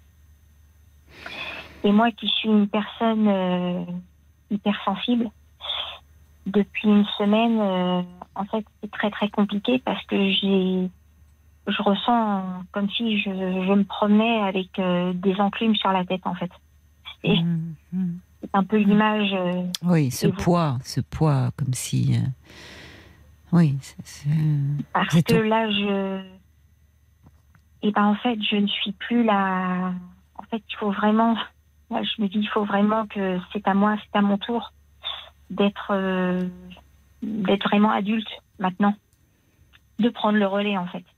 Et moi qui suis une personne euh, hypersensible, depuis une semaine, euh, en fait, c'est très très compliqué parce que j'ai, je ressens comme si je, je me promenais avec euh, des enclumes sur la tête, en fait. Et Mmh. Mmh. c'est un peu l'image. euh, Oui, ce Et vous- poids, ce poids, comme si... euh, Oui, c'est... c'est- parce C'est que tout. là, je. Et ben en fait, je ne suis plus là. En fait, il faut vraiment. Là, je me dis, il faut vraiment que c'est à moi, c'est à mon tour d'être, euh, d'être vraiment adulte maintenant, de prendre le relais en fait.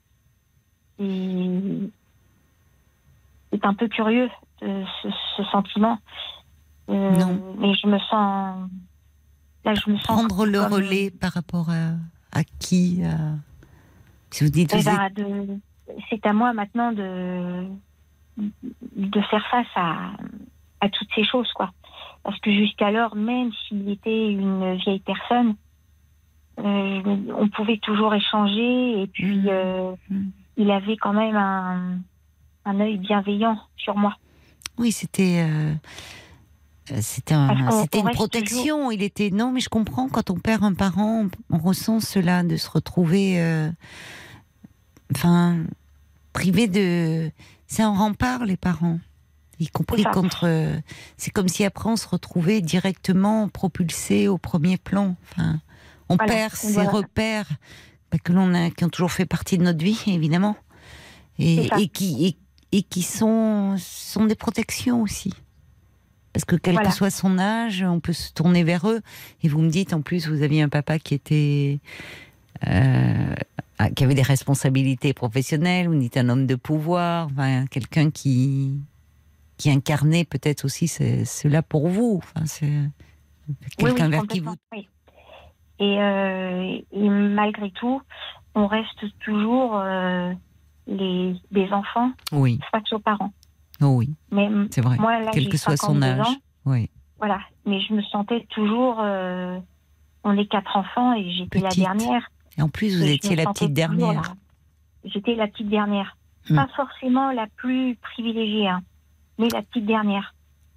Et c'est un peu curieux euh, ce, ce sentiment, Euh, Non. mais je me sens. Là, je me sens Prendre le comme- relais par rapport à, à qui à... Si vous dites... Eh Vous ben, êtes... de- c'est à moi maintenant de, de faire face à, à toutes ces choses, quoi. Parce que jusqu'alors, même s'il était une vieille personne, euh, on pouvait toujours échanger et puis Mmh. euh, Mmh. il avait quand même un, un œil bienveillant sur moi. Oui, c'était... euh, C'était, un- Parce qu'on- c'était on une reste protection. Il était non, mais je comprends quand on perd un parent, on, on ressent cela de se retrouver, euh, enfin, privé de. C'est un rempart les parents, y compris C'est ça. contre. euh, C'est comme si après on se retrouvait directement propulsé au premier plan. Enfin, on Voilà. perd ces Voilà. repères bah, que l'on a, qui ont toujours fait partie de notre vie, évidemment, et, C'est ça. et qui et, et qui sont sont des protections aussi. Parce que quel Voilà. que soit son âge, on peut se tourner vers eux. Et vous me dites, en plus, vous aviez un papa qui était, euh, qui avait des responsabilités professionnelles. Vous dites un homme de pouvoir, enfin, quelqu'un qui, qui incarnait peut-être aussi ce- cela pour vous. Enfin, c'est quelqu'un Oui, oui, vers qui complètement, vous. oui. Et, euh, et malgré tout, on reste toujours euh, les, des enfants Oui, face aux parents. oh oui, Mais c'est vrai. moi, là, quel j'ai que soit son cinquante-deux âge. ans, Oui. voilà. Mais je me sentais toujours. euh, on est quatre enfants et j'étais la Petite. dernière. Et en plus, vous Et je étiez me la sentais petite toujours dernière. la- J'étais la petite dernière. Hmm. Pas forcément la plus privilégiée, hein, mais la petite dernière.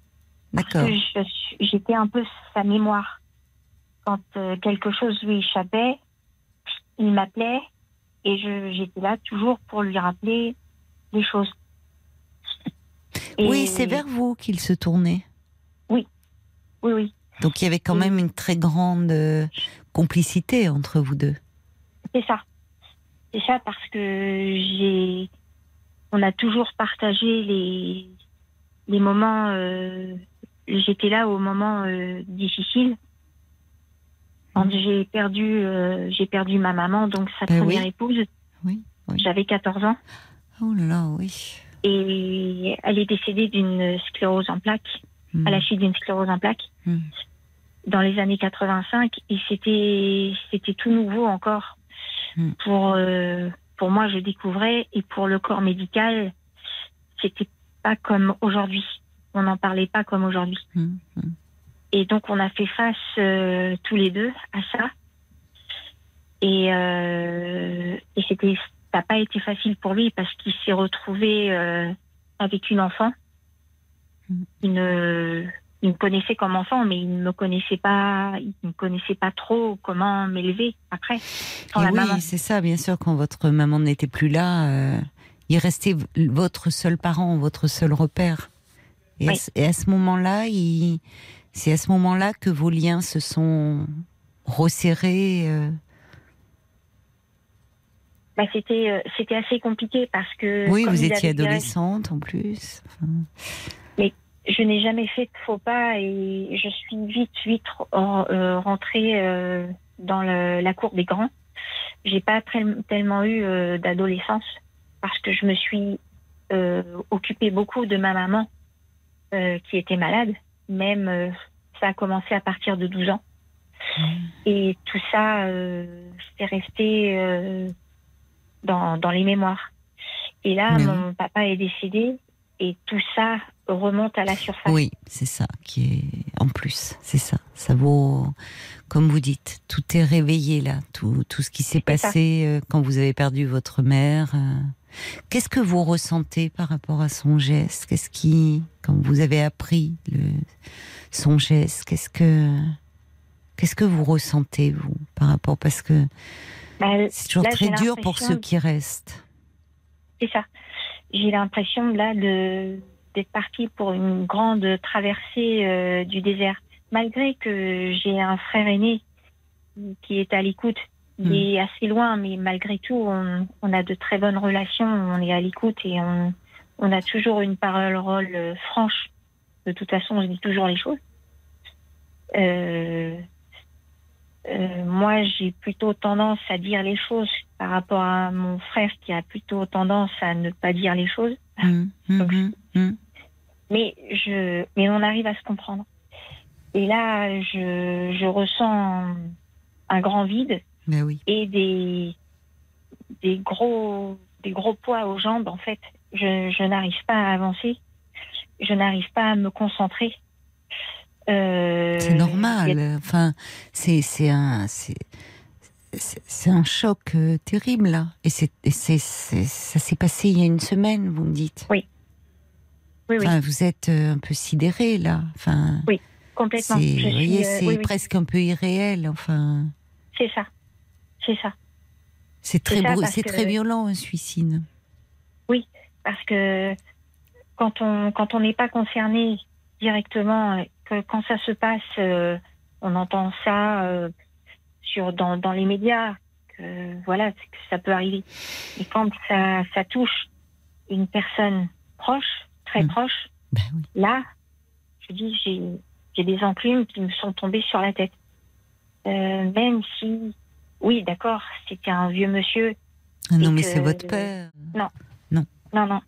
D'accord. Parce que je- j'étais un peu sa mémoire. Quand euh, quelque chose lui échappait, il m'appelait et je, j'étais là toujours pour lui rappeler les choses. Et Oui, c'est vers vous qu'il se tournait. Oui, oui, oui. Donc il y avait quand Et- même une très grande euh, complicité entre vous deux. C'est ça. C'est ça parce que j'ai. On a toujours partagé les, les moments. euh, J'étais là au moment euh, difficile. Quand j'ai perdu, euh, j'ai perdu ma maman, donc sa Ben première oui. épouse. Oui, oui. J'avais quatorze ans Oh là là, oui. et elle est décédée d'une sclérose en plaques, Mm. à la suite d'une sclérose en plaques, Mm. dans les années quatre-vingt-cinq. Et c'était, c'était tout nouveau encore. Mm. Pour, euh, pour moi, je découvrais, et pour le corps médical, c'était pas comme aujourd'hui. On n'en parlait pas comme aujourd'hui. Mm. Mm. Et donc, on a fait face euh, tous les deux à ça. Et, euh, et c'était, ça n'a pas été facile pour lui parce qu'il s'est retrouvé euh, avec une enfant. Mm. Il ne, il me connaissait comme enfant, mais il ne me connaissait pas, il ne connaissait pas trop comment m'élever après. Sans Et la oui, maman. c'est ça, bien sûr, quand votre maman n'était plus là, euh, il restait v- votre seul parent, votre seul repère. Et, Oui. à, ce- et à ce moment-là, il, c'est à ce moment-là que vos liens se sont resserrés. euh. Bah, c'était, euh, c'était assez compliqué parce que. Oui, comme vous il étiez avait viré- adolescente en plus. Enfin, Je n'ai jamais fait de faux pas et je suis vite, vite re- euh, rentrée euh, dans le- la cour des grands. J'ai pas très- tellement eu euh, d'adolescence parce que je me suis euh, occupée beaucoup de ma maman euh, qui était malade. Même euh, ça a commencé à partir de douze ans. Et tout ça, euh, c'est resté euh, dans, dans les mémoires. Et là, Mais mon papa est décédé et tout ça remonte à la surface. oui, c'est ça qui est en plus, c'est ça. Ça vaut, comme vous dites, tout est réveillé là, tout, tout ce qui s'est C'est ça. passé euh, quand vous avez perdu votre mère. euh. Qu'est-ce que vous ressentez par rapport à son geste? Qu'est-ce qui, quand vous avez appris le, son geste, qu'est-ce que, qu'est-ce que vous ressentez vous par rapport, parce que Bah, c'est toujours là, très j'ai dur pour l'impression- ceux qui restent. C'est ça. J'ai l'impression là de d'être partie pour une grande traversée euh, du désert. Malgré que j'ai un frère aîné qui est à l'écoute, il Mm. est assez loin, mais malgré tout, on, on a de très bonnes relations, on est à l'écoute et on, on a toujours une parole euh, franche. De toute façon, on se dit toujours les choses. Euh, euh, moi, j'ai plutôt tendance à dire les choses par rapport à mon frère qui a plutôt tendance à ne pas dire les choses. Hum, hum, Donc, hum, hum. Mais, je, mais on arrive à se comprendre. Et là, je, je ressens un, un grand vide Ben oui. et des, des, gros, des gros poids aux jambes, en fait. Je, je n'arrive pas à avancer. Je n'arrive pas à me concentrer. Euh, C'est normal. il y a- Enfin, c'est c'est un c'est c'est c'est un choc euh, terrible là. Et c'est et c'est c'est- ça s'est passé il y a une semaine, vous me dites. Oui. Oui, oui, Enfin, vous êtes euh, un peu sidéré là. Enfin, Oui, complètement. c'est Je vous suis, voyez, euh, c'est oui, oui, presque un peu irréel. Enfin, c'est ça. C'est ça. c'est très C'est ça, beau- parce c'est que- très violent un suicide. Parce que quand on quand on n'est pas concerné directement, que quand ça se passe, euh, on entend ça euh, sur dans, dans les médias, que voilà, que ça peut arriver. Et quand ça ça touche une personne proche, très Mm. proche, Ben oui. là, je dis j'ai j'ai des enclumes qui me sont tombées sur la tête. Euh, même si, oui, d'accord, c'était un vieux monsieur. Ah non, Et mais que- c'est votre père. Non, non.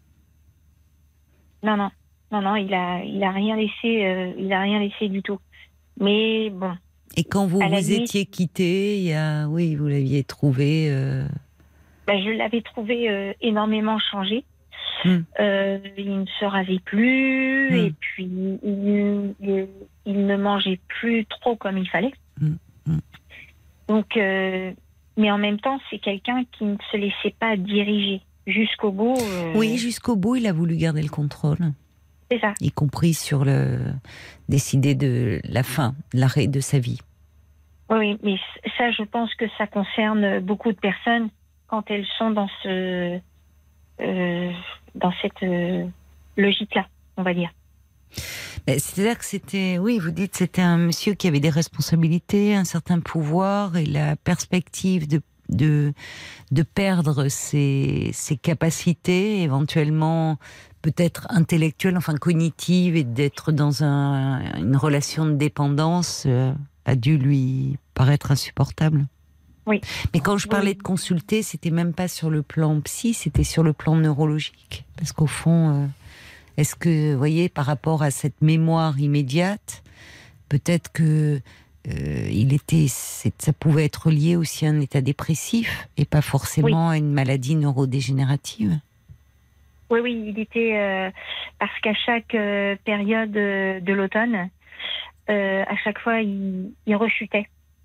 Non, non. Non, non, il a, il a rien laissé, euh, il a rien laissé du tout. Mais bon, Et quand vous À la vous limite- étiez quitté, il y a oui, vous l'aviez trouvé. euh, ben, je l'avais trouvé euh, énormément changé. Hmm. Euh, il ne se rasait plus, Hmm. et puis il, il, il ne mangeait plus trop comme il fallait. Hmm. Hmm. Donc, euh, mais en même temps, c'est quelqu'un qui ne se laissait pas diriger jusqu'au bout. euh, Oui, jusqu'au bout, il a voulu garder le contrôle. C'est ça. Y compris sur le décider de la fin, de l'arrêt de sa vie. Oui, oui, mais ça, je pense que ça concerne beaucoup de personnes quand elles sont dans ce, euh, dans cette euh, logique-là, on va dire. C'est-à-dire que c'était, oui, vous dites, c'était un monsieur qui avait des responsabilités, un certain pouvoir, et la perspective de de de perdre ses ses capacités, éventuellement peut-être intellectuelles, enfin cognitives, et d'être dans un, une relation de dépendance euh, a dû lui paraître insupportable. Oui. Mais quand je parlais Oui. de consulter, c'était même pas sur le plan psy, c'était sur le plan neurologique, parce qu'au fond. Euh, Est-ce que, vous voyez, par rapport à cette mémoire immédiate, peut-être que euh, il était, ça pouvait être lié aussi à un état dépressif et pas forcément oui. à une maladie neurodégénérative. Oui, oui, il était euh, parce qu'à chaque euh, période euh, de l'automne, euh, à chaque fois, il, il rechutait.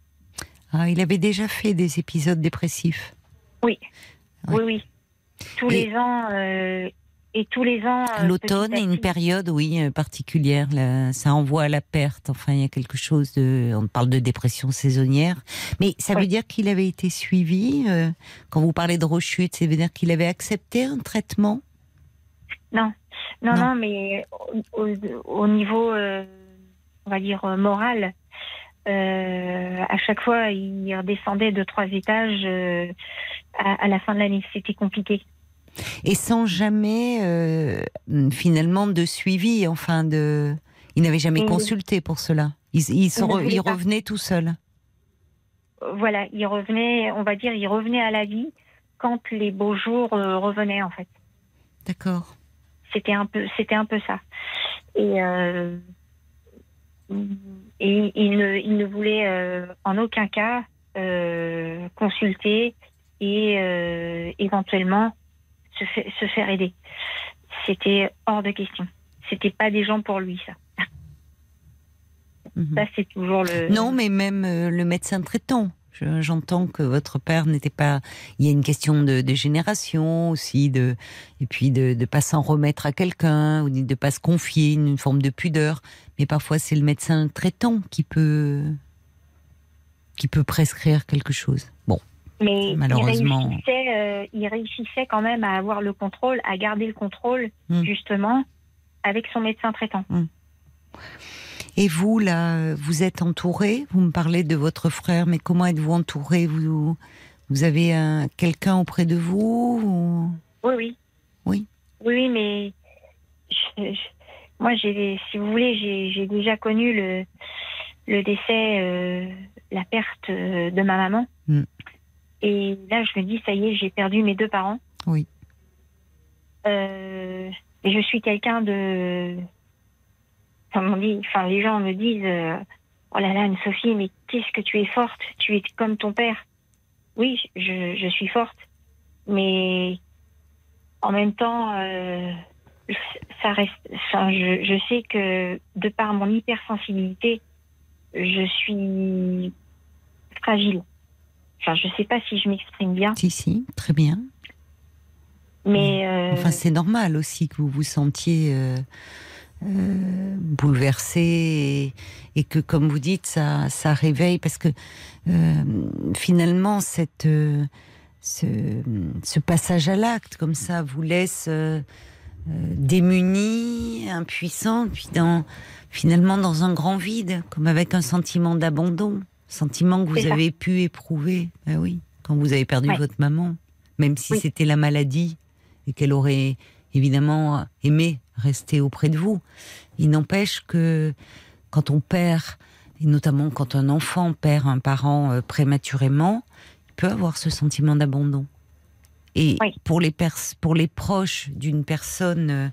Ah, il avait déjà fait des épisodes dépressifs. Oui, Ouais. oui, oui. Tous Et- les ans. Euh, Et tous les ans. euh, L'automne petit à est une petit- période, oui, euh, particulière. Là, ça envoie à la perte. Enfin, il y a quelque chose de. On parle de dépression saisonnière, mais ça veut Oui. dire qu'il avait été suivi. Euh, quand vous parlez de rechute, ça veut dire qu'il avait accepté un traitement. Non, non, Non. non, mais au, au- au niveau, euh, on va dire, euh, moral, euh, à chaque fois, il redescendait de trois étages euh, à, à la fin de l'année. C'était compliqué. Et sans jamais, euh, finalement, de suivi. Enfin, de. Il n'avait jamais Et- consulté pour cela. Il, il, se Il ne re- voulait il pas. revenait tout seul. Voilà, il revenait, on va dire, il revenait à la vie quand les beaux jours euh, revenaient, en fait. D'accord. C'était un peu, c'était un peu ça. Et, euh, et il ne, il ne voulait euh, en aucun cas euh, consulter et euh, éventuellement se, fait, se faire aider. C'était hors de question. C'était pas des gens pour lui, ça. Mhm. Ça, c'est toujours le. Non, mais même euh, le médecin traitant. Je- J'entends que votre père n'était pas. Il y a une question de, de génération aussi, de et puis de ne pas s'en remettre à quelqu'un ou de ne pas se confier, une, une forme de pudeur. Mais parfois, c'est le médecin traitant qui peut qui peut prescrire quelque chose. Bon, Mais malheureusement. il réussissait, euh, il réussissait quand même à avoir le contrôle, à garder le contrôle, Mm. justement, avec son médecin traitant. Et vous, là, vous êtes entouré. Vous me parlez de votre frère, mais comment êtes-vous entouré? Vous, vous avez un, quelqu'un auprès de vous ou... Oui, oui. Oui. Oui, oui, mais je- je- moi, j'ai, si vous voulez, j'ai, j'ai déjà connu le, le décès, euh, la perte euh, de ma maman. Mm. Et là, je me dis, ça y est, j'ai perdu mes deux parents. Oui. Euh, et je suis quelqu'un de... Enfin, on dit, enfin, les gens me disent, euh, oh là là, Anne-Sophie, mais qu'est-ce que tu es forte, tu es comme ton père. Oui, je, je suis forte, mais en même temps, euh, ça reste. Enfin, je, je sais que de par mon hypersensibilité, je suis fragile. Enfin, je sais pas si je m'exprime bien, Si, si, très bien. mais euh, Enfin, c'est normal aussi que vous vous sentiez euh, euh, bouleversé et, et que, comme vous dites, ça, ça réveille parce que euh, finalement, cette, euh, ce, ce passage à l'acte, comme ça, vous laisse euh, euh, démunis, impuissants, puis dans, finalement dans un grand vide, comme avec un sentiment d'abandon, sentiment que vous C'est ça. avez pu éprouver, ben oui, quand vous avez perdu Ouais. votre maman, même si Oui. c'était la maladie et qu'elle aurait évidemment aimé rester auprès de vous. Il n'empêche que quand on perd, et notamment quand un enfant perd un parent euh, prématurément, il peut avoir ce sentiment d'abandon. Et Oui. pour les pers- pour les proches d'une personne euh,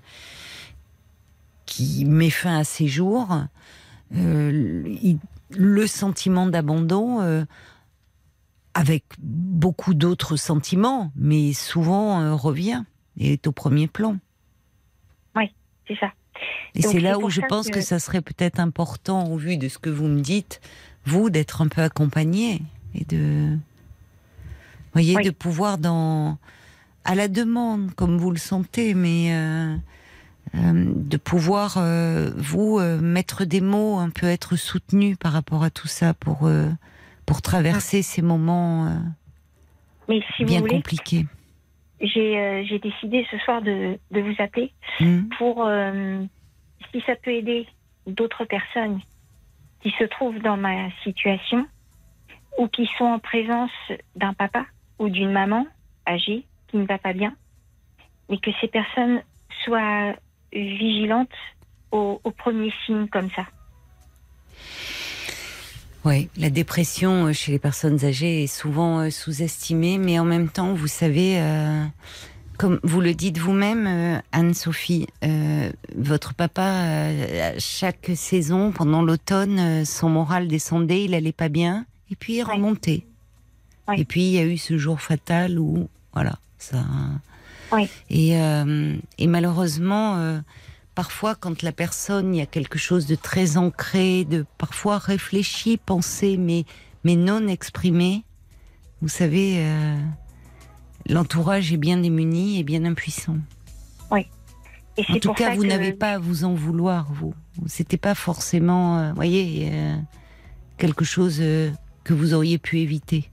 qui met fin à ses jours, euh, il- le sentiment d'abandon, euh, avec beaucoup d'autres sentiments, mais souvent euh, revient et est au premier plan. c'est ça. Et Donc, c'est là c'est où pour je ça pense que... que- ça serait peut-être important, au vu de ce que vous me dites, vous, d'être un peu accompagné et de, vous voyez, Oui. de pouvoir dans, à la demande, comme vous le sentez, mais euh, euh, de pouvoir, euh, vous, euh, mettre des mots, un peu être soutenu par rapport à tout ça pour, euh, pour traverser mmh. ces moments euh, Mais si bien vous voulez, compliqués. J'ai, euh, j'ai décidé ce soir de, de vous appeler mmh. pour, euh, si ça peut aider d'autres personnes qui se trouvent dans ma situation ou qui sont en présence d'un papa ou d'une maman âgée qui ne va pas bien, mais que ces personnes soient vigilantes aux, aux premiers signes comme ça. Oui, la dépression chez les personnes âgées est souvent sous-estimée, mais en même temps, vous savez, euh, comme vous le dites vous-même, euh, Anne-Sophie, euh, votre papa, euh, à chaque saison, pendant l'automne, euh, son moral descendait, il allait pas bien, et puis il remontait. Oui. Et puis il y a eu ce jour fatal où, voilà, ça. Oui. Et, euh, et malheureusement. Euh, Parfois, quand la personne, il y a quelque chose de très ancré, de parfois réfléchi, pensé, mais, mais non exprimé, vous savez, euh, l'entourage est bien démuni et bien impuissant. Oui. Et c'est en tout pour cas, ça vous que... n'avez pas à vous en vouloir, vous. C'était pas forcément, vous euh, voyez, euh, quelque chose euh, que vous auriez pu éviter.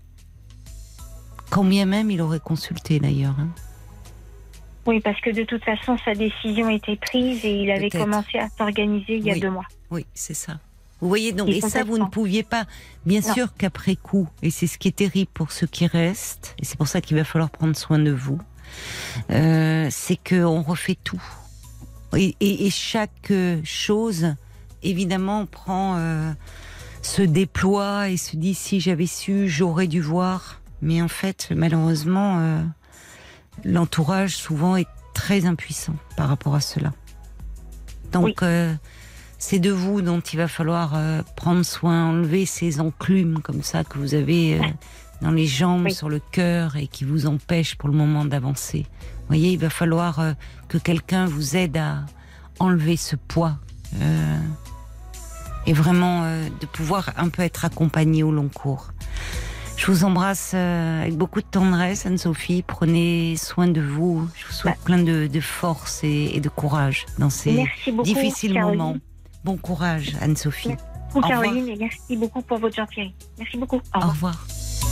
Quand bien même il aurait consulté, d'ailleurs. Hein. Oui, parce que de toute façon, sa décision était prise et il avait Peut-être. commencé à s'organiser il y a Oui. deux mois. Oui, c'est ça. Vous voyez, donc, Et et ça, vous ne pouviez pas, bien Non. sûr qu'après coup, et c'est ce qui est terrible pour ceux qui restent, et c'est pour ça qu'il va falloir prendre soin de vous, euh, c'est qu'on refait tout. Et, et, et chaque chose, évidemment, prend, euh, se déploie et se dit, si j'avais su, j'aurais dû voir. Mais en fait, malheureusement... Euh, l'entourage souvent est très impuissant par rapport à cela. Donc oui. euh, c'est de vous dont il va falloir euh, prendre soin, enlever ces enclumes comme ça que vous avez euh, dans les jambes, oui. sur le cœur et qui vous empêchent pour le moment d'avancer. Vous voyez, il va falloir euh, que quelqu'un vous aide à enlever ce poids euh, et vraiment euh, de pouvoir un peu être accompagné au long cours. Je vous embrasse euh, avec beaucoup de tendresse, Anne-Sophie. Prenez soin de vous. Je vous souhaite bah. plein de, de force et, et de courage dans ces merci beaucoup, difficiles Caroline. moments. Bon courage, Anne-Sophie. Merci beaucoup, Caroline, et merci beaucoup pour votre gentillesse. Merci beaucoup. Au revoir. Au revoir.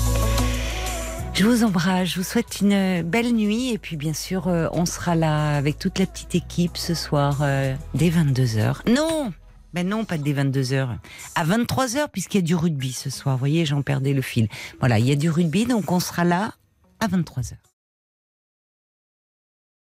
Je vous embrasse. Je vous souhaite une belle nuit. Et puis, bien sûr, euh, on sera là avec toute la petite équipe ce soir euh, dès vingt-deux heures. Non! Ben non, pas dès vingt-deux heures. À vingt-trois heures, puisqu'il y a du rugby ce soir. Vous voyez, j'en perdais le fil. Voilà, il y a du rugby, donc on sera là à vingt-trois heures.